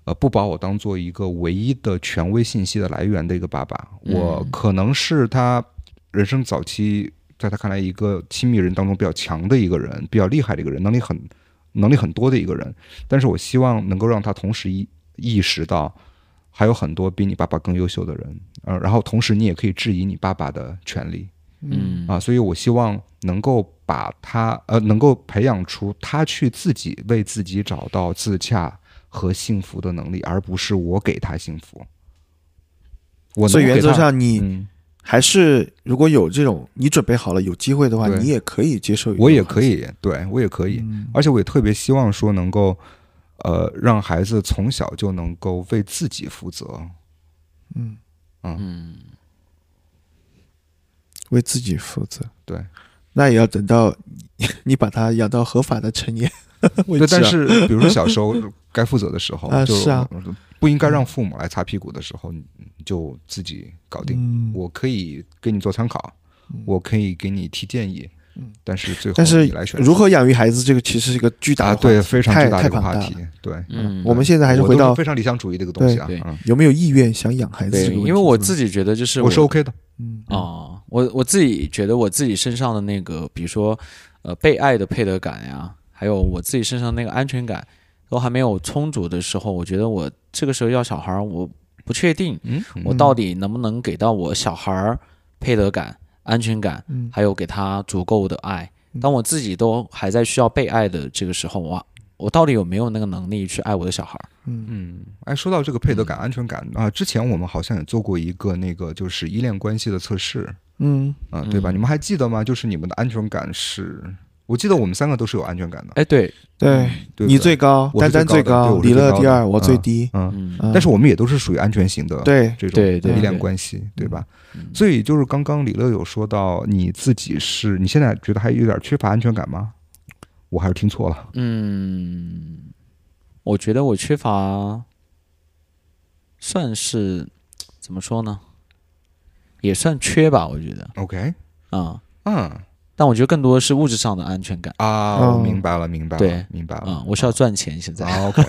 Speaker 1: 不把我当做一个唯一的权威信息的来源的一个爸爸。我可能是他人生早期在他看来一个亲密人当中比较强的一个人，比较厉害的一个人，能力很多的一个人，但是我希望能够让他同时意识到还有很多比你爸爸更优秀的人，然后同时你也可以质疑你爸爸的权利，所以我希望能够把他能够培养出他去自己为自己找到自洽和幸福的能力，而不是我给他幸福。
Speaker 2: 所以原则上你还是如果有这种你准备好了有机会的话，你也可以接受。
Speaker 1: 我也可以，对，我也可以，而且我也特别希望说能够让孩子从小就能够为自己负责。
Speaker 2: 为自己负责。
Speaker 1: 对，
Speaker 2: 那也要等到你把他养到合法的成年为止。
Speaker 1: 对，但是比如说小时候该负责的时候
Speaker 2: 是啊，
Speaker 1: 不应该让父母来擦屁股的时候，你就自己搞定。我可以给你做参考，我可以给你提建议，但是最后你来选择。
Speaker 2: 如何养育孩子，这个其实是一个巨大的话题，
Speaker 1: 对，非常巨大的一个话题。对，
Speaker 2: 我们现在还是回到
Speaker 1: 非常理想主义的一个东西啊。
Speaker 2: 有没有意愿想养孩子这个问题？
Speaker 3: 因为我自己觉得就是
Speaker 1: 我是 OK 的。
Speaker 3: 我自己觉得我自己身上的那个，比如说被爱的配得感呀，还有我自己身上那个安全感都还没有充足的时候，我觉得我这个时候要小孩，我不确定我到底能不能给到我小孩配得感、安全感，还有给他足够的爱。当我自己都还在需要被爱的这个时候，我到底有没有那个能力去爱我的小孩？
Speaker 1: 说到这个配得感、安全感啊，之前我们好像也做过一个那个就是依恋关系的测试，对吧？你们还记得吗？就是你们的安全感是，我记得我们3个都是有安全感的。
Speaker 3: 哎，对，
Speaker 2: 你最高，丹丹最高，李乐第2，我最低。
Speaker 1: 但是我们也都是属于安全型的，这种依恋关系，对吧？所以就是刚刚李乐有说到你自己是，你现在觉得还有点缺乏安全感吗？我还是听错了。
Speaker 3: 我觉得我缺乏，算是怎么说呢？也算缺吧，我觉得。
Speaker 1: OK，
Speaker 3: 但我觉得更多的是物质上的安全感
Speaker 1: 啊。我明白了，
Speaker 3: 对，
Speaker 1: 明白了。
Speaker 3: 我是要赚钱，现在。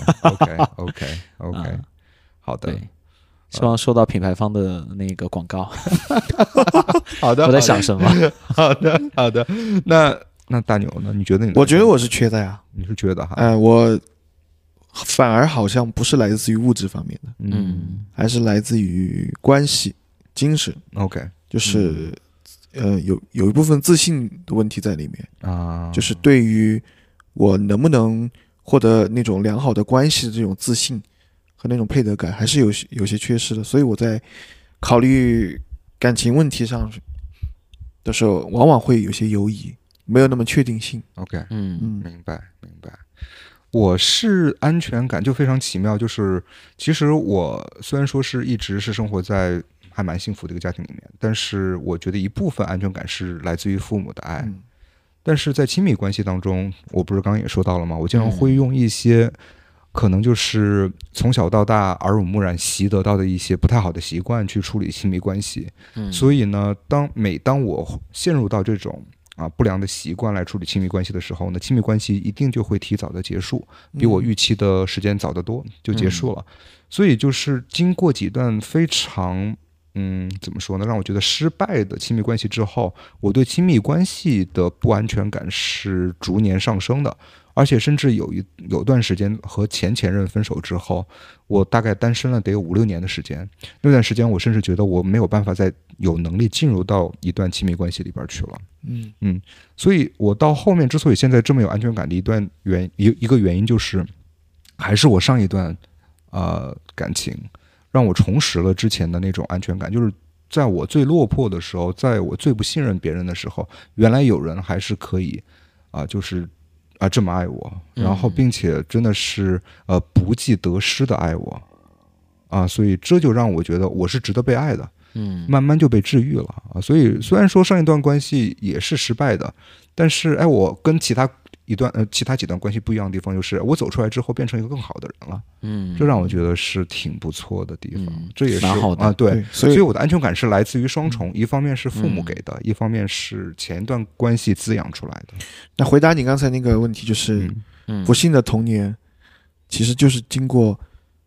Speaker 1: OK，好的。
Speaker 3: 希望收到品牌方的那个广告。
Speaker 1: 好的。
Speaker 3: 我在想什么？
Speaker 1: 好的。那大牛呢？你觉得
Speaker 2: 我觉得我是缺的呀。
Speaker 1: 你是缺的哈？
Speaker 2: 我反而好像不是来自于物质方面的，还是来自于关系、精神。
Speaker 1: OK，
Speaker 2: 就是有一部分自信的问题在里面啊，就是对于我能不能获得那种良好的关系的这种自信和那种配得感，还是有些缺失的。所以我在考虑感情问题上的时候，往往会有些犹疑，没有那么确定性。
Speaker 1: OK， 明白。我是安全感就非常奇妙，就是其实我虽然说是一直是生活在还蛮幸福的一个家庭里面，但是我觉得一部分安全感是来自于父母的爱。但是在亲密关系当中，我不是刚刚也说到了吗？我经常会用一些可能就是从小到大耳濡目染习得到的一些不太好的习惯去处理亲密关系。所以呢，每当我陷入到这种不良的习惯来处理亲密关系的时候呢，亲密关系一定就会提早的结束，比我预期的时间早得多就结束了。所以就是经过几段非常怎么说呢，让我觉得失败的亲密关系之后，我对亲密关系的不安全感是逐年上升的。而且甚至有段时间和前任分手之后，我大概单身了得有5-6年的时间。那段时间我甚至觉得我没有办法再有能力进入到一段亲密关系里边去了。所以我到后面之所以现在这么有安全感的一个原因，就是还是我上一段感情让我重拾了之前的那种安全感，就是在我最落魄的时候，在我最不信任别人的时候，原来有人还是可以就是这么爱我，然后并且真的是不计得失的爱我所以这就让我觉得我是值得被爱的。慢慢就被治愈了所以虽然说上一段关系也是失败的，但是我跟其他几段关系不一样的地方，就是我走出来之后变成一个更好的人了。这让我觉得是挺不错的地方。这也是
Speaker 3: 蛮好的
Speaker 1: 对，所以我的安全感是来自于双重，一方面是父母给的，一方面是前一段关系滋养出来的。
Speaker 2: 那回答你刚才那个问题，就是不幸的童年其实就是经过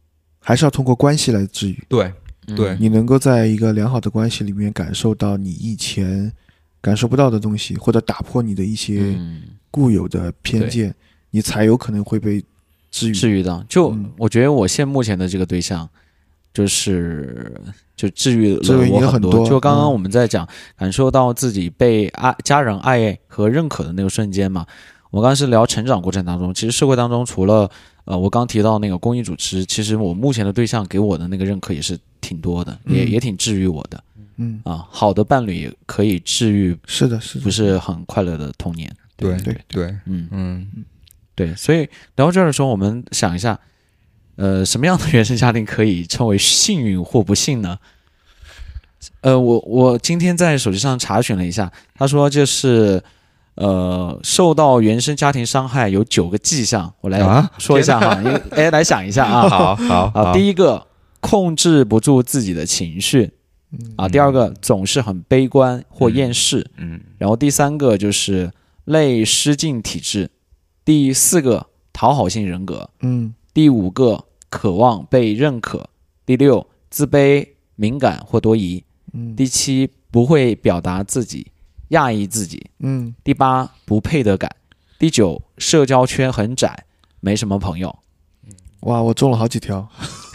Speaker 2: 还是要通过关系来治愈。
Speaker 1: 对对，
Speaker 2: 你能够在一个良好的关系里面感受到你以前感受不到的东西，或者打破你的一些固有的偏见，你才有可能会被治愈
Speaker 3: 到。就我觉得我现目前的这个对象，就治愈了我很多。就刚刚我们在讲感受到自己被家人爱和认可的那个瞬间嘛，我刚刚是聊成长过程当中，其实社会当中除了我刚提到那个公益主持，其实我目前的对象给我的那个认可也是挺多的，也挺治愈我的。好的伴侣也可以治愈，
Speaker 2: 是的，
Speaker 3: 不是很快乐的童年。
Speaker 1: 对，
Speaker 3: 对，所以聊到这儿的时候，我们想一下，什么样的原生家庭可以称为幸运或不幸呢？我今天在手机上查询了一下，他说就是受到原生家庭伤害有9个迹象，我来说一下哈，来想一下啊。好，第一个，控制不住自己的情绪。第二个，总是很悲观或厌世。然后第三个就是类失禁体质。第4个，讨好性人格。第5个，渴望被认可。第6，自卑、敏感或多疑。第7，不会表达自己，压抑自己。第8，不配得感。第9，社交圈很窄，没什么朋友。
Speaker 2: 哇，我中了好几条。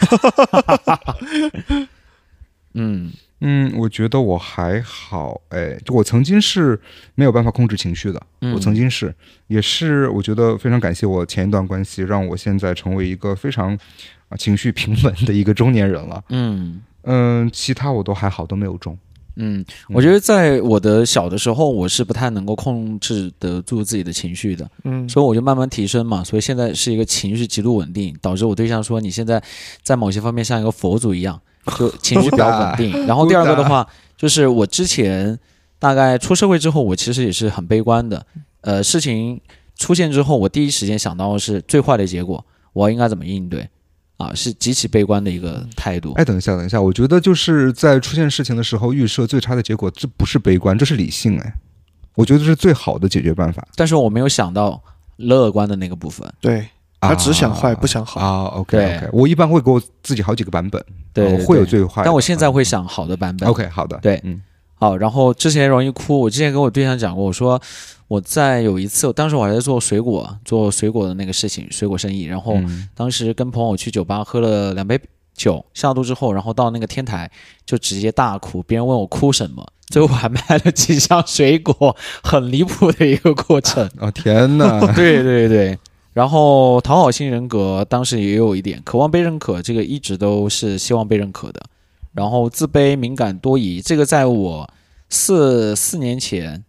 Speaker 1: 我觉得我还好，就我曾经是没有办法控制情绪的，我曾经是，也是我觉得非常感谢我前一段关系，让我现在成为一个非常情绪平稳的一个中年人了。其他我都还好，都没有中。
Speaker 3: 我觉得在我的小的时候，我是不太能够控制得住自己的情绪的，所以我就慢慢提升嘛，所以现在是一个情绪极度稳定，导致我对象说你现在在某些方面像一个佛祖一样，就情绪比较稳定。然后第二个的话，就是我之前大概出社会之后，我其实也是很悲观的，事情出现之后，我第一时间想到的是最坏的结果，我应该怎么应对。是极其悲观的一个态度。
Speaker 1: 等一下，我觉得就是在出现事情的时候预设最差的结果，这不是悲观，这是理性。我觉得这是最好的解决办法。
Speaker 3: 但是我没有想到乐观的那个部分。
Speaker 2: 对，他只想坏不想好。
Speaker 1: OK， 我一般会给我自己好几个版本，
Speaker 3: 对，
Speaker 1: 会有最坏的，
Speaker 3: 但我现在会想好的版本。
Speaker 1: OK， 好的，
Speaker 3: 对，好。然后之前容易哭，我之前跟我对象讲过，我说我在有一次，当时我还在做水果的那个事情，水果生意。然后当时跟朋友去酒吧喝了2杯酒，下肚之后，然后到那个天台就直接大哭。别人问我哭什么，最后我还卖了几箱水果，很离谱的一个过程。
Speaker 1: 天哪！
Speaker 3: 对。然后讨好性人格当时也有一点，渴望被认可，这个一直都是希望被认可的。然后自卑、敏感、多疑，这个在我4-5年前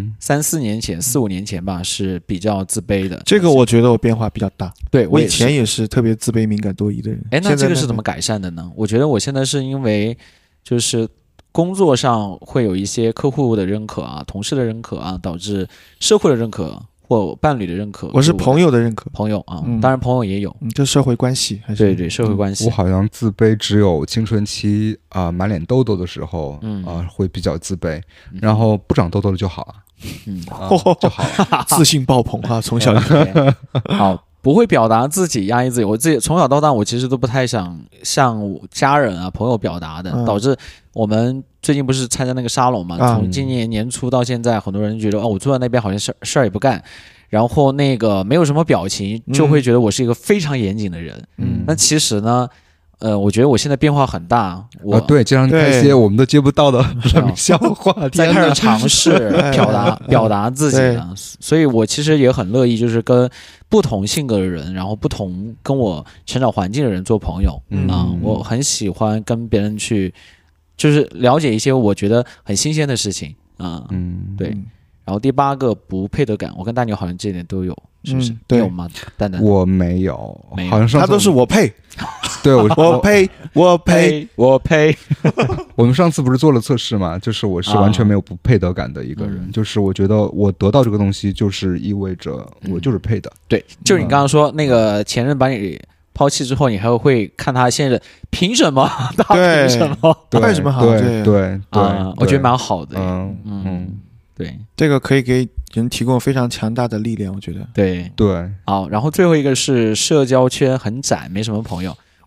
Speaker 3: ，4-5年前吧，是比较自卑的。
Speaker 2: 这个我觉得我变化比较大。
Speaker 3: 对，
Speaker 2: 我以前也是特别自卑、敏感、多疑的人。
Speaker 3: 那这个是怎么改善的呢？我觉得我现在是因为就是工作上会有一些客户的认可同事的认可导致社会的认可或伴侣的认可。
Speaker 2: 我是朋友的认可。
Speaker 3: 朋友当然朋友也有。
Speaker 2: 这社会关系还是
Speaker 3: 对社会关系。
Speaker 1: 我好像自卑只有青春期满脸痘痘的时候会比较自卑，然后不长痘痘了就好了。就好了。
Speaker 2: 自信爆棚从小
Speaker 3: 好。不会表达自己，压抑自己。我自己从小到大，我其实都不太想向家人朋友表达的，导致我们最近不是参加那个沙龙嘛？从今年年初到现在，很多人觉得我坐在那边好像事儿也不干，然后那个没有什么表情，就会觉得我是一个非常严谨的人。那其实呢，我觉得我现在变化很大。
Speaker 1: 对，经常看一些我们都接不到的冷笑话，
Speaker 3: 在开始尝试表达自己了。所以我其实也很乐意，就是跟不同性格的人，然后不同跟我成长环境的人做朋友。我很喜欢跟别人去，就是了解一些我觉得很新鲜的事情。对。然后第8个不配得感，我跟大牛好像这点都有，是不是？你有吗？蛋蛋？
Speaker 1: 我没有，好像
Speaker 2: 他都是我配。
Speaker 1: 对，
Speaker 2: 我配。
Speaker 1: 我们上次不是做了测试嘛？就是我是完全没有不配得感的一个人，就是我觉得我得到这个东西，就是意味着我就是配的。
Speaker 3: 对，就是你刚刚说那个前任把你抛弃之后，你还会看他现任凭什么？他凭什么？
Speaker 2: 为什么好？
Speaker 1: 对，
Speaker 3: 我觉得蛮好的。对，
Speaker 2: 这个可以给人提供非常强大的力量，我觉得。
Speaker 3: 对。
Speaker 1: 好，
Speaker 3: 然后最后一个是社交圈很窄，没什么朋友。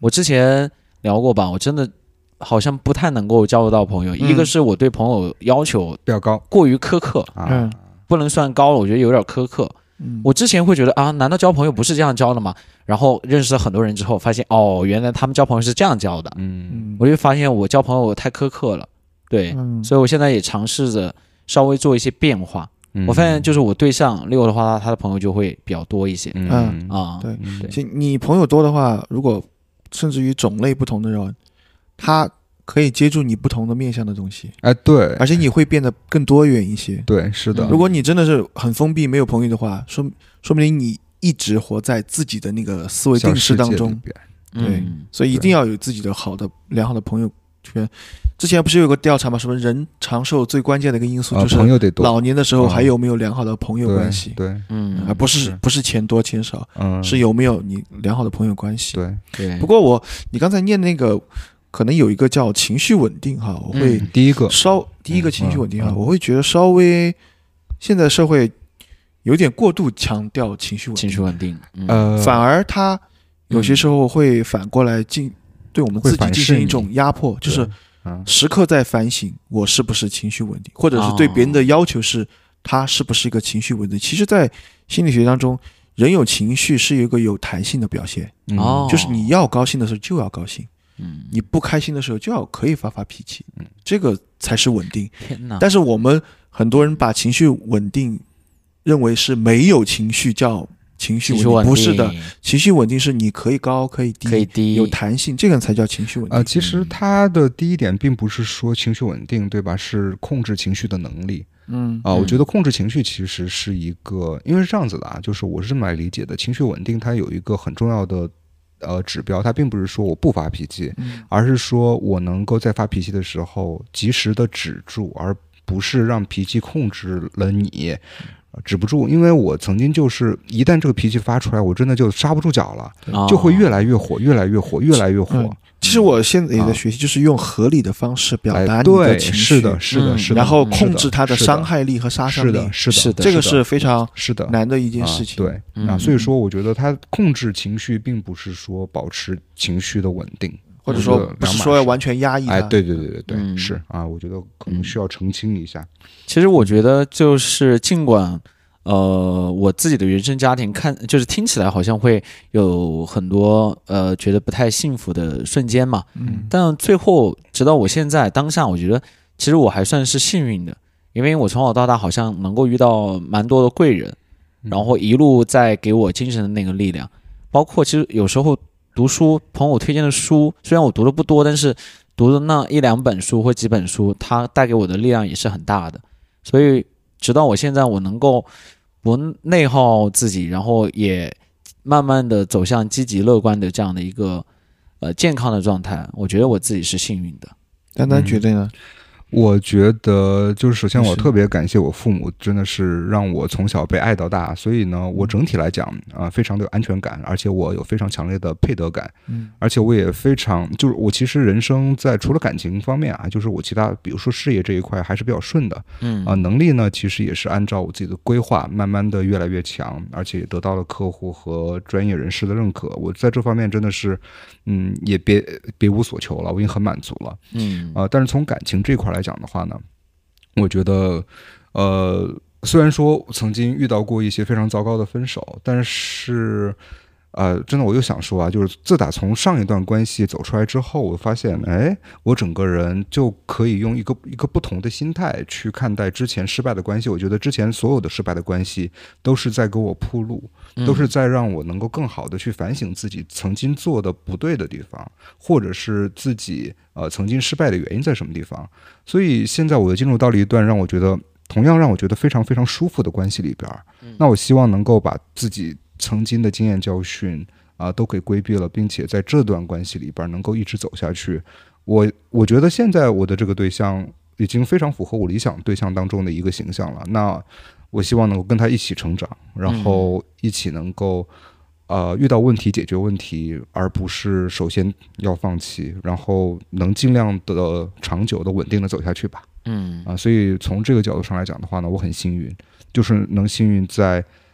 Speaker 3: 我之前聊过吧，我真的好像不太能够交得到朋友。一个是我对朋友要求
Speaker 1: 比较高，
Speaker 3: 过于苛刻啊，不能算高了，我觉得有点苛刻。我之前会觉得啊，难道交朋友不是这样交的吗？然后认识了很多人之后，发现哦，原来他们交朋友是这样交的。我就发现我交朋友太苛刻了，对，所以我现在也尝试着稍微做一些变化。我发现就是我对象溜的话，他的朋友就会比较多一些。
Speaker 2: 对，其实你朋友多的话，如果甚至于种类不同的人，他可以接住你不同的面向的东西，
Speaker 1: 对，
Speaker 2: 而且你会变得更多元一些。
Speaker 1: 对，是的。
Speaker 2: 如果你真的是很封闭，没有朋友的话，说明你一直活在自己的那个思维定式当中。对，所以一定要有自己的良好的朋友圈。之前不是有个调查吗？什么人长寿最关键的一个因素就是老年的时候还有没有良好的朋友关系。
Speaker 1: 对，
Speaker 2: 而不是钱多钱少，是有没有你良好的朋友关系。
Speaker 3: 对。
Speaker 2: 不过你刚才念那个。可能有一个叫情绪稳定哈，我会
Speaker 1: 第一个
Speaker 2: 情绪稳定哈，我会觉得稍微现在社会有点过度强调情绪稳定，反而它有些时候会反过来对我们自己进行一种压迫，就是时刻在反省我是不是情绪稳定，或者是对别人的要求是他是不是一个情绪稳定。其实，在心理学当中，人有情绪是一个有弹性的表现，就是你要高兴的时候就要高兴。你不开心的时候就要可以发脾气，这个才是稳定。但是我们很多人把情绪稳定认为是没有情绪叫情绪稳定，不是的，情绪稳定是你可以高可以低，有弹性，这个才叫情绪稳定。
Speaker 1: 其实它的第一点并不是说情绪稳定，对吧？是控制情绪的能力。我觉得控制情绪其实是一个，因为是这样子的啊，就是我是这么来理解的，情绪稳定它有一个很重要的指标，它并不是说我不发脾气，而是说我能够在发脾气的时候及时的止住，而不是让脾气控制了你，止不住。因为我曾经就是一旦这个脾气发出来，我真的就刹不住脚了，就会越来越火，越来越火，越来越火。
Speaker 2: 其实我现在也在学习，就是用合理的方式表达你的情绪，
Speaker 1: 是的，
Speaker 2: 然后控制它的伤害力和杀伤力，
Speaker 1: 是的，
Speaker 2: 这个是非常难的一件事情。
Speaker 1: 对，所以说我觉得它控制情绪并不是说保持情绪的稳定，
Speaker 2: 或者说不是说要完全压抑它。
Speaker 1: 对，是啊，我觉得可能需要澄清一下。
Speaker 3: 其实我觉得就是尽管。我自己的原生家庭就是听起来好像会有很多觉得不太幸福的瞬间嘛，但最后直到我现在当下，我觉得其实我还算是幸运的，因为我从小到大好像能够遇到蛮多的贵人，然后一路在给我精神的那个力量，包括其实有时候读书，朋友推荐的书，虽然我读的不多，但是读的那一两本书或几本书，它带给我的力量也是很大的，所以直到我现在，我能够不内耗自己，然后也慢慢的走向积极乐观的这样的一个健康的状态，我觉得我自己是幸运的。
Speaker 2: 丹丹觉得呢？
Speaker 1: 我觉得就是首先我特别感谢我父母，真的是让我从小被爱到大，所以呢我整体来讲非常的有安全感，而且我有非常强烈的配得感，而且我也非常就是我其实人生在除了感情方面啊，就是我其他比如说事业这一块还是比较顺的，能力呢其实也是按照我自己的规划慢慢的越来越强，而且也得到了客户和专业人士的认可，我在这方面真的是也别无所求了，我已经很满足了。但是从感情这块来讲的话呢，我觉得虽然说曾经遇到过一些非常糟糕的分手，但是真的我又想说啊，就是自打从上一段关系走出来之后，我发现我整个人就可以用一个不同的心态去看待之前失败的关系。我觉得之前所有的失败的关系都是在给我铺路，都是在让我能够更好的去反省自己曾经做的不对的地方，或者是自己曾经失败的原因在什么地方。所以现在我又进入到了一段同样让我觉得非常非常舒服的关系里边，那我希望能够把自己曾经的经验教训都给规避了，并且在这段关系里边能够一直走下去。我觉得现在我的这个对象已经非常符合我理想对象当中的一个形象了，那我希望能够跟他一起成长，然后一起能够遇到问题解决问题，而不是首先要放弃，然后能尽量的长久的稳定的走下去吧。所以从这个角度上来讲的话呢，我很幸运，就是能幸运在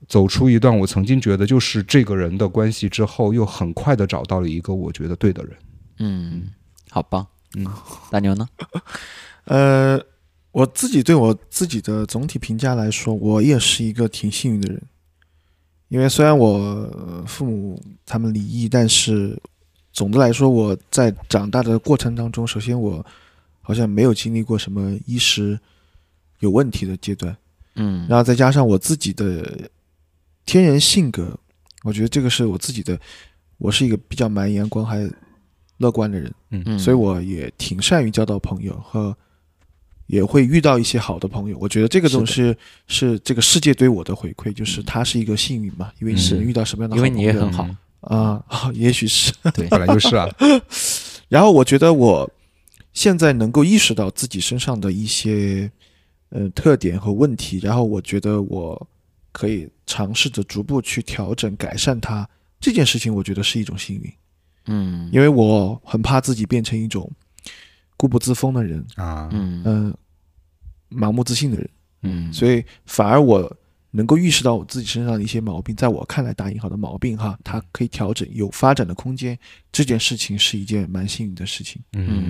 Speaker 1: 走出一段我曾经觉得就是这个人的关系之后，又很快的找到了一个我觉得对的人。
Speaker 3: 好棒。大牛呢？
Speaker 2: 我自己对我自己的总体评价来说，我也是一个挺幸运的人。因为虽然我父母他们离异，但是总的来说我在长大的过程当中，首先我好像没有经历过什么衣食有问题的阶段，然后再加上我自己的天然性格，我觉得这个是我自己的，我是一个比较蛮阳光还乐观的人，所以我也挺善于交到朋友和也会遇到一些好的朋友。我觉得这个东西是这个世界对我的回馈，就是他是一个幸运嘛，因为你能遇到什么样的好朋友，
Speaker 3: 因为你也很好
Speaker 2: 也许是
Speaker 3: 对，
Speaker 1: 本来就是啊。
Speaker 2: 然后我觉得我现在能够意识到自己身上的一些特点和问题，然后我觉得我可以尝试着逐步去调整改善它，这件事情我觉得是一种幸运。因为我很怕自己变成一种固步自封的人盲目自信的人，所以反而我能够意识到我自己身上的一些毛病，在我看来打引号的毛病它可以调整，有发展的空间，这件事情是一件蛮幸运的事情。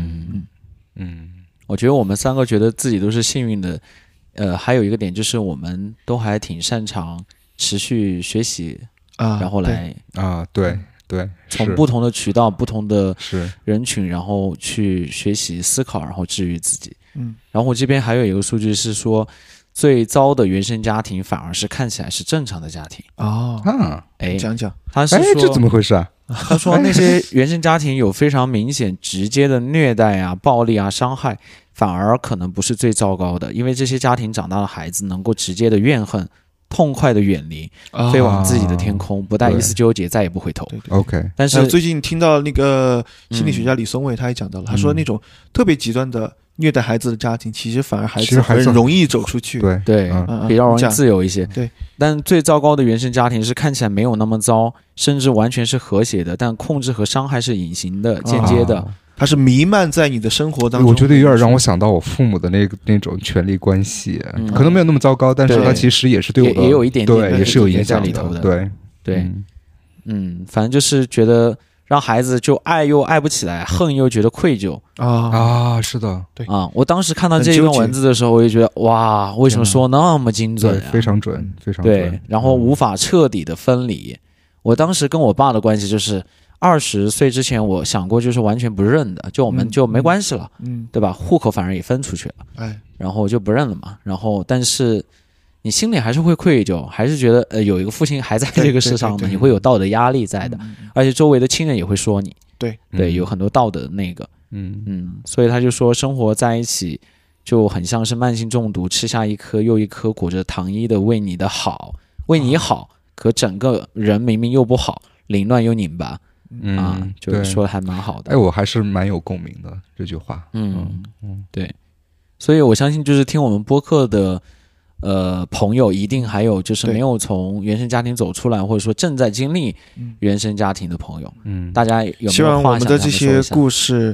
Speaker 3: 我觉得我们三个觉得自己都是幸运的，还有一个点就是我们都还挺擅长持续学习然后来
Speaker 1: 对，
Speaker 3: 从不同的渠道、不同的人群，然后去学习、思考，然后治愈自己。然后我这边还有一个数据是说，最糟的原生家庭反而是看起来是正常的家庭。
Speaker 2: 讲讲，
Speaker 3: 他是说
Speaker 1: 这怎么回事啊？
Speaker 3: 他说那些原生家庭有非常明显、直接的虐待啊、暴力啊、伤害，反而可能不是最糟糕的，因为这些家庭长大的孩子能够直接的怨恨。痛快的远离，飞往自己的天空，不带一丝纠结，再也不回头。
Speaker 1: OK，
Speaker 2: 但是最近听到那个心理学家李松蔚，他也讲到了，他说那种特别极端的虐待孩子的家庭，其实反而孩子很容易走出去，
Speaker 3: 对，比较容易自由一些。
Speaker 2: 对，
Speaker 3: 但最糟糕的原生家庭是看起来没有那么糟，甚至完全是和谐的，但控制和伤害是隐形的、间接的。
Speaker 2: 它是弥漫在你的生活当中。
Speaker 1: 我觉得有点让我想到我父母的那种权力关系，可能没有那么糟糕，但是它其实也是对我的
Speaker 3: 也有一点点，
Speaker 1: 对，也是有影响
Speaker 3: 里头的。
Speaker 1: 对，
Speaker 3: 反正就是觉得让孩子就爱又爱不起来，恨又觉得愧疚
Speaker 1: 是的，
Speaker 2: 对
Speaker 3: 我当时看到这一段文字的时候，我就觉得哇，为什么说那么精准
Speaker 1: 非常准，非常准。
Speaker 3: 对，然后无法彻底的分离。我当时跟我爸的关系就是20岁之前我想过就是完全不认的，就我们就没关系了，对吧？户口反而也分出去了，然后就不认了嘛。然后但是你心里还是会愧疚，还是觉得有一个父亲还在这个世上呢，你会有道德压力在的，而且周围的亲人也会说你，对，有很多道德的那个，所以他就说生活在一起就很像是慢性中毒，吃下一颗又一颗裹着糖衣的为你好，可整个人明明又不好，凌乱又拧巴。就说的还蛮好的。
Speaker 1: 我还是蛮有共鸣的这句话。
Speaker 3: 对，所以我相信就是听我们播客的朋友，一定还有就是没有从原生家庭走出来，或者说正在经历原生家庭的朋友。大家有没有
Speaker 2: 希望我们的这些故事，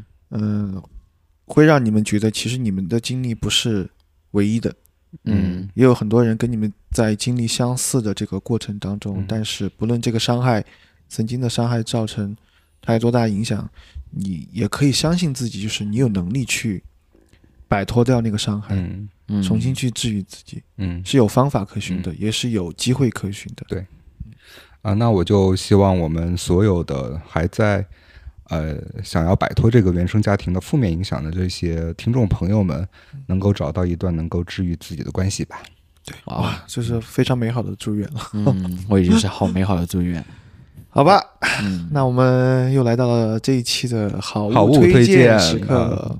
Speaker 2: 会让你们觉得其实你们的经历不是唯一的。也有很多人跟你们在经历相似的这个过程当中，但是不论这个曾经的伤害造成它有多大影响，你也可以相信自己，就是你有能力去摆脱掉那个伤害，重新去治愈自己，是有方法可循的，也是有机会可循的。
Speaker 1: 对，那我就希望我们所有的还在想要摆脱这个原生家庭的负面影响的这些听众朋友们，能够找到一段能够治愈自己的关系吧。
Speaker 2: 对，哇，这是非常美好的祝愿了。
Speaker 3: 我已经是好美好的祝愿。
Speaker 2: 好吧，那我们又来到了这一期的好物
Speaker 1: 推荐
Speaker 2: 时刻。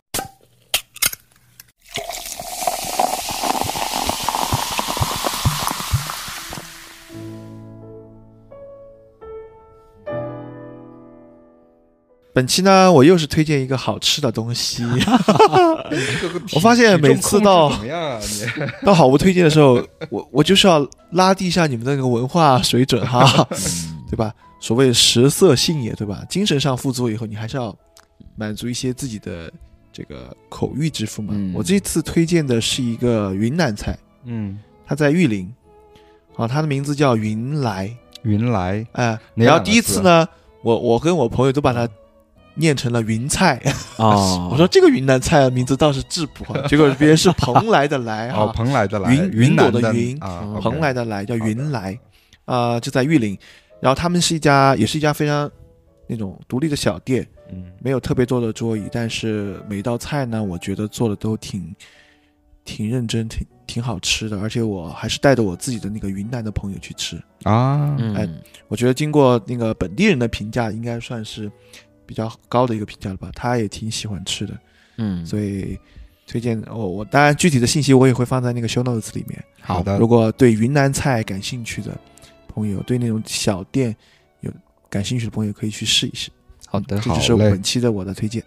Speaker 2: 本期呢，我又是推荐一个好吃的东西。我发现每次到好物推荐的时候，我就是要拉低一下你们的那个文化水准哈，对吧？所谓食色性也，对吧？精神上富足以后，你还是要满足一些自己的这个口欲之腹嘛。我这次推荐的是一个云南菜，它在玉林。 它的名字叫云来。
Speaker 1: 云来，
Speaker 2: 然后第一次呢，我跟我朋友都把它念成了云菜我说这个云南菜的名字倒是质朴结果别人是蓬莱的来
Speaker 1: 蓬莱的来，
Speaker 2: 云朵的云
Speaker 1: 蓬
Speaker 2: 莱的来叫云来就在玉林。然后他们也是一家非常那种独立的小店，没有特别多的桌椅，但是每道菜呢，我觉得做的都挺认真，挺好吃的，而且我还是带着我自己的那个云南的朋友去吃我觉得经过那个本地人的评价，应该算是比较高的一个评价了吧，他也挺喜欢吃的，所以推荐我当然具体的信息我也会放在那个 show notes 里面。
Speaker 1: 好的，
Speaker 2: 如果对云南菜感兴趣的朋友，对那种小店有感兴趣的朋友可以去试一试。
Speaker 3: 好的，
Speaker 2: 这就是本期的我的推荐。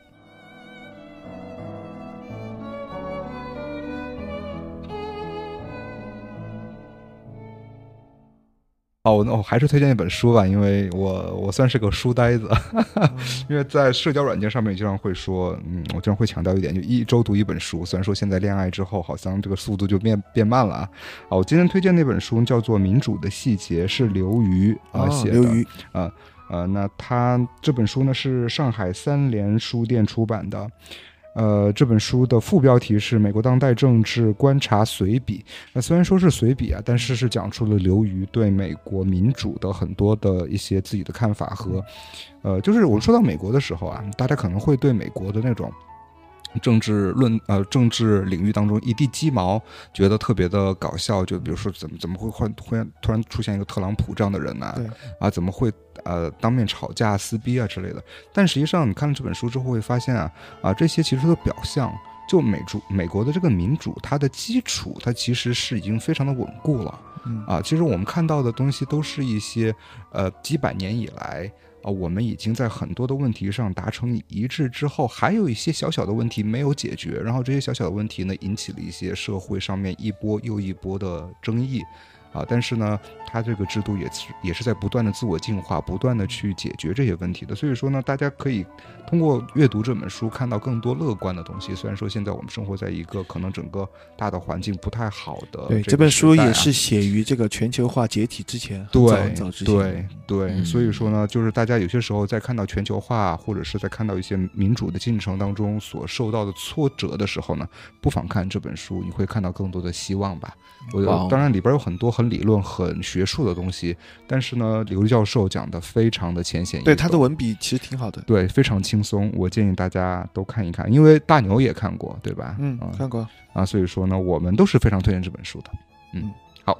Speaker 1: 我还是推荐一本书吧，因为我算是个书呆子因为在社交软件上面经常会说我经常会强调一点，就一周读一本书，虽然说现在恋爱之后好像这个速度就变慢了我今天推荐那本书叫做《民主的细节》，是刘瑜写的。刘瑜那他这本书呢是上海三联书店出版的。这本书的副标题是《美国当代政治观察随笔》。那虽然说是随笔但是讲出了刘瑜对美国民主的很多的一些自己的看法和就是我说到美国的时候大家可能会对美国的那种政治领域当中一地鸡毛觉得特别的搞笑，就比如说怎么会突然出现一个特朗普这样的人怎么会当面吵架撕逼之类的。但实际上你看了这本书之后会发现这些其实都表象，就美国的这个民主它的基础它其实是已经非常的稳固了其实我们看到的东西都是一些几百年以来我们已经在很多的问题上达成一致之后，还有一些小小的问题没有解决，然后这些小小的问题呢引起了一些社会上面一波又一波的争议但是呢它这个制度也是在不断的自我进化，不断的去解决这些问题的。所以说呢大家可以通过阅读这本书看到更多乐观的东西，虽然说现在我们生活在一个可能整个大的环境不太好的
Speaker 2: 对这本书也是写于这个全球化解体之前，很早之前。
Speaker 1: 对所以说呢就是大家有些时候在看到全球化或者是在看到一些民主的进程当中所受到的挫折的时候呢，不妨看这本书，你会看到更多的希望吧。当然里边有很多很理论很学术的东西，但是呢刘教授讲的非常的浅显易懂，
Speaker 2: 对他的文笔其实挺好的，
Speaker 1: 对，非常轻松，我建议大家都看一看，因为大牛也看过对吧？
Speaker 2: 看过
Speaker 1: 所以说呢我们都是非常推荐这本书的。好。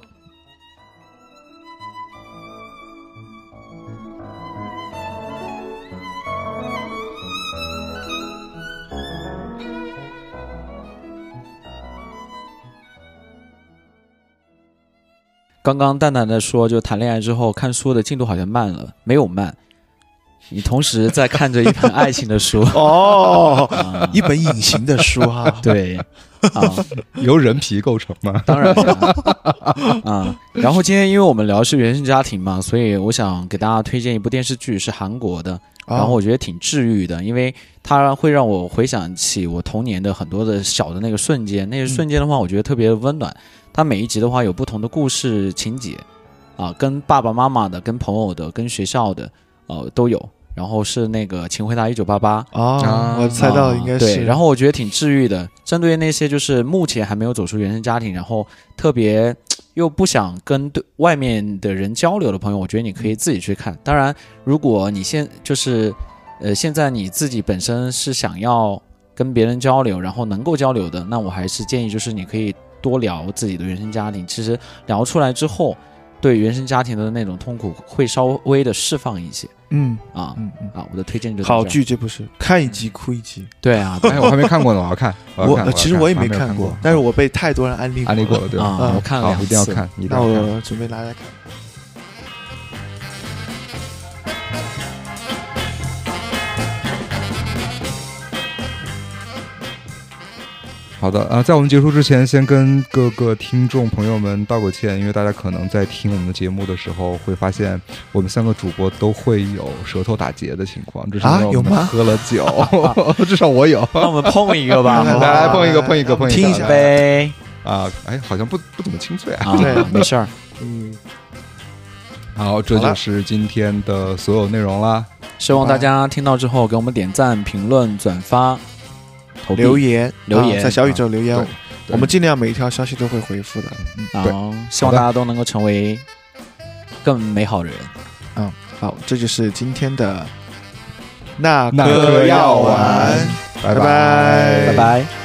Speaker 3: 刚刚蛋蛋在说就谈恋爱之后看书的进度好像慢了，没有慢，你同时在看着一本爱情的书
Speaker 2: 一本隐形的书
Speaker 3: 对
Speaker 1: 由人皮构成吗？
Speaker 3: 当然然后今天因为我们聊的是原生家庭嘛，所以我想给大家推荐一部电视剧，是韩国的，然后我觉得挺治愈的，因为它会让我回想起我童年的很多的小的那个瞬间，那些瞬间的话我觉得特别温暖。它每一集的话有不同的故事情节跟爸爸妈妈的跟朋友的跟学校的都有，然后是那个请回答1988
Speaker 2: 我猜到应该是
Speaker 3: 对，然后我觉得挺治愈的，针对那些就是目前还没有走出原生家庭，然后特别又不想跟外面的人交流的朋友，我觉得你可以自己去看。当然如果你现在你自己本身是想要跟别人交流然后能够交流的，那我还是建议就是你可以多聊自己的原生家庭，其实聊出来之后对原生家庭的那种痛苦会稍微的释放一些。我的推荐就是
Speaker 2: 好剧，这不是看一集哭一集。
Speaker 3: 对啊
Speaker 1: 我还没看过呢，我要看。
Speaker 2: 其实我也没看过，但是我被太多人安利过
Speaker 1: 了，对
Speaker 3: 我看了2次，
Speaker 1: 一定要看。
Speaker 2: 那我准备拿来看。
Speaker 1: 好的在我们结束之前先跟各个听众朋友们道个歉，因为大家可能在听我们的节目的时候会发现我们3个主播都会有舌头打结的情况，这是因为我们喝了酒至少我有。
Speaker 3: 那我们碰一个吧
Speaker 1: 来碰一个
Speaker 3: 听一下呗
Speaker 1: 好像不怎么清脆
Speaker 3: 对没事儿
Speaker 1: 好，这就是今天的所有内容啦。
Speaker 3: 希望大家听到之后给我们点赞、评论、转发、
Speaker 2: 留言，在小宇宙留言，我们尽量每一条消息都会回复的。
Speaker 3: 希望大家都能够成为更美好的人。
Speaker 2: 好，这就是今天的那颗药丸，拜拜，
Speaker 3: 拜拜。